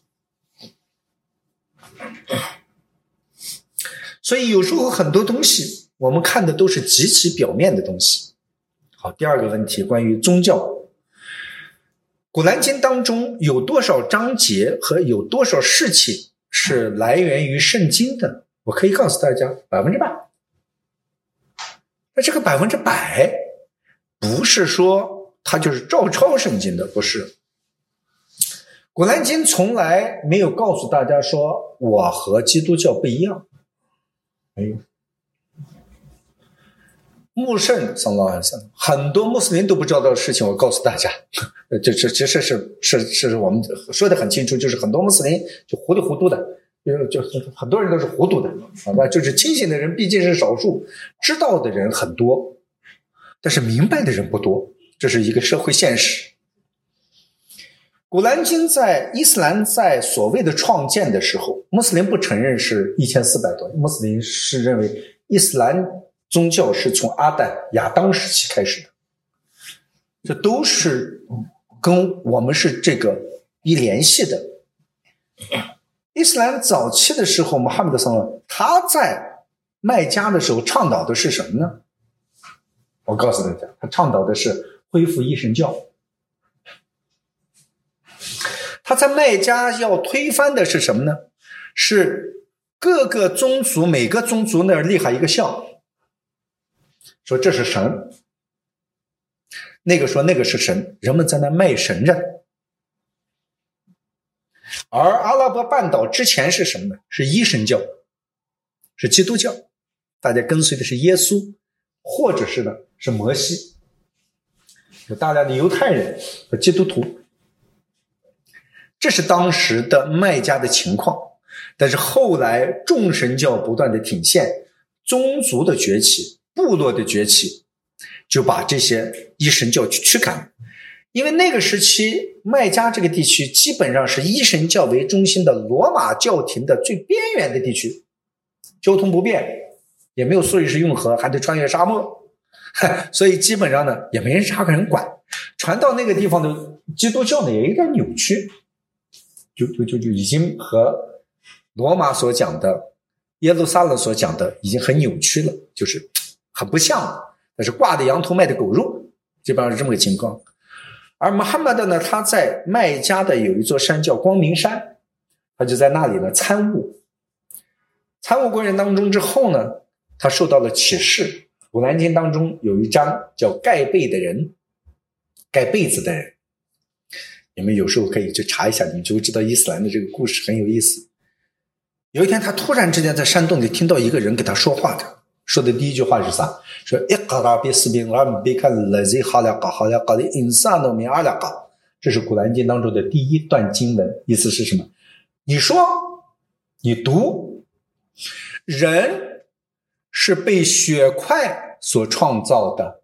所以有时候很多东西我们看的都是极其表面的东西。好，第二个问题，关于宗教。古兰经当中有多少章节和有多少事情是来源于圣经的？我可以告诉大家，百分之百。那这个百分之百不是说它就是照抄圣经的，不是。古兰经从来没有告诉大家说我和基督教不一样，没有。穆圣很多穆斯林都不知道的事情，我告诉大家，这这其实是是是我们说的很清楚，就是很多穆斯林就糊里糊涂的，就很多人都是糊涂的，好吧？就是清醒的人毕竟是少数，知道的人很多，但是明白的人不多，这是一个社会现实。古兰经在伊斯兰在所谓的创建的时候，穆斯林不承认是一千四百多，穆斯林是认为伊斯兰宗教是从阿旦亚当时期开始的，这都是跟我们是这个一联系的。伊斯兰早期的时候，穆罕默德sallallahu alaihi wasallam他在麦加的时候倡导的是什么呢？我告诉大家，他倡导的是恢复一神教。他在麦加要推翻的是什么呢？是各个宗族每个宗族那儿立下一个像，说这是神。 那个说那个是神，人们在那卖神着。而阿拉伯半岛之前是什么呢？是一神教，是基督教，大家跟随的是耶稣，或者是呢是摩西，有大量的犹太人和基督徒。这是当时的麦加的情况。但是后来众神教不断的挺现，宗族的崛起，部落的崛起，就把这些一神教去驱赶。因为那个时期麦加这个地区基本上是一神教为中心的罗马教廷的最边缘的地区，交通不便，也没有苏伊士运河，还得穿越沙漠，所以基本上呢也没人啥个人管。传到那个地方的基督教呢也有点扭曲，就就就就已经和罗马所讲的耶路撒冷所讲的已经很扭曲了，就是很不像了，但是挂的羊头卖的狗肉，基本上是这么个情况。而穆罕默德呢，他在麦加的有一座山叫光明山，他就在那里呢参悟参悟过程当中之后呢，他受到了启示。古兰经当中有一章叫盖被的人，盖被子的人，你们有时候可以去查一下，你们就会知道伊斯兰的这个故事很有意思。有一天他突然之间在山洞里听到一个人给他说话的，说的第一句话是啥？说 Iqra bismi rabbika allazi khalaqa khalaqal insana min alaq。 这是古兰经当中的第一段经文，意思是什么？你说，你读，人是被血块所创造的，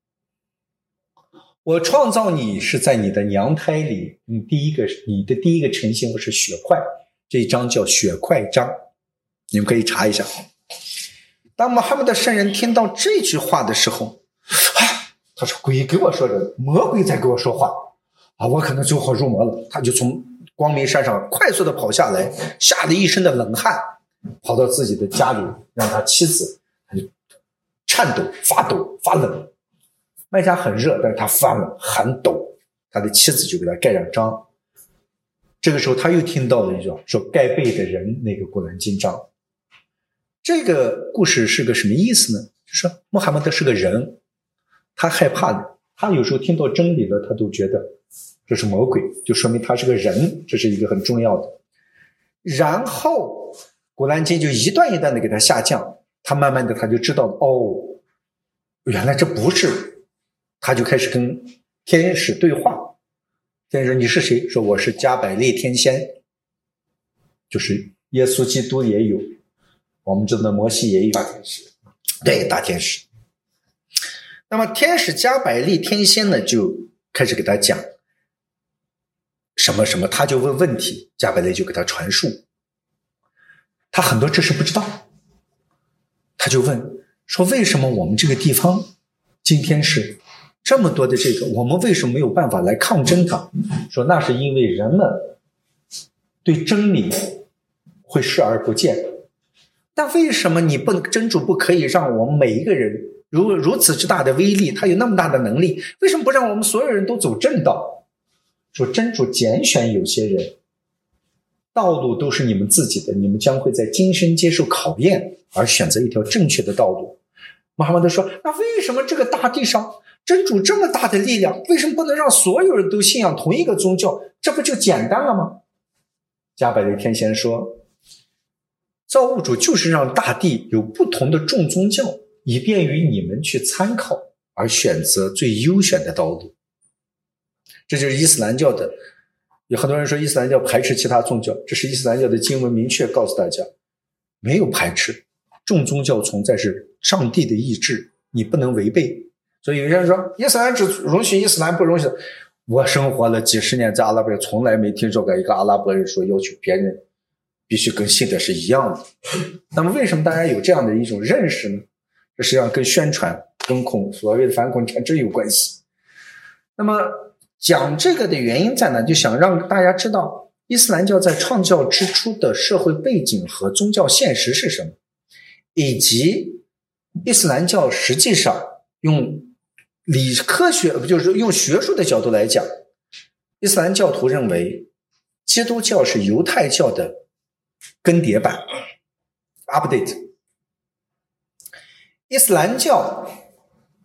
我创造你是在你的娘胎里，你第一个你的第一个呈现是血块，这一章叫血块章，你们可以查一下。当穆罕默德圣人听到这句话的时候，啊，他说鬼给我说的，魔鬼在给我说话啊，我可能走火入魔了。他就从光明山上快速的跑下来，吓得一身的冷汗，跑到自己的家里，让他妻子他就颤抖发抖发冷。麦加很热，但是他发冷很抖，他的妻子就给他盖上章。这个时候他又听到了一句说盖被的人，那个古兰经章。这个故事是个什么意思呢？就是说穆罕默德是个人，他害怕的，他有时候听到真理了，他都觉得这是魔鬼，就说明他是个人，这是一个很重要的。然后古兰经就一段一段的给他下降，他慢慢的他就知道哦，原来这不是，他就开始跟天使对话。天使说你是谁？说我是加百列天仙，就是耶稣基督也有，我们知道的摩西也有大天使， 对，大天使。那么天使加百利天仙呢，就开始给他讲什么什么，他就问问题，加百利就给他传述。他很多知识不知道，他就问说为什么我们这个地方今天是这么多的这个，我们为什么没有办法来抗争它？说那是因为人们对真理会视而不见。但为什么你不真主不可以让我们每一个人如如此之大的威力，他有那么大的能力，为什么不让我们所有人都走正道？说真主拣选有些人，道路都是你们自己的，你们将会在今生接受考验而选择一条正确的道路。穆罕默德说，那为什么这个大地上真主这么大的力量，为什么不能让所有人都信仰同一个宗教？这不就简单了吗？加百列天仙说，造物主就是让大地有不同的众宗教，以便于你们去参考而选择最优选的道路。这就是伊斯兰教的，有很多人说伊斯兰教排斥其他宗教，这是伊斯兰教的经文明确告诉大家，没有排斥，众宗教存在是上帝的意志，你不能违背。所以有些人说伊斯兰只容许伊斯兰不容许，我生活了几十年在阿拉伯，从来没听说过一个阿拉伯人说要求别人必须跟信的是一样的。那么为什么大家有这样的一种认识呢？这实际上跟宣传跟恐所谓的反恐产值有关系。那么讲这个的原因在哪？就想让大家知道伊斯兰教在创教之初的社会背景和宗教现实是什么，以及伊斯兰教实际上用理科学，就是用学术的角度来讲，伊斯兰教徒认为基督教是犹太教的更迭版 update。伊斯兰教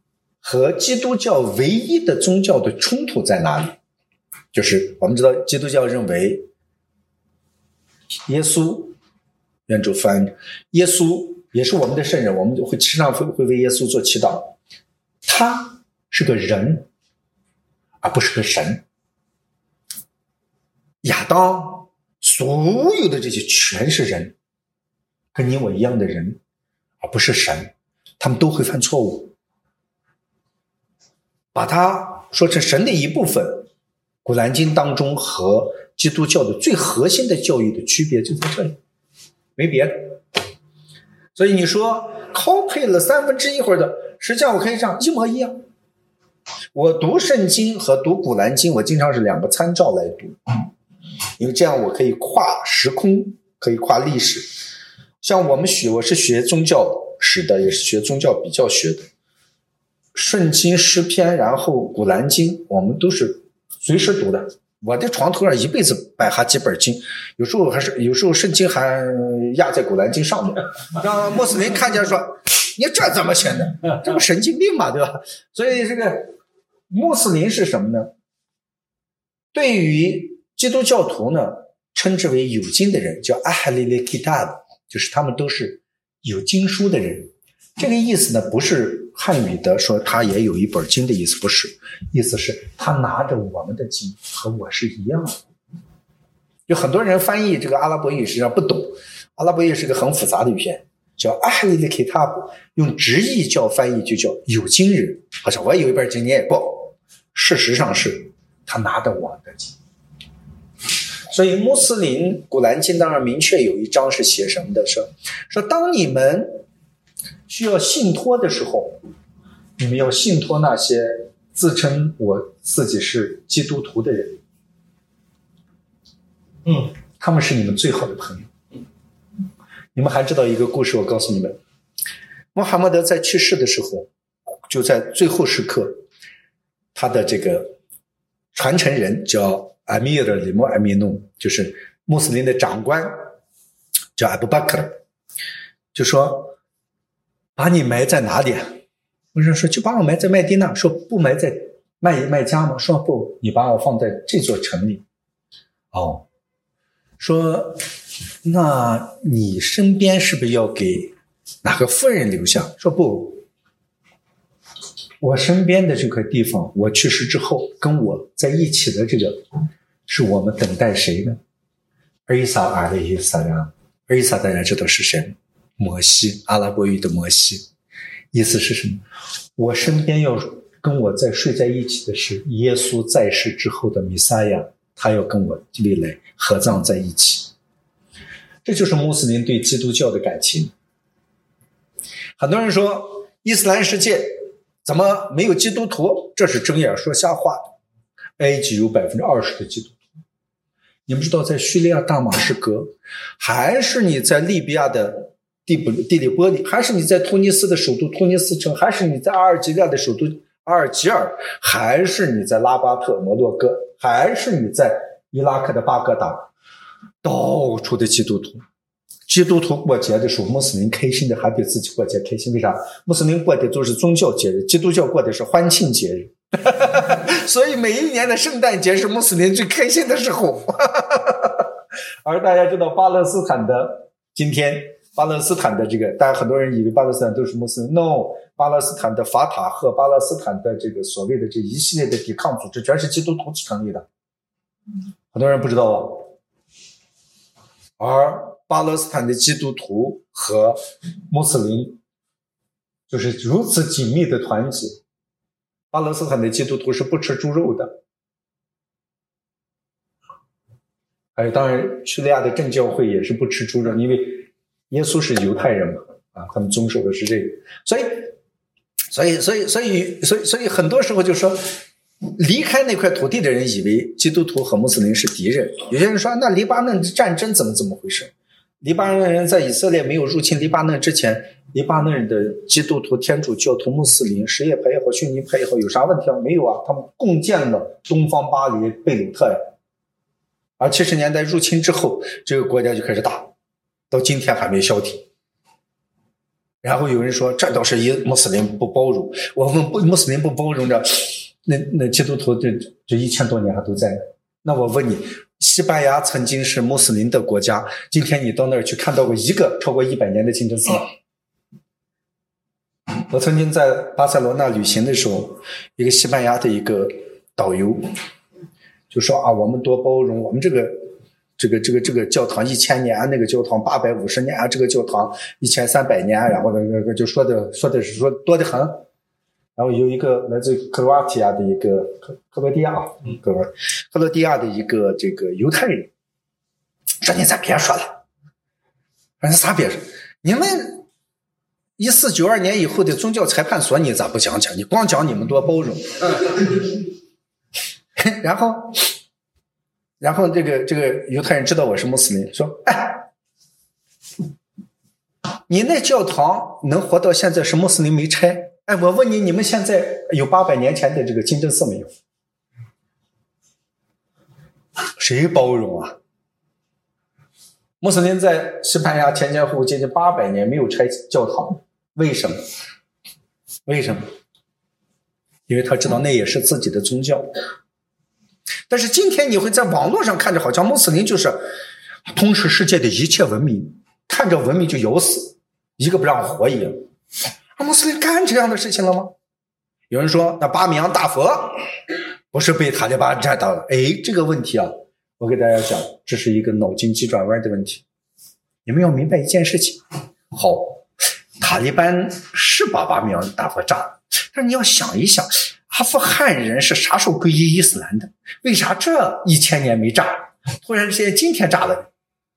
和基督教唯一的宗教的冲突在哪里？就是我们知道基督教认为耶稣，愿主翻，耶稣也是我们的圣人，我们就会时常会会为耶稣做祈祷。他是个人，而不是个神。亚当所有的这些全是人，跟你我一样的人，而不是神，他们都会犯错误。把它说成神的一部分，古兰经当中和基督教的最核心的教育的区别就在这里，没别的。所以你说 copy 了三分之一或者，实际上我可以这样一模一样。我读圣经和读古兰经，我经常是两个参照来读，因为这样我可以跨时空，可以跨历史。像我们学，我是学宗教史的，也是学宗教比较学的。圣经、诗篇，然后古兰经，我们都是随时读的。我的床头上一辈子摆下几本经，有时候还是有时候圣经还压在古兰经上面，让穆斯林看见说：“你这怎么写的？这不神经病嘛，对吧？”所以这个穆斯林是什么呢？对于基督教徒呢，称之为有经的人，叫阿哈利利基塔的，就是他们都是有经书的人。这个意思呢，不是汉语的说他也有一本经的意思，不是，意思是他拿着我们的经和我是一样的。有很多人翻译这个阿拉伯语实际上不懂，阿拉伯语是个很复杂的语言，叫阿哈利利基塔布，用直译叫翻译就叫有经人，好像我有一本经你也不，事实上是他拿着我的经。所以穆斯林古兰经当然明确有一章是写什么的，说说当你们需要信托的时候，你们要信托那些自称我自己是基督徒的人，嗯，他们是你们最好的朋友。你们还知道一个故事，我告诉你们，穆罕默德在去世的时候，就在最后时刻，他的这个传承人叫阿米尔里莫阿米努，就是穆斯林的长官，叫阿布巴克，就说把你埋在哪里？我说就把我埋在麦地那，说不埋在麦麦加吗？说不，你把我放在这座城里。哦，说那你身边是不是要给哪个夫人留下？说不，我身边的这个地方，我去世之后跟我在一起的这个，是我们等待谁呢？伊萨阿的伊萨呀，伊萨大家知道是谁？摩西，阿拉伯语的摩西，意思是什么？我身边要跟我在睡在一起的是耶稣在世之后的弥撒亚，他要跟我未来合葬在一起。这就是穆斯林对基督教的感情。很多人说伊斯兰世界怎么没有基督徒？这是睁眼说瞎话的。埃及有 百分之二十 的基督徒。你们知道在叙利亚大马士革，还是你在利比亚的地布地利波利，还是你在突尼斯的首都突尼斯城，还是你在阿尔及利亚的首都阿尔及尔，还是你在拉巴特摩洛哥，还是你在伊拉克的巴格达，到处的基督徒。基督徒过节的时候，穆斯林开心的还比自己过节开心。为啥？穆斯林过的都是宗教节日，基督教过的是欢庆节日。所以每一年的圣诞节是穆斯林最开心的时候。而大家知道巴勒斯坦的今天，巴勒斯坦的这个，大家很多人以为巴勒斯坦都是穆斯林 ，no， 巴勒斯坦的法塔赫，巴勒斯坦的这个所谓的这一系列的抵抗组织，全是基督徒成立的，很多人不知道啊。而巴勒斯坦的基督徒和穆斯林就是如此紧密的团结。巴勒斯坦的基督徒是不吃猪肉的，还有当然叙利亚的正教会也是不吃猪肉，因为耶稣是犹太人嘛，啊，他们遵守的是这个，所以所以所以所以所以所以很多时候就说离开那块土地的人以为基督徒和穆斯林是敌人。有些人说那黎巴嫩战争怎么怎么回事？黎巴嫩人在以色列没有入侵黎巴嫩之前，黎巴嫩的基督徒、天主教徒、穆斯林、什叶派也好、逊尼派也好，有啥问题啊？没有啊，他们共建了东方巴黎、贝鲁特呀。而七十年代入侵之后，这个国家就开始打，到今天还没消停。 然后有人说这倒是以穆斯林不包容，我问不穆斯林不包容着，那那基督徒这这一千多年还都在。那我问你，西班牙曾经是穆斯林的国家，今天你到那儿去看到过一个超过一百年的清真寺吗？我曾经在巴塞罗那旅行的时候，一个西班牙的一个导游就说啊，我们多包容，我们这个这个这个这个教堂一千年，那个教堂八百五十年，这个教堂一千三百年，然后那个就说的说的是说多得很。然后有一个来自克罗地亚的一个克克罗地亚克罗克罗地亚的一个这个犹太人说：“你咱别说了，反正啥别说，你们一四九二年以后的宗教裁判所你咋不讲讲？你光讲你们多包容。”然后，然后这个这个犹太人知道我是穆斯林，说：“哎，你那教堂能活到现在是穆斯林没拆。哎，我问你，你们现在有八百年前的这个清真寺没有？谁包容啊？穆斯林在西班牙前前后后接近八百年没有拆教堂，为什么？为什么？因为他知道那也是自己的宗教。但是今天你会在网络上看着，好像穆斯林就是统治世界的一切文明，看着文明就咬死，一个不让活一样。穆斯林干这样的事情了吗？有人说那巴米扬大佛不是被塔利班占到了。哎，这个问题啊，我给大家讲，这是一个脑筋急转弯的问题。你们要明白一件事情，好，塔利班是把巴米扬大佛炸了，但是你要想一想，阿富汗人是啥时候皈依伊斯兰的？为啥这一千年没炸，突然之间今天炸了？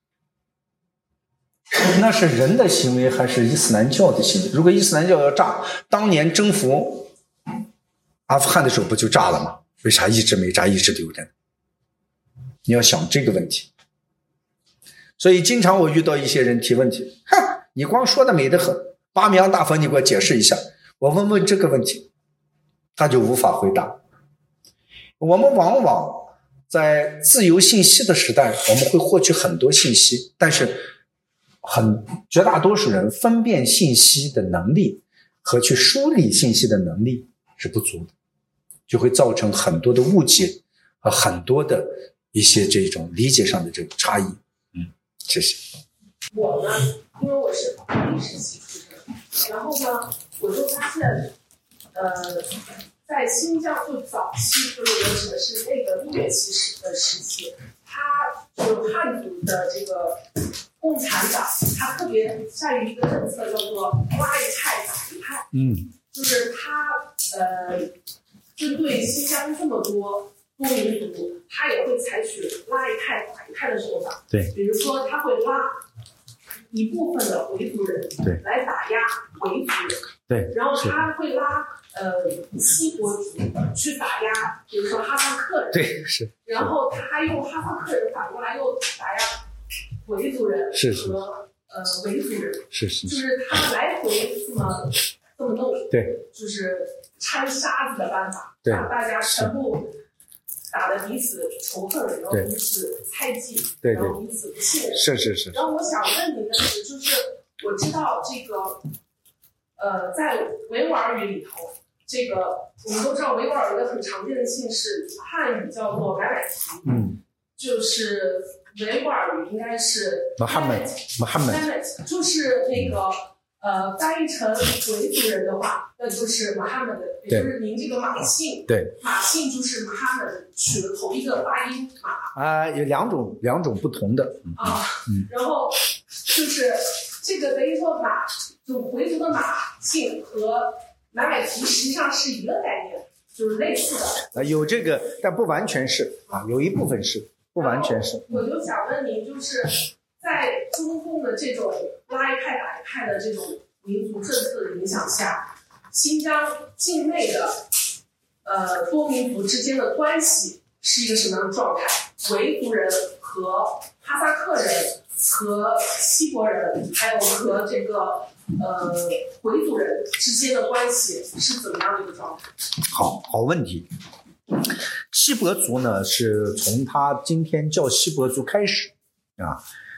那是人的行为还是伊斯兰教的行为？如果伊斯兰教要炸，当年征服阿富汗的时候不就炸了吗？为啥一直没炸，一直留着呢？你要想这个问题。所以经常我遇到一些人提问题，哼，你光说的美得很，巴米扬大佛你给我解释一下。我问问这个问题，他就无法回答。我们往往在自由信息的时代，我们会获取很多信息，但是很绝大多数人分辨信息的能力和去梳理信息的能力是不足的，就会造成很多的误解和很多的一些这种理解上的这个差异。嗯，谢谢。 我呢，因为我是历史系出身，然后呢，我就发现，呃，在新疆就早期，就是我指的是那个蜜月期时的时期，它就汉族的这个共产党，它特别善于一个政策叫做拉一派打一派。 嗯， 就是它呃，针对新疆这么多多民族，它也会采取拉一派打一派的手法。 对， 比如说它会拉一部分的维族人对来打压维族人， 对， 然后他会拉呃西国族去打压，比如说哈萨克人， 对，是， 然后他还用哈萨克人反过来又打压维族人是是和呃维族人， 是是， 就是他来回这么这么弄， 对， 就是掺沙子的办法， 对， 把大家全部打得彼此仇恨，然后彼此猜忌， 对对， 然后彼此不信任， 是是是。 然后我想问你的是，就是我知道这个，呃，在维吾尔语里头，这个我们都知道维吾尔语的很常见的姓氏，汉语叫做买买提， 嗯， 就是维吾尔语应该是 Mohammed Mohammed， 就是那个呃翻译成维族人的话，那就是 Mohammed， 也就是您这个马姓， 对， 马姓就是 Mohammed 取了头一个发音马啊、有两种两种不同的啊， 嗯， 然后就是这个等于说马就回族的马姓和买买提实际上是一个概念，就是类似的。 啊、有这个，但不完全是啊，有一部分是，不完全是。 我就想问您，就是在中共的这种拉一派打一派的这种民族政策的影响下，新疆境内的呃多民族之间的关系是一个什么样的状态？维族人和哈萨克人和西伯人，还有和这个呃回族人之间的关系是怎么样的一个状态？ 好好问题。锡伯族呢，是从他今天叫锡伯族开始啊，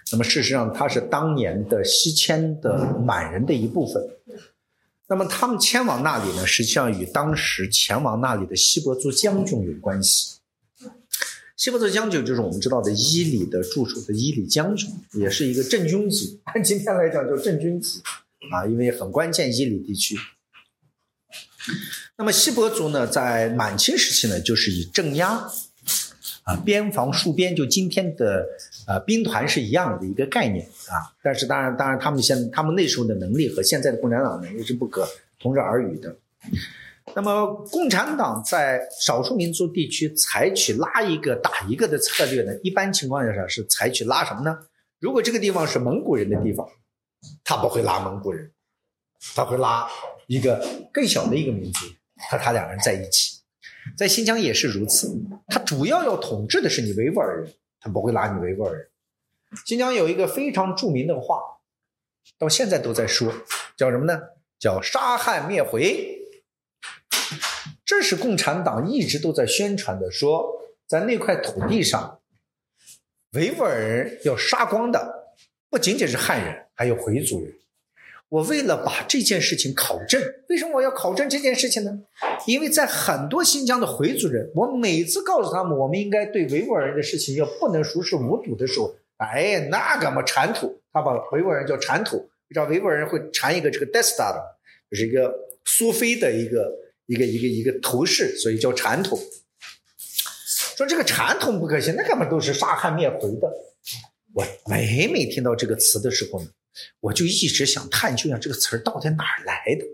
那么事实上他是当年的西迁的满人的一部分。那么他们迁往那里呢，实际上与当时前往那里的锡伯族将军有关系。锡伯族将军就是我们知道的伊犁的驻守的伊犁将军，也是一个镇军级，按今天来讲叫镇军级啊，因为很关键伊犁地区。那么锡伯族呢，在满清时期呢，就是以镇压啊、边防戍边，就今天的呃兵团是一样的一个概念啊。但是当然，当然他们现他们那时候的能力和现在的共产党能力是不可同日而语的。那么共产党在少数民族地区采取拉一个打一个的策略呢，一般情况下是采取拉什么呢？如果这个地方是蒙古人的地方，他不会拉蒙古人，他会拉一个更小的一个民族和他两人在一起。在新疆也是如此，他主要要统治的是你维吾尔人，他不会拉你维吾尔人。新疆有一个非常著名的话，到现在都在说，叫什么呢？叫杀汉灭回。这是共产党一直都在宣传的，说在那块土地上维吾尔人要杀光的不仅仅是汉人，还有回族人。我为了把这件事情考证，为什么我要考证这件事情呢？因为在很多新疆的回族人，我每次告诉他们我们应该对维吾尔人的事情要不能熟视无睹的时候，哎，那个嘛铲土，他把维吾尔人叫铲土，你知道维吾尔人会铲一个这个 desta 的，就是一个苏菲的一个一个一个一个头饰，所以叫铲土。说这个铲土不可行，那根本都是杀汉灭回的。我每每听到这个词的时候呢，我就一直想探究一下这个词儿到底哪儿来的。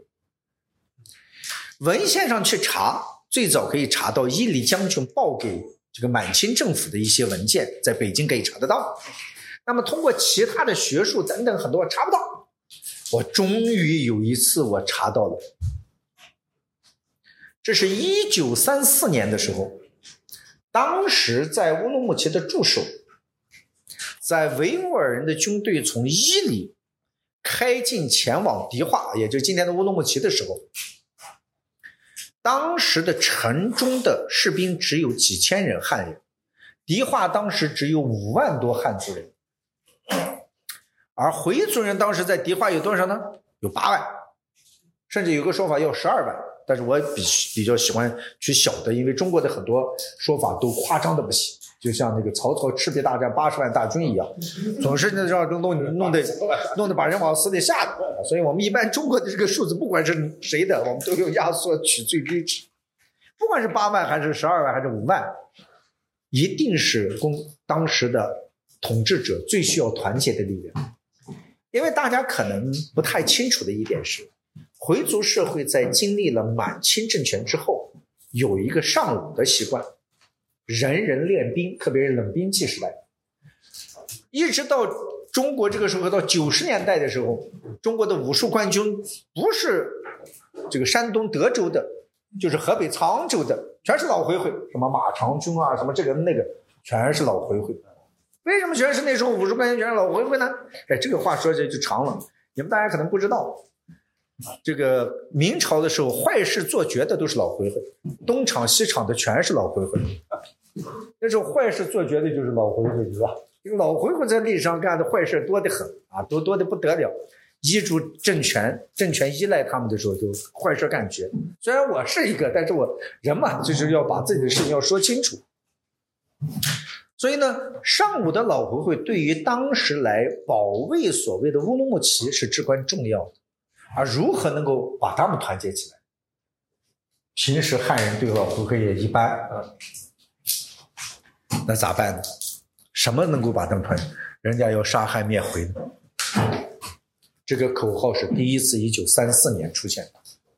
文献上去查，最早可以查到伊犁将军报给这个满清政府的一些文件，在北京可以查得到。那么通过其他的学术等等很多查不到，我终于有一次我查到了。这是一九三四年的时候，当时在乌鲁木齐的驻守，在维吾尔人的军队从伊犁开进前往迪化，也就是今天的乌鲁木齐的时候，当时的城中的士兵只有几千人汉人，迪化当时只有五万多汉族人，而回族人当时在迪化有多少呢？有八万，甚至有个说法要十二万，但是我比比较喜欢取小的，因为中国的很多说法都夸张的不行，就像那个曹操赤壁大战八十万大军一样，总是那让弄弄得弄得把人往死里吓的。所以我们一般中国的这个数字，不管是谁的，我们都用压缩取最低值，不管是八万还是十二万还是五万，一定是公当时的统治者最需要团结的力量。因为大家可能不太清楚的一点是，回族社会在经历了满清政权之后，有一个尚武的习惯，人人练兵，特别是冷兵器时代，一直到中国这个时候，到九十年代的时候，中国的武术冠军不是这个山东德州的，就是河北沧州的，全是老回回，什么马长军啊，什么这个那个，全是老回回。为什么全是那时候武术冠军全是老回回呢？哎，这个话说起来就长了，你们大家可能不知道。这个明朝的时候，坏事做绝的都是老回回，东厂西厂的全是老回回。那时候坏事做绝的就是老回回，是吧？这个老回回在历史上干的坏事多得很啊，多多的不得了。依住政权，政权依赖他们的时候，就坏事干绝。虽然我是一个，但是我人嘛，就是要把自己的事情要说清楚。所以呢，尚武的老回回对于当时来保卫所谓的乌鲁木齐是至关重要的。而如何能够把他们团结起来？平时汉人对老回回也一般啊，那咋办呢？什么能够把他们团结？人家要杀汉灭回呢？这个口号是第一次一九三四年出现的，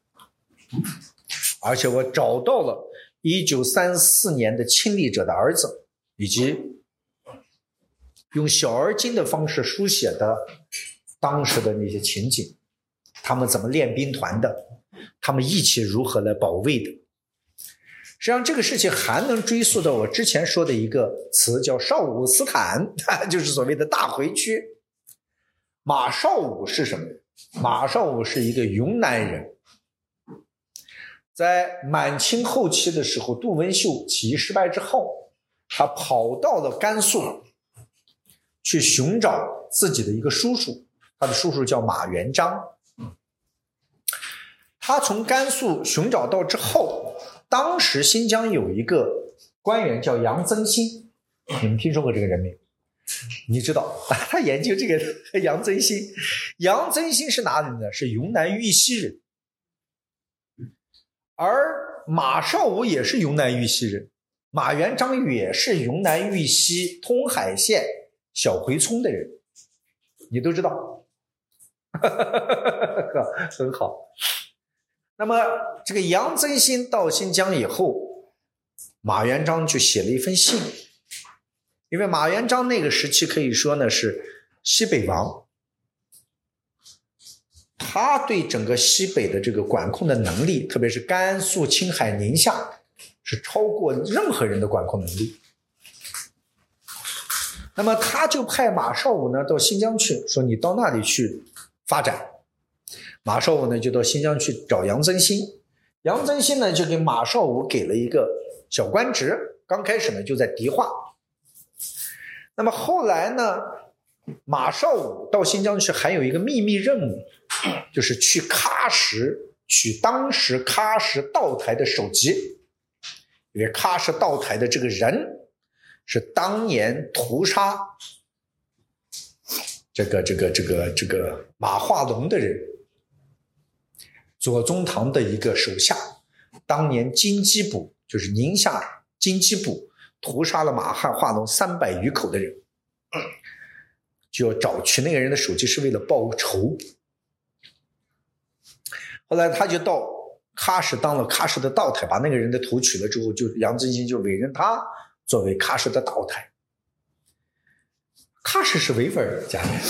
而且我找到了一九三四年的亲历者的儿子，以及用小而精的方式书写的当时的那些情景。他们怎么练兵团的，他们一起如何来保卫的。实际上这个事情还能追溯到我之前说的一个词，叫绍武斯坦，就是所谓的大回区。马绍武是什么人？马绍武是一个云南人，在满清后期的时候，杜文秀起义失败之后，他跑到了甘肃去寻找自己的一个叔叔，他的叔叔叫马元璋。他从甘肃寻找到之后，当时新疆有一个官员叫杨增新，你们听说过这个人没有？你知道他研究这个杨增新。杨增新是哪里呢？是云南玉溪人，而马绍武也是云南玉溪人，马元璋也是云南玉溪通海县小回村的人，你都知道。很好。那么这个杨增新到新疆以后，马元璋就写了一份信，因为马元璋那个时期可以说呢是西北王，他对整个西北的这个管控的能力，特别是甘肃、青海、宁夏，是超过任何人的管控能力。那么他就派马绍武呢到新疆去，说你到那里去发展。马绍武呢就到新疆去找杨增新，杨增新呢就给马绍武给了一个小官职，刚开始呢就在迪化。那么后来呢，马绍武到新疆去还有一个秘密任务，就是去喀什取当时喀什道台的首级，因为喀什道台的这个人是当年屠杀这个这个这个这个马化龙的人，左宗棠的一个手下，当年京畿部就是宁夏京畿部屠杀了马化龙三百余口的人，就要找取那个人的首级，是为了报仇。后来他就到喀什当了喀什的道台，把那个人的头取了之后，就杨增新就委任他作为喀什的道台。喀什是维吾尔人的家园，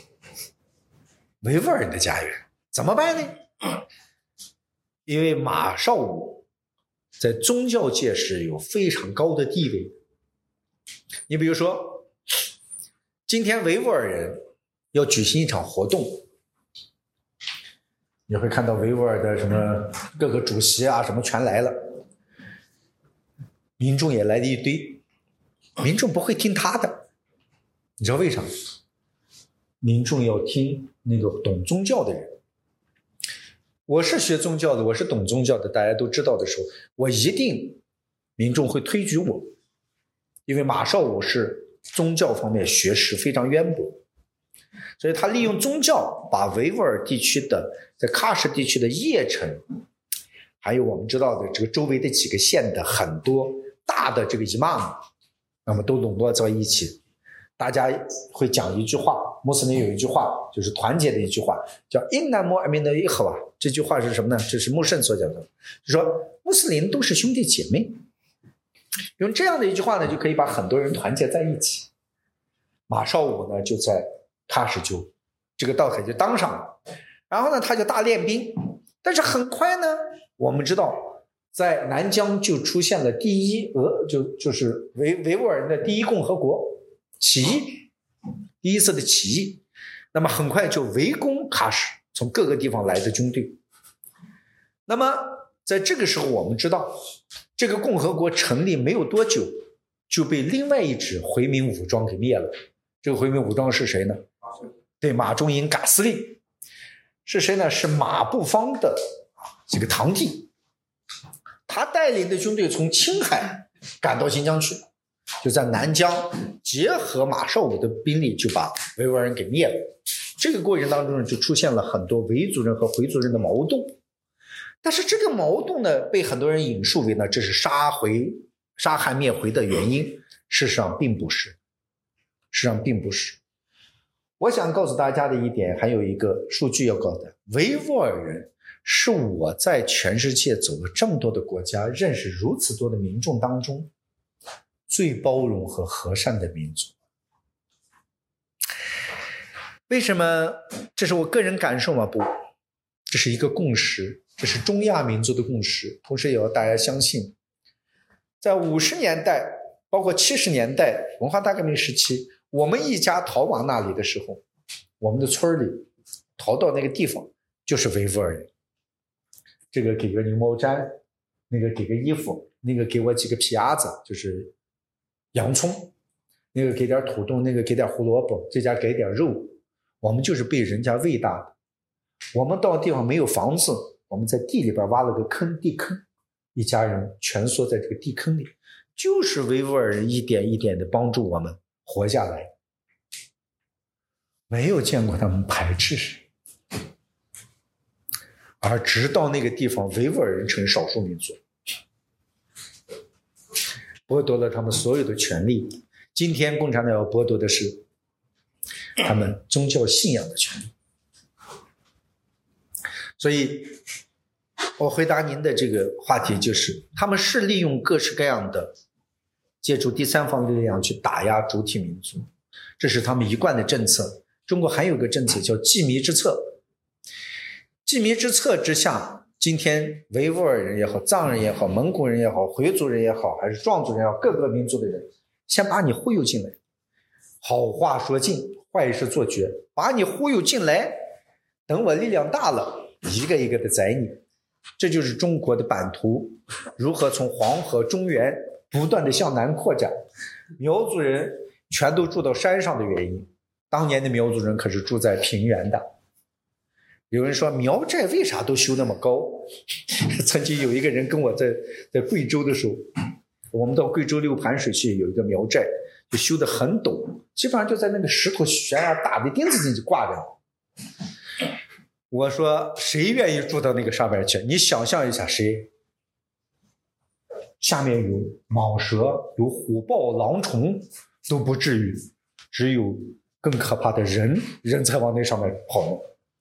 维吾尔人的家园怎么办呢？因为马绍武在宗教界是有非常高的地位。你比如说，今天维吾尔人要举行一场活动，你会看到维吾尔的什么各个主席啊什么全来了，民众也来了一堆，民众不会听他的，你知道为啥？民众要听那个懂宗教的人。我是学宗教的，我是懂宗教的，大家都知道的时候，我一定民众会推举我，因为马绍武是宗教方面学识非常渊博，所以他利用宗教把维吾尔地区的在喀什地区的叶城，还有我们知道的这个周围的几个县的很多大的这个伊玛目，那么都笼络在一起。大家会讲一句话，穆斯林有一句话，就是团结的一句话，叫 Inna mu'mina ikhwa。 这句话是什么呢？这是穆圣所讲的，就是说穆斯林都是兄弟姐妹。用这样的一句话呢，就可以把很多人团结在一起。马绍武呢就在喀什就这个道台就当上了，然后呢他就大练兵，但是很快呢，我们知道在南疆就出现了第一俄就就是维维吾尔人的第一共和国起义，第一次的起义，那么很快就围攻喀什，从各个地方来的军队。那么在这个时候，我们知道这个共和国成立没有多久，就被另外一支回民武装给灭了。这个回民武装是谁呢？对，马中英噶斯利是谁呢？是马步芳的这个堂弟，他带领的军队从青海赶到新疆去，就在南疆结合马绍武的兵力，就把维吾尔人给灭了。这个过程当中就出现了很多维族人和回族人的矛盾，但是这个矛盾呢，被很多人引述为呢，这是杀回杀汉灭回的原因，事实上并不是，事实上并不是。我想告诉大家的一点，还有一个数据要告诉大家，维吾尔人是我在全世界走了这么多的国家，认识如此多的民众当中最包容和和善的民族。为什么？这是我个人感受吗？不，这是一个共识，这是中亚民族的共识。同时也要大家相信，在五十年代包括七十年代文化大革命时期，我们一家逃往那里的时候，我们的村里逃到那个地方就是维吾尔人，这个给个牛毛毡，那个给个衣服，那个给我几个皮鸭子，就是洋葱。 那个给点土豆，那个给点胡萝卜，这家给点肉，我们就是被人家喂大的。我们到地方没有房子，我们在地里边挖了个坑，地坑，一家人蜷缩在这个地坑里，就是维吾尔人一点一点的帮助我们活下来，没有见过他们排斥谁。而直到那个地方维吾尔人成少数民族，剥夺了他们所有的权利。今天共产党要剥夺的是他们宗教信仰的权利。所以我回答您的这个话题就是，他们是利用各式各样的借助第三方力量去打压主体民族，这是他们一贯的政策。中国还有个政策叫济民之策，济民之策之下，今天维吾尔人也好，藏人也好，蒙古人也好，回族人也好，还是壮族人也好，各个民族的人先把你忽悠进来，好话说尽，坏事做绝，把你忽悠进来，等我力量大了，一个一个的宰你。这就是中国的版图如何从黄河中原不断的向南扩展。苗族人全都住到山上的原因，当年的苗族人可是住在平原的。有人说苗寨为啥都修那么高？曾经有一个人跟我在在贵州的时候，我们到贵州六盘水去有一个苗寨，就修得很陡，基本上就在那个石头悬崖打的钉子进去挂着。我说谁愿意住到那个上面去？你想象一下，谁下面有蟒蛇，有虎豹狼虫都不至于，只有更可怕的人，人才往那上面跑。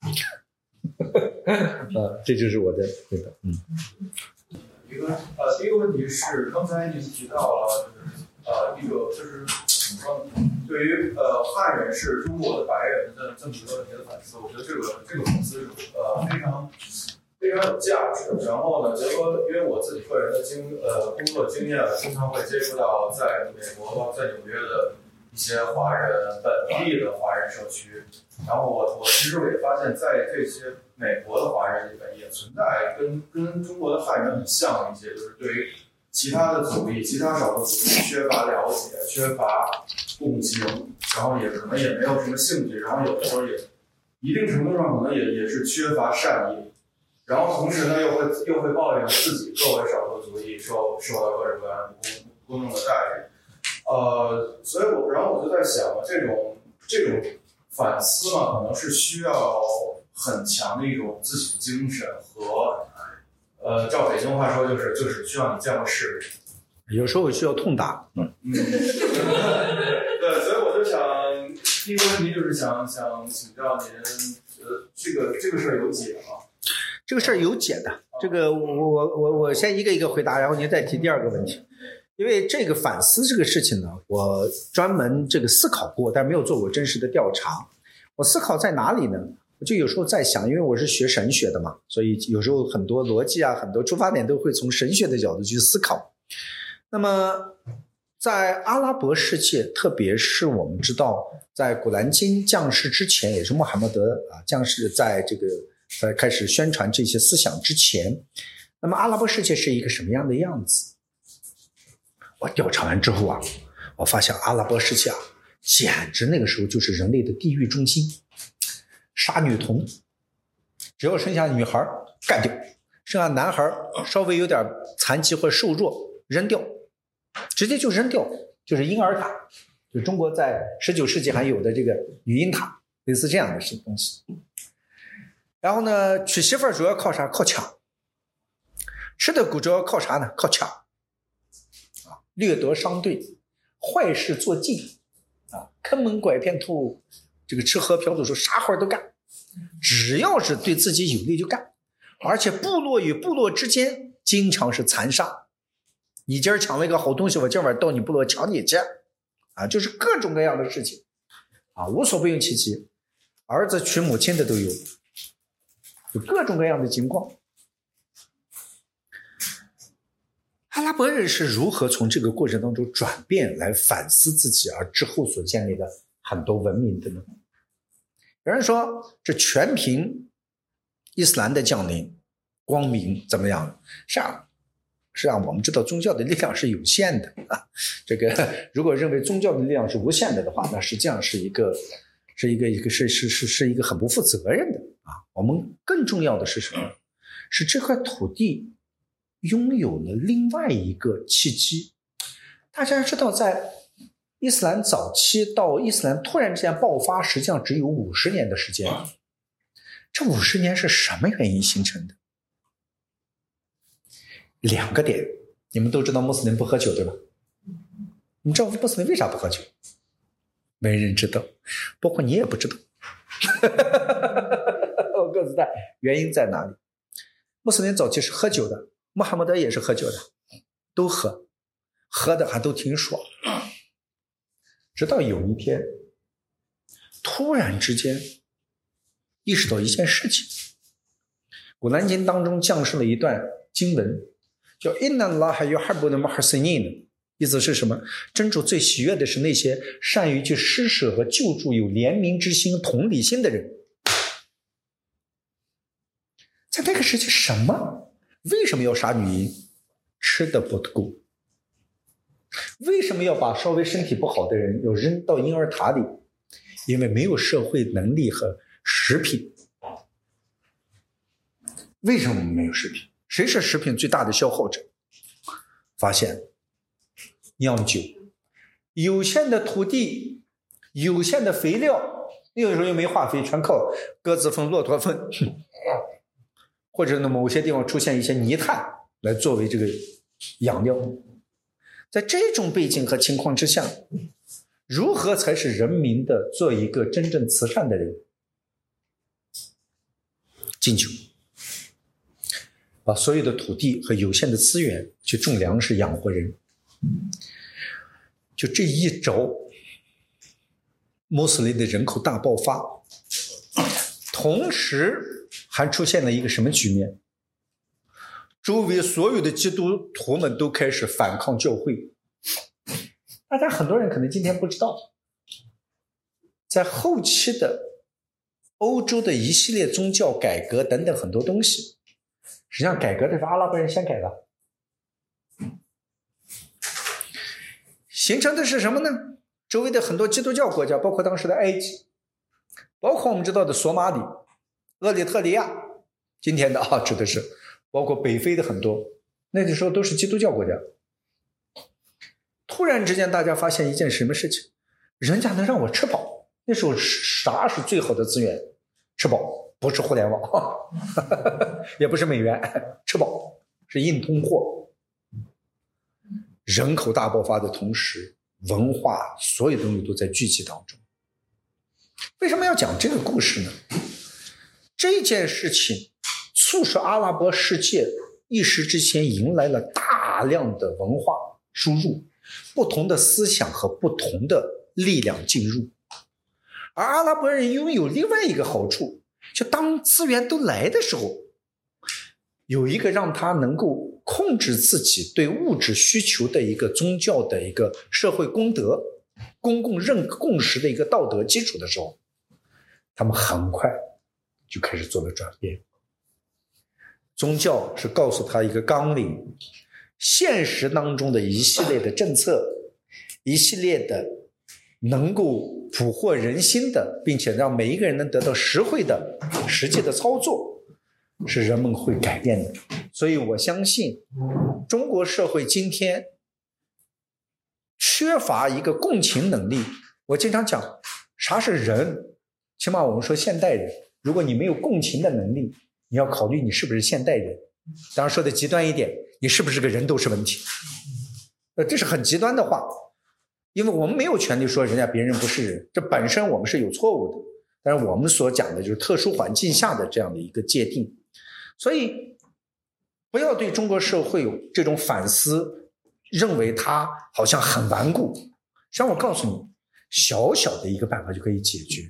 呃，这就是我的回答。嗯， 一个呃，第一个问题是，刚才您提到了，就是呃，一个就是怎么说呢？对于呃汉人是中国的白人的这么一个问题的反思，我觉得这个这个反思是呃非常非常有价值。然后呢，结合因为我自己个人的经呃工作经验，经常会接触到在美国在纽约的一些华人本地的华人社区。然后我我其实也发现，在这些美国的华人里面也存在跟跟中国的汉人很像的一些，就是对于其他的族裔、其他少数族裔缺乏了解、缺乏共情，然后也可能也没有什么兴趣，然后有的时候也一定程度上可能也也是缺乏善意，然后同时呢又会又会抱怨自己作为少数族裔受受到各种各样不公不公正的待遇，呃，所以我然后我就在想，这种这种反思嘛，可能是需要很强的一种自省精神和，呃，照北京话说就是就是需要你见过世面， 有时候需要痛打。 嗯嗯，对，所以我就想第一个问题就是想想请教您，呃，这个这个事儿有解吗？ 这个事儿有解的，这个我我我我先一个一个回答，然后您再提第二个问题。因为这个反思这个事情呢，我专门这个思考过，但没有做过真实的调查。我思考在哪里呢？我就有时候在想，因为我是学神学的嘛，所以有时候很多逻辑啊，很多出发点都会从神学的角度去思考。那么在阿拉伯世界，特别是我们知道在古兰经降世之前，也是穆罕默德啊降世在这个在开始宣传这些思想之前，那么阿拉伯世界是一个什么样的样子？我调查完之后啊，我发现阿拉伯世界啊，简直那个时候就是人类的地狱中心，杀女童，只要生下女孩干掉，生下男孩稍微有点残疾或瘦弱扔掉，直接就扔掉，就是婴儿塔，就中国在十九世纪还有的这个女婴塔，类似这样的东西。然后呢，娶媳妇儿主要靠啥？靠抢。吃的苦主要靠啥呢？靠抢。掠夺商队，坏事做尽啊，坑蒙拐骗兔，这个吃喝嫖赌说啥活都干，只要是对自己有利就干，而且部落与部落之间经常是残杀，你今儿抢了一个好东西，我今晚到你部落抢你去啊，就是各种各样的事情啊，无所不用其极，儿子娶母亲的都有，有各种各样的情况。阿拉伯人是如何从这个过程当中转变来反思自己，而之后所建立的很多文明的呢？有人说这全凭伊斯兰的降临，光明怎么样？是啊， 实际上我们知道宗教的力量是有限的啊。这个如果认为宗教的力量是无限的的话，那实际上是一个是一个一个是是是是一个很不负责任的啊。我们更重要的是什么？是这块土地拥有了另外一个契机。大家知道，在伊斯兰早期到伊斯兰突然之间爆发，实际上只有五十年的时间。这五十年是什么原因形成的？两个点，你们都知道穆斯林不喝酒对吧？你知道穆斯林为啥不喝酒？没人知道，包括你也不知道。我告诉大家原因在哪里。穆斯林早期是喝酒的，穆罕默德也是喝酒的，都喝，喝的还都挺爽。直到有一天突然之间意识到一件事情，古兰经当中降生了一段经文，叫 Inna Allaha yuhibbul muhsinin， 意思是什么？真主最喜悦的是那些善于去施舍和救助、有怜悯之心、同理心的人。在那个时期，什么？为什么要杀女婴？吃的不够。为什么要把稍微身体不好的人要扔到婴儿塔里？因为没有社会能力和食品。为什么没有食品？谁是食品最大的消耗者？发现酿酒，有限的土地，有限的肥料，有时候又没化肥，全靠鸽子粪、骆驼粪，或者呢某些地方出现一些泥炭来作为这个养料。在这种背景和情况之下，如何才是人民的做一个真正慈善的人？禁酒，把所有的土地和有限的资源去种粮食养活人。就这一招，穆斯林的人口大爆发，同时还出现了一个什么局面？周围所有的基督徒们都开始反抗教会。大家很多人可能今天不知道，在后期的欧洲的一系列宗教改革等等很多东西，实际上改革的是阿拉伯人先改的。形成的是什么呢？周围的很多基督教国家，包括当时的埃及，包括我们知道的索马里、厄立特里亚，今天的啊指的是包括北非的很多，那个时候都是基督教国家。突然之间大家发现一件什么事情？人家能让我吃饱。那时候啥是最好的资源？吃饱，不是互联网也不是美元，吃饱是硬通货。人口大爆发的同时，文化所有东西都在聚集当中。为什么要讲这个故事呢？这件事情促使阿拉伯世界一时之间迎来了大量的文化输入，不同的思想和不同的力量进入。而阿拉伯人拥有另外一个好处，就当资源都来的时候，有一个让他能够控制自己对物质需求的一个宗教的一个社会公德、公共认共识的一个道德基础的时候，他们很快就开始做了转变。宗教是告诉他一个纲领，现实当中的一系列的政策，一系列的能够捕获人心的，并且让每一个人能得到实惠的实际的操作，是人们会改变的。所以我相信中国社会今天缺乏一个共情能力。我经常讲啥是人，起码我们说现代人，如果你没有共情的能力，你要考虑你是不是现代人。当然说的极端一点，你是不是个人都是问题。呃，这是很极端的话，因为我们没有权利说人家别人不是人，这本身我们是有错误的。但是我们所讲的就是特殊环境下的这样的一个界定。所以不要对中国社会有这种反思，认为它好像很顽固。实际上我告诉你，小小的一个办法就可以解决。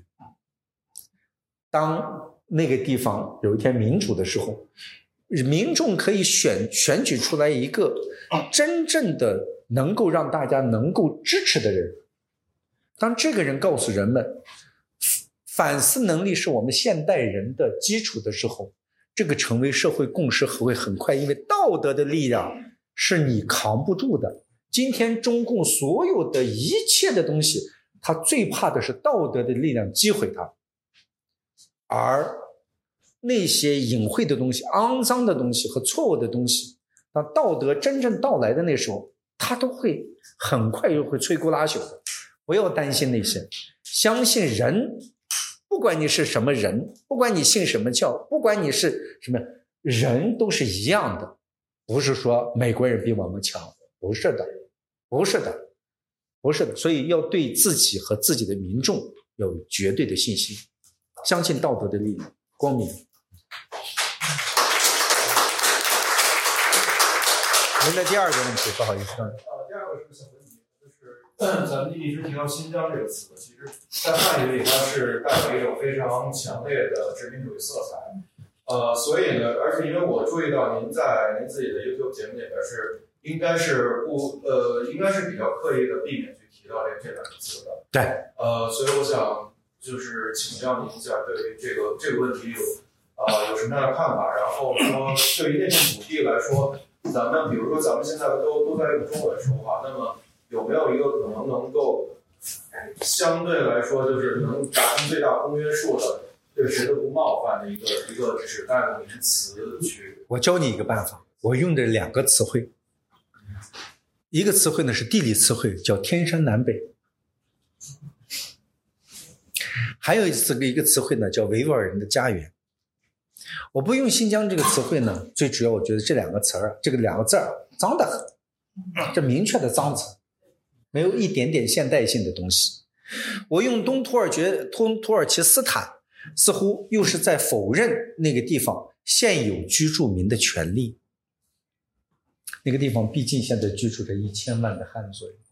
当那个地方有一天民主的时候，民众可以选选举出来一个真正的能够让大家能够支持的人。当这个人告诉人们反思能力是我们现代人的基础的时候，这个成为社会共识会很快，因为道德的力量是你扛不住的。今天中共所有的一切的东西，他最怕的是道德的力量击毁它，而那些隐晦的东西、肮脏的东西和错误的东西，当道德真正到来的那时候，他都会很快又会摧枯拉朽的。不要担心那些，相信人，不管你是什么人，不管你信什么教，不管你是什么人，都是一样的。不是说美国人比我们强，不是的，不是的，不是的。所以要对自己和自己的民众要有绝对的信心，相信道德的力量，光明。您的第二个问题，不好意思。 呃，第二个是小问题，就是咱们一直提到新疆这个词，其实在汉语里它是带有一种非常强烈的殖民主义色彩。呃，所以呢，而且因为我注意到您在您自己的 YouTube 节目里边是应该是不呃，应该是比较刻意的避免去提到这这两个词的。 对。 呃，所以我想就是请教您一下，对于这个这个问题有呃有什么样的看法？然后说，对于那片土地来说，咱们比如说咱们现在都都在用中文说话，那么有没有一个可能能够相对来说就是能达成最大公约数的？对谁都不冒犯的一个一个指代的名词去。 我教你一个办法，我用的两个词汇，一个词汇呢是地理词汇，叫天山南北；还有一个词汇呢叫维吾尔人的家园。我不用新疆这个词汇呢，最主要我觉得这两个词儿，这个两个字儿脏得很，这明确的脏词，没有一点点现代性的东西。我用东土耳其东土耳其斯坦。似乎又是在否认那个地方现有居住民的权利。那个地方毕竟现在居住着一千万的汉族人。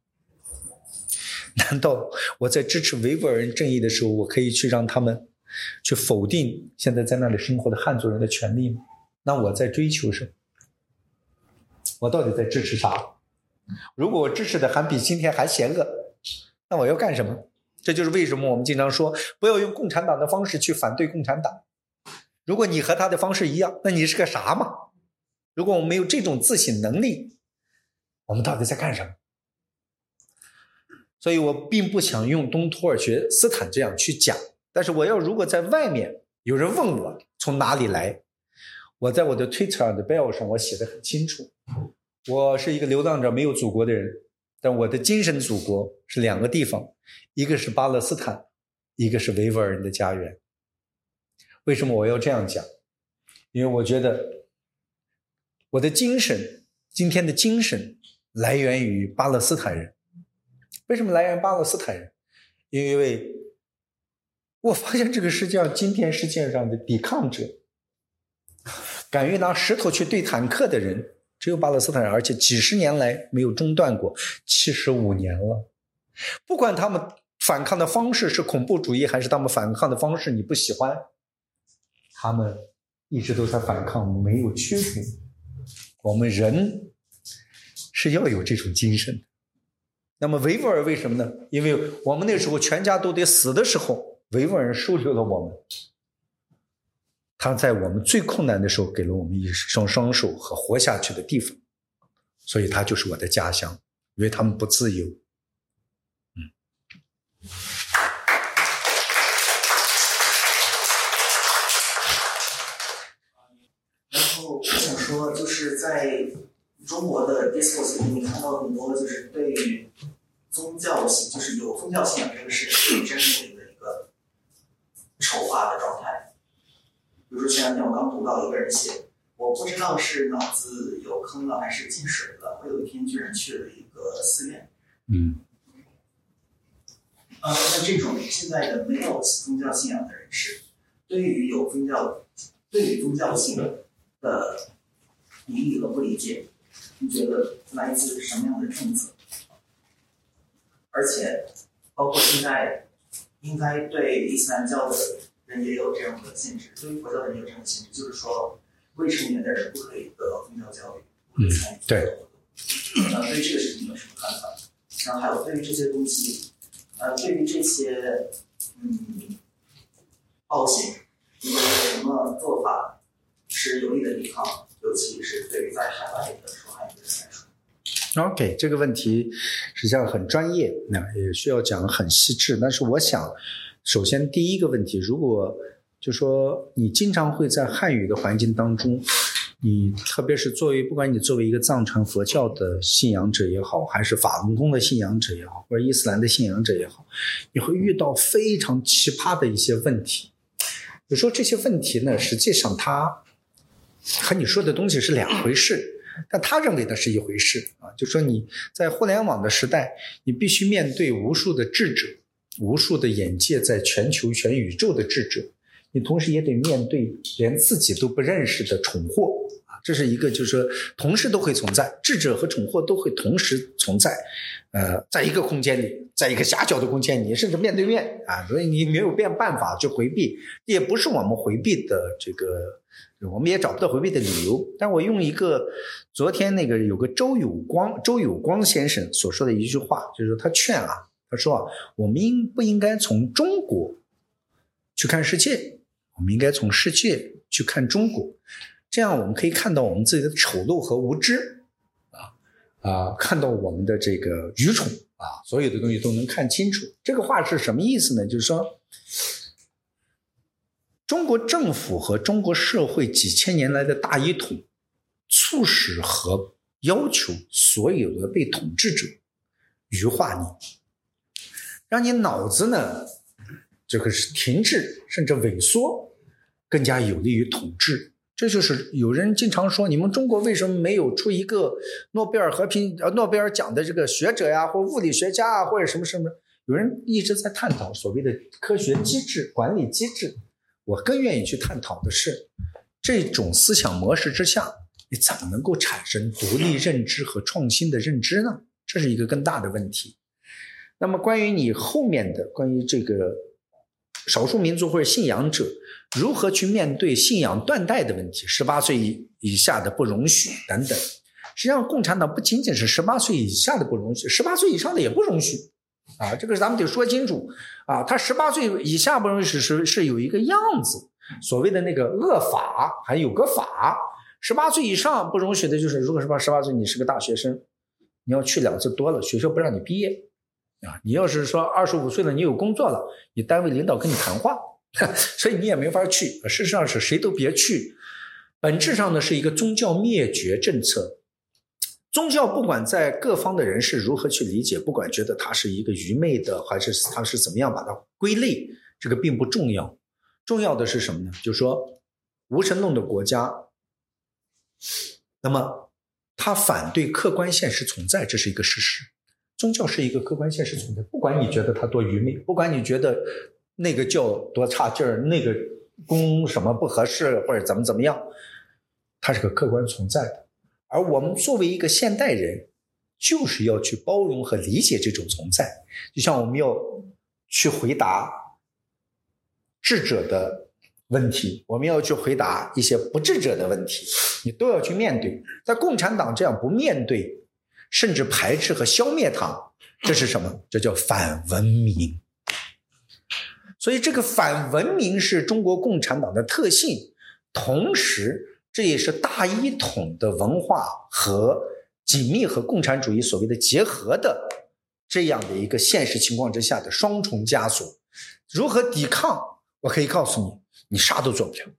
难道我在支持维吾尔人正义的时候，我可以去让他们去否定现在在那里生活的汉族人的权利吗？那我在追求什么？我到底在支持啥？如果我支持的还比今天还邪恶，那我要干什么？这就是为什么我们经常说不要用共产党的方式去反对共产党。如果你和他的方式一样，那你是个啥嘛？如果我们没有这种自省能力，我们到底在干什么？所以我并不想用东土耳其斯坦这样去讲，但是我要如果在外面有人问我从哪里来，我在我的 Twitter 上的 bio 上我写得很清楚，我是一个流浪者，没有祖国的人，但我的精神祖国是两个地方，一个是巴勒斯坦，一个是维吾尔人的家园。为什么我要这样讲？因为我觉得我的精神，今天的精神来源于巴勒斯坦人。为什么来源于巴勒斯坦人？因为我发现这个世界上今天世界上的抵抗者，敢于拿石头去对坦克的人只有巴勒斯坦人，而且几十年来没有中断过，七十五年了。不管他们反抗的方式是恐怖主义，还是他们反抗的方式你不喜欢，他们一直都在反抗，没有屈服。我们人是要有这种精神的。那么维吾尔为什么呢？因为我们那时候全家都得死的时候，维吾尔人收留了我们，他在我们最困难的时候给了我们一双双手和活下去的地方，所以他就是我的家乡，因为他们不自由。嗯。 然后我想说，就是在中国的 discourse 里面，你看到很多就是对于宗教性，就是有宗教信仰这个事情对真理的一个丑化的状态。比如说前两天我刚读到一个人写，我不知道是脑子有坑了还是进水了，我有一天居然去了一个寺院。 嗯。 呃，那这种现在的没有宗教信仰的人士，对于有宗教，对于宗教性的理解和不理解，你觉得来自什么样的政策？而且，包括现在应该对伊斯兰教的人也有这样的限制，对于佛教的人也有这样的限制，就是说未成年的人不可以得到宗教教育，不可以参与宗教活动。呃，对于这个事情有什么看法？然后还有对于这些东西，呃，对于这些嗯暴行，你有什么做法是有力的抵抗，尤其是对于在海外的受害人来说。 OK， 这个问题实际上很专业，那也需要讲很细致。但是我想，首先第一个问题，如果就说你经常会在汉语的环境当中，你特别是作为不管你作为一个藏传佛教的信仰者也好，还是法轮功的信仰者也好，或者伊斯兰的信仰者也好，你会遇到非常奇葩的一些问题。比如说这些问题呢，实际上它和你说的东西是两回事，但他认为的是一回事啊。就说你在互联网的时代，你必须面对无数的智者，无数的眼界在全球全宇宙的智者，你同时也得面对连自己都不认识的蠢货啊，这是一个就是说同时都会存在，智者和蠢货都会同时存在，呃，在一个空间里，在一个狭小的空间里，甚至面对面啊，所以你没有变办法去回避，也不是我们回避的这个，我们也找不到回避的理由。但我用一个昨天那个有个周有光周有光先生所说的一句话，就是他劝啊，他说啊，我们应不应该从中国去看世界？我们应该从世界去看中国，这样我们可以看到我们自己的丑陋和无知啊啊，看到我们的这个愚蠢啊，所有的东西都能看清楚。这个话是什么意思呢？就是说，中国政府和中国社会几千年来的大一统，促使和要求所有的被统治者愚化你，让你脑子呢这个是停滞甚至萎缩，更加有利于统治。这就是有人经常说，你们中国为什么没有出一个诺贝尔和平呃诺贝尔奖的这个学者呀，或物理学家啊，或者什么什么？有人一直在探讨所谓的科学机制、管理机制。我更愿意去探讨的是，这种思想模式之下，你怎么能够产生独立认知和创新的认知呢？这是一个更大的问题。那么关于你后面的关于这个少数民族或者信仰者如何去面对信仰断代的问题，十八岁以下的不容许等等，实际上共产党不仅仅是十八岁以下的不容许，十八岁以上的也不容许啊，这个咱们得说清楚啊。他十八岁以下不容许是是有一个样子，所谓的那个恶法还有个法，十八岁以上不容许的就是，如果是十八岁你是个大学生，你要去两次多了，学校不让你毕业啊。你要是说二十五岁了，你有工作了，你单位领导跟你谈话，所以你也没法去。事实上是谁都别去，本质上呢是一个宗教灭绝政策。宗教不管在各方的人士如何去理解，不管觉得它是一个愚昧的，还是它是怎么样把它归类，这个并不重要。重要的是什么呢？就是说无神论的国家，那么它反对客观现实存在，这是一个事实。宗教是一个客观现实存在，不管你觉得它多愚昧，不管你觉得那个教多差劲儿，那个公什么不合适或者怎么怎么样，它是个客观存在的。而我们作为一个现代人，就是要去包容和理解这种存在。就像我们要去回答智者的问题，我们要去回答一些不智者的问题，你都要去面对。在共产党这样不面对，甚至排斥和消灭它，这是什么？这叫反文明。所以这个反文明是中国共产党的特性，同时这也是大一统的文化和紧密和共产主义所谓的结合的这样的一个现实情况之下的双重枷锁。如何抵抗？我可以告诉你，你啥都做不了，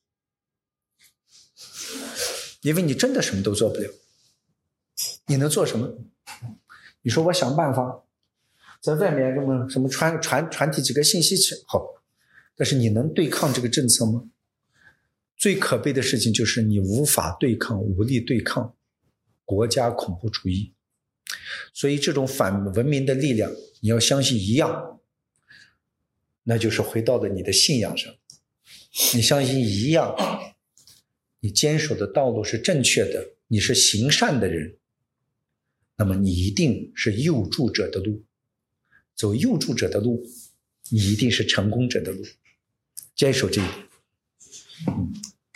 因为你真的什么都做不了。你能做什么？你说我想办法在外面什么什么传传传递几个信息去，好，但是你能对抗这个政策吗？最可悲的事情就是你无法对抗，无力对抗国家恐怖主义。所以这种反文明的力量，你要相信一样，那就是回到了你的信仰上。你相信一样，你坚守的道路是正确的，你是行善的人，那么你一定是佑助者的路。走佑助者的路，你一定是成功者的路。坚守这一点。嗯。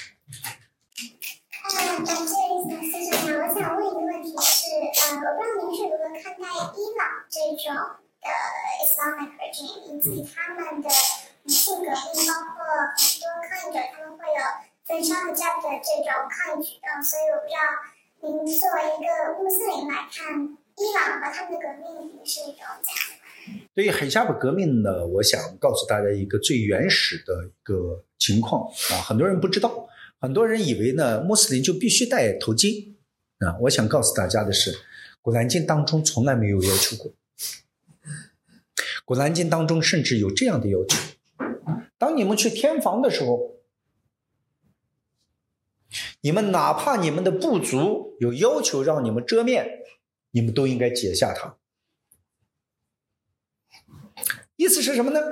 呃，感谢李思思长，我想问一个问题是，呃，我不知道您是如何看待伊朗这种的 Islamic regime，以及他们的性革命，包括很多抗议者他们会有焚烧和家的这种抗议举动，所以我不知道您作为一个穆斯林来看，伊朗和他们的革命是一种怎样的？ 对于海加布革命呢，我想告诉大家一个最原始的一个情况啊，很多人不知道，很多人以为呢穆斯林就必须戴头巾啊。我想告诉大家的是，古兰经当中从来没有要求过，古兰经当中甚至有这样的要求：当你们去天房的时候，你们哪怕你们的部族有要求让你们遮面，你们都应该解下它。意思是什么呢？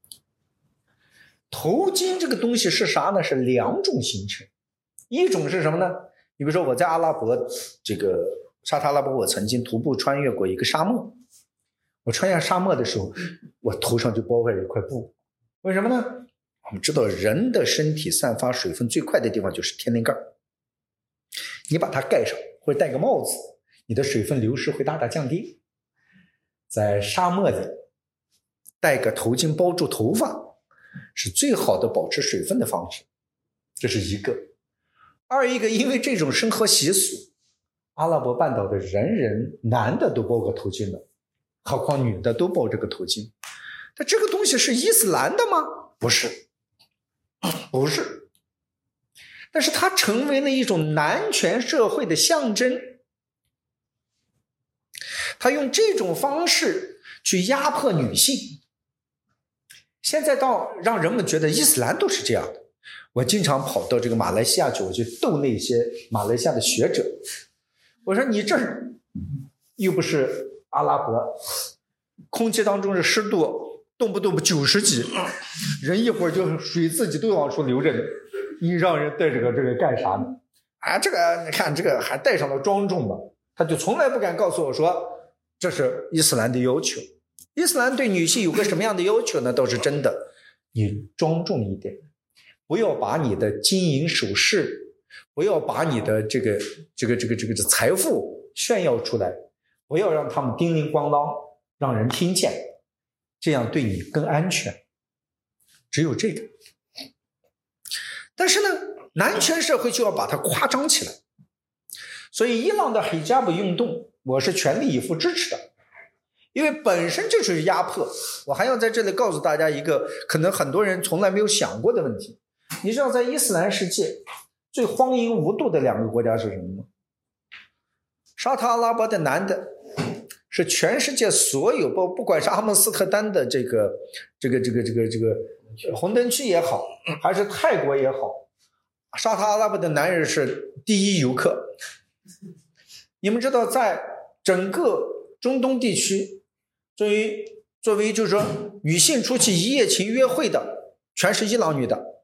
头巾这个东西是啥呢？是两种形成，一种是什么呢？你比如说我在阿拉伯这个沙特阿拉伯，我曾经徒步穿越过一个沙漠，我穿越沙漠的时候，我头上就包盖了一块布，为什么呢？我们知道人的身体散发水分最快的地方就是天灵盖，你把它盖上或者戴个帽子，你的水分流失会大大降低。在沙漠里戴个头巾包住头发是最好的保持水分的方式，这是一个。二一个，因为这种生活习俗，阿拉伯半岛的人人男的都包个头巾的，何况女的都包这个头巾。但这个东西是伊斯兰的吗？不是，不是。但是它成为了一种男权社会的象征，他用这种方式去压迫女性。现在到让人们觉得伊斯兰都是这样的。我经常跑到这个马来西亚去，我去逗那些马来西亚的学者，我说你这又不是阿拉伯，空气当中的湿度动不动九十几，人一会儿就水自己都往出流着呢，你让人带这个这个干啥呢？啊，这个你看这个还带上了庄重嘛，他就从来不敢告诉我说这是伊斯兰的要求。伊斯兰对女性有个什么样的要求呢？倒是真的，你庄重一点，不要把你的金银首饰，不要把你的这个这个这个这个财富炫耀出来，不要让他们叮铃咣啷让人听见，这样对你更安全。只有这个。但是呢，男权社会就要把它夸张起来，所以伊朗的 hijab 运动我是全力以赴支持的，因为本身这就是压迫。我还要在这里告诉大家一个可能很多人从来没有想过的问题，你知道在伊斯兰世界最荒淫无度的两个国家是什么吗？沙特阿拉伯的男的是全世界所有不不管是阿姆斯特丹的这个这个这个这个这个红灯区也好，还是泰国也好，沙特阿拉伯的男人是第一游客。你们知道在整个中东地区，作为作为就是说女性出去一夜情约会的全是伊朗女的。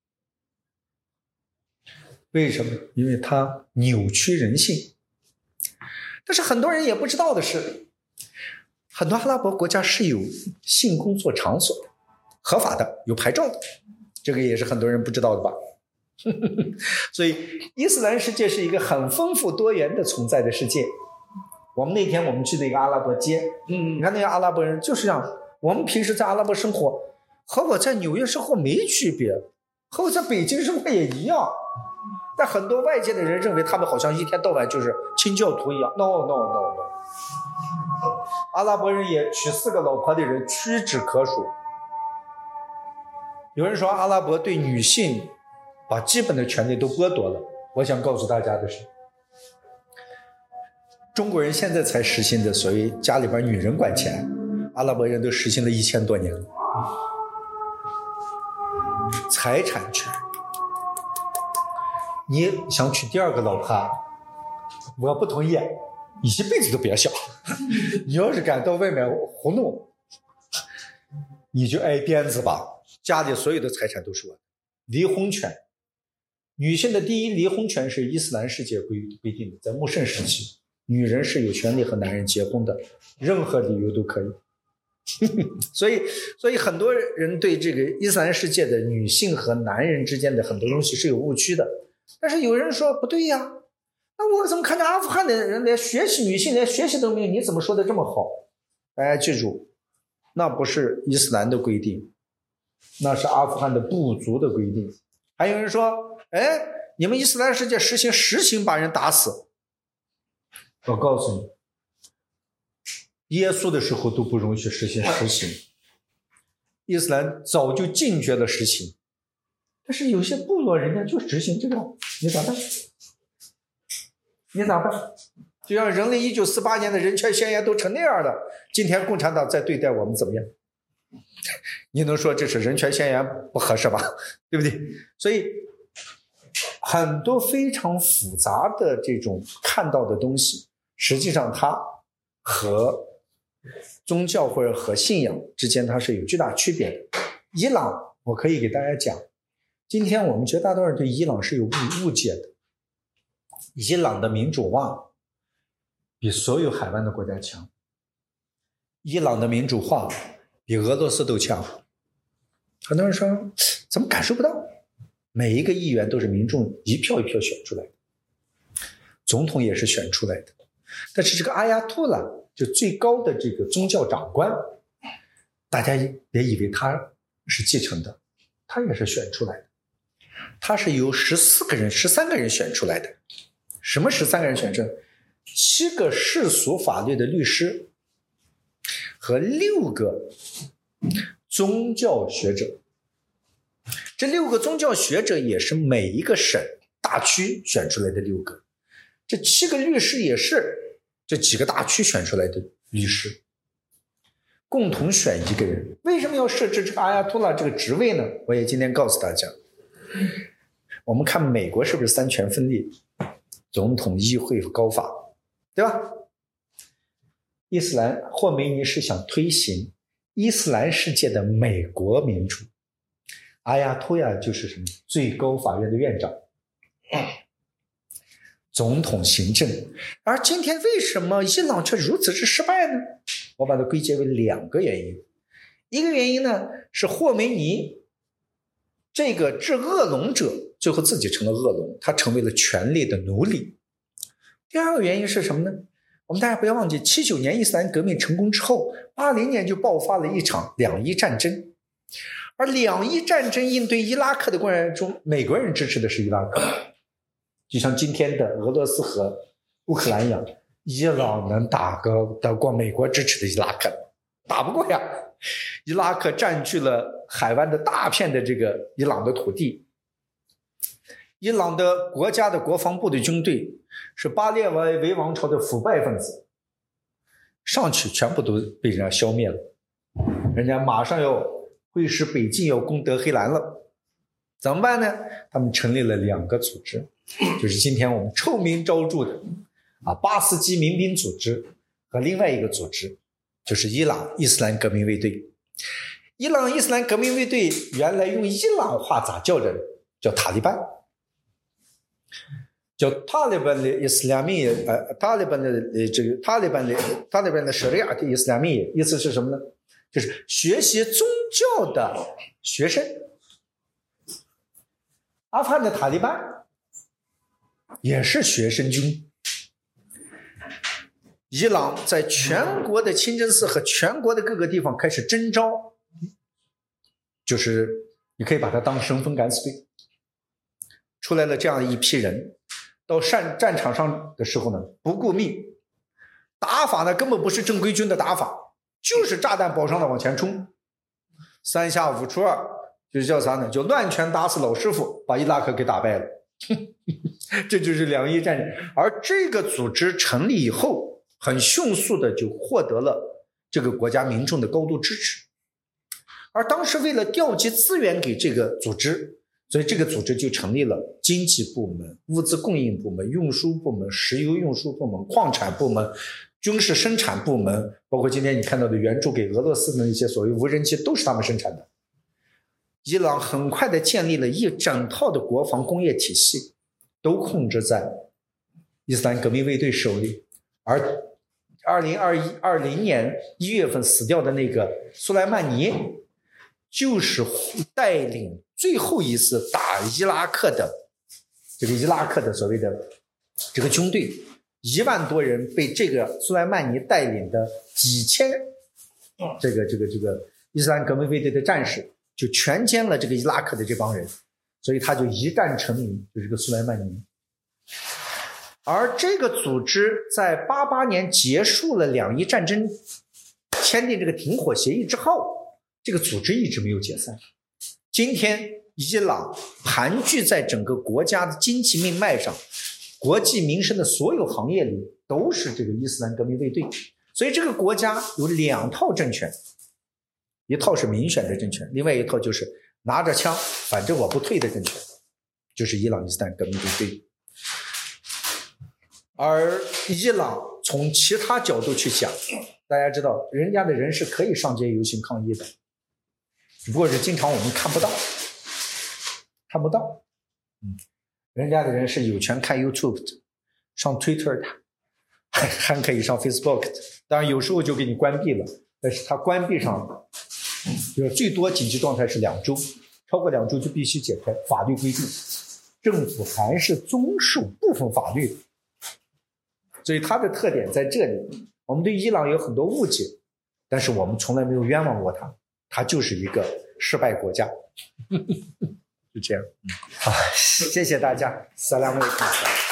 为什么？因为它扭曲人性。但是很多人也不知道的是，很多阿拉伯国家是有性工作场所的，合法的，有牌照的，这个也是很多人不知道的吧。所以伊斯兰世界是一个很丰富多元的存在的世界。我们那天我们去的一个阿拉伯街，嗯，你看那些阿拉伯人就是让我们平时在阿拉伯生活和我在纽约生活没区别，和我在北京生活也一样。但很多外界的人认为他们好像一天到晚就是清教徒一样。 no no no no， 阿拉伯人也娶四个老婆的人屈指可数。有人说阿拉伯对女性把基本的权利都剥夺了，我想告诉大家的是，中国人现在才实行的所谓家里边女人管钱，阿拉伯人都实行了一千多年了。财产权，你想娶第二个老婆，我不同意，你一辈子都别想。你要是敢到外面胡弄，你就挨鞭子吧，家里所有的财产都是我的。离婚权，女性的第一离婚权是伊斯兰世界规规定的，在穆圣时期，女人是有权利和男人结婚的，任何理由都可以。所以，所以很多人对这个伊斯兰世界的女性和男人之间的很多东西是有误区的。但是有人说不对呀，那我怎么看见阿富汗的人连学习女性连学习都没有？你怎么说的这么好？大家记住，那不是伊斯兰的规定，那是阿富汗的部族的规定。还有人说哎，你们伊斯兰世界实行实行把人打死。我告诉你，耶稣的时候都不容许实行实行，伊斯兰早就禁绝了实行。但是有些部落人家就执行这个，你咋办？你咋办？就像人类一九四八年的人权宣言都成那样了，今天共产党在对待我们怎么样？你能说这是人权宣言不合适吧？对不对？所以很多非常复杂的这种看到的东西，实际上它和宗教或者和信仰之间它是有巨大区别的。伊朗，我可以给大家讲，今天我们绝大多数人对伊朗是有误误解的。伊朗的民主化比所有海湾的国家强，伊朗的民主化比俄罗斯都强。很多人说怎么感受不到？每一个议员都是民众一票一票选出来的，总统也是选出来的。但是这个阿亚图拉，就最高的这个宗教长官，大家别以为他是继承的，他也是选出来的。他是由十四个人、十三个人选出来的。什么十三个人选出来？七个世俗法律的律师和六个宗教学者。这六个宗教学者也是每一个省大区选出来的六个，这七个律师也是这几个大区选出来的律师，共同选一个人。为什么要设置这个阿亚图拉这个职位呢？我也今天告诉大家，我们看美国是不是三权分立，总统、议会和高法，对吧？伊斯兰霍梅尼是想推行伊斯兰世界的美国民主，阿亚图亚就是什么？最高法院的院长，总统行政。而今天为什么伊朗却如此之失败呢？我把它归结为两个原因。一个原因呢，是霍梅尼这个制恶龙者最后自己成了恶龙，他成为了权力的奴隶。第二个原因是什么呢？我们大家不要忘记，七九年伊斯兰革命成功之后，八零年就爆发了一场两伊战争。而两伊战争应对伊拉克的过程中，美国人支持的是伊拉克，就像今天的俄罗斯和乌克兰一样，伊朗能打个得过美国支持的伊拉克？打不过呀！伊拉克占据了海湾的大片的这个伊朗的土地，伊朗的国家的国防部的军队是巴列维王朝的腐败分子，上去全部都被人家消灭了，人家马上要会师北进，要攻德黑兰了，怎么办呢？他们成立了两个组织，就是今天我们臭名昭著的啊巴斯基民兵组织和另外一个组织，就是伊朗伊斯兰革命卫队。伊朗伊斯兰革命卫队原来用伊朗话咋叫人？叫塔利班，叫塔利班的伊斯兰米呃塔利班的这个塔利班的塔利班的什利亚的伊斯兰米，意思是什么呢？就是学习宗教的学生。阿富汗的塔利班也是学生军。伊朗在全国的清真寺和全国的各个地方开始征召，就是你可以把它当神风敢死队，出来了这样一批人，到战战场上的时候呢，不顾命，打法呢根本不是正规军的打法，就是炸弹包上的往前冲，三下五除二，就是叫啥呢？就乱拳打死老师傅，把伊拉克给打败了。这就是两伊战争。而这个组织成立以后，很迅速的就获得了这个国家民众的高度支持。而当时为了调集资源给这个组织，所以这个组织就成立了经济部门、物资供应部门、运输部门、石油运输部门、矿产部门、军事生产部门，包括今天你看到的援助给俄罗斯的一些所谓无人机都是他们生产的。伊朗很快的建立了一整套的国防工业体系，都控制在伊斯兰革命卫队手里。而二零二零年一月份死掉的那个苏莱曼尼，就是带领最后一次打伊拉克的这个伊拉克的所谓的这个军队，一万多人被这个苏莱曼尼带领的几千这个这个这个伊斯兰革命卫队的战士就全歼了这个伊拉克的这帮人。 所以他就一战成名，就是个苏莱曼尼。而这个组织在八八年结束了两伊战争，签订这个停火协议之后，这个组织一直没有解散。今天伊朗盘踞在整个国家的经济命脉上，国计民生的所有行业里都是这个伊斯兰革命卫队。所以这个国家有两套政权，一套是民选的政权，另外一套就是拿着枪反正我不退的政权，就是伊朗伊斯兰革命卫队。而伊朗从其他角度去讲，大家知道人家的人是可以上街游行抗议的，只不过是经常我们看不到看不到嗯，人家的人是有权看 YouTube 的，上 Twitter 的，还还可以上 Facebook 的，当然有时候就给你关闭了，但是它关闭上就是最多紧急状态是两周，超过两周就必须解开，法律规定政府还是遵守部分法律的。所以它的特点在这里，我们对伊朗有很多误解，但是我们从来没有冤枉过它，它就是一个失败国家。就这样。好，谢谢大家。萨拉姆阿莱库姆。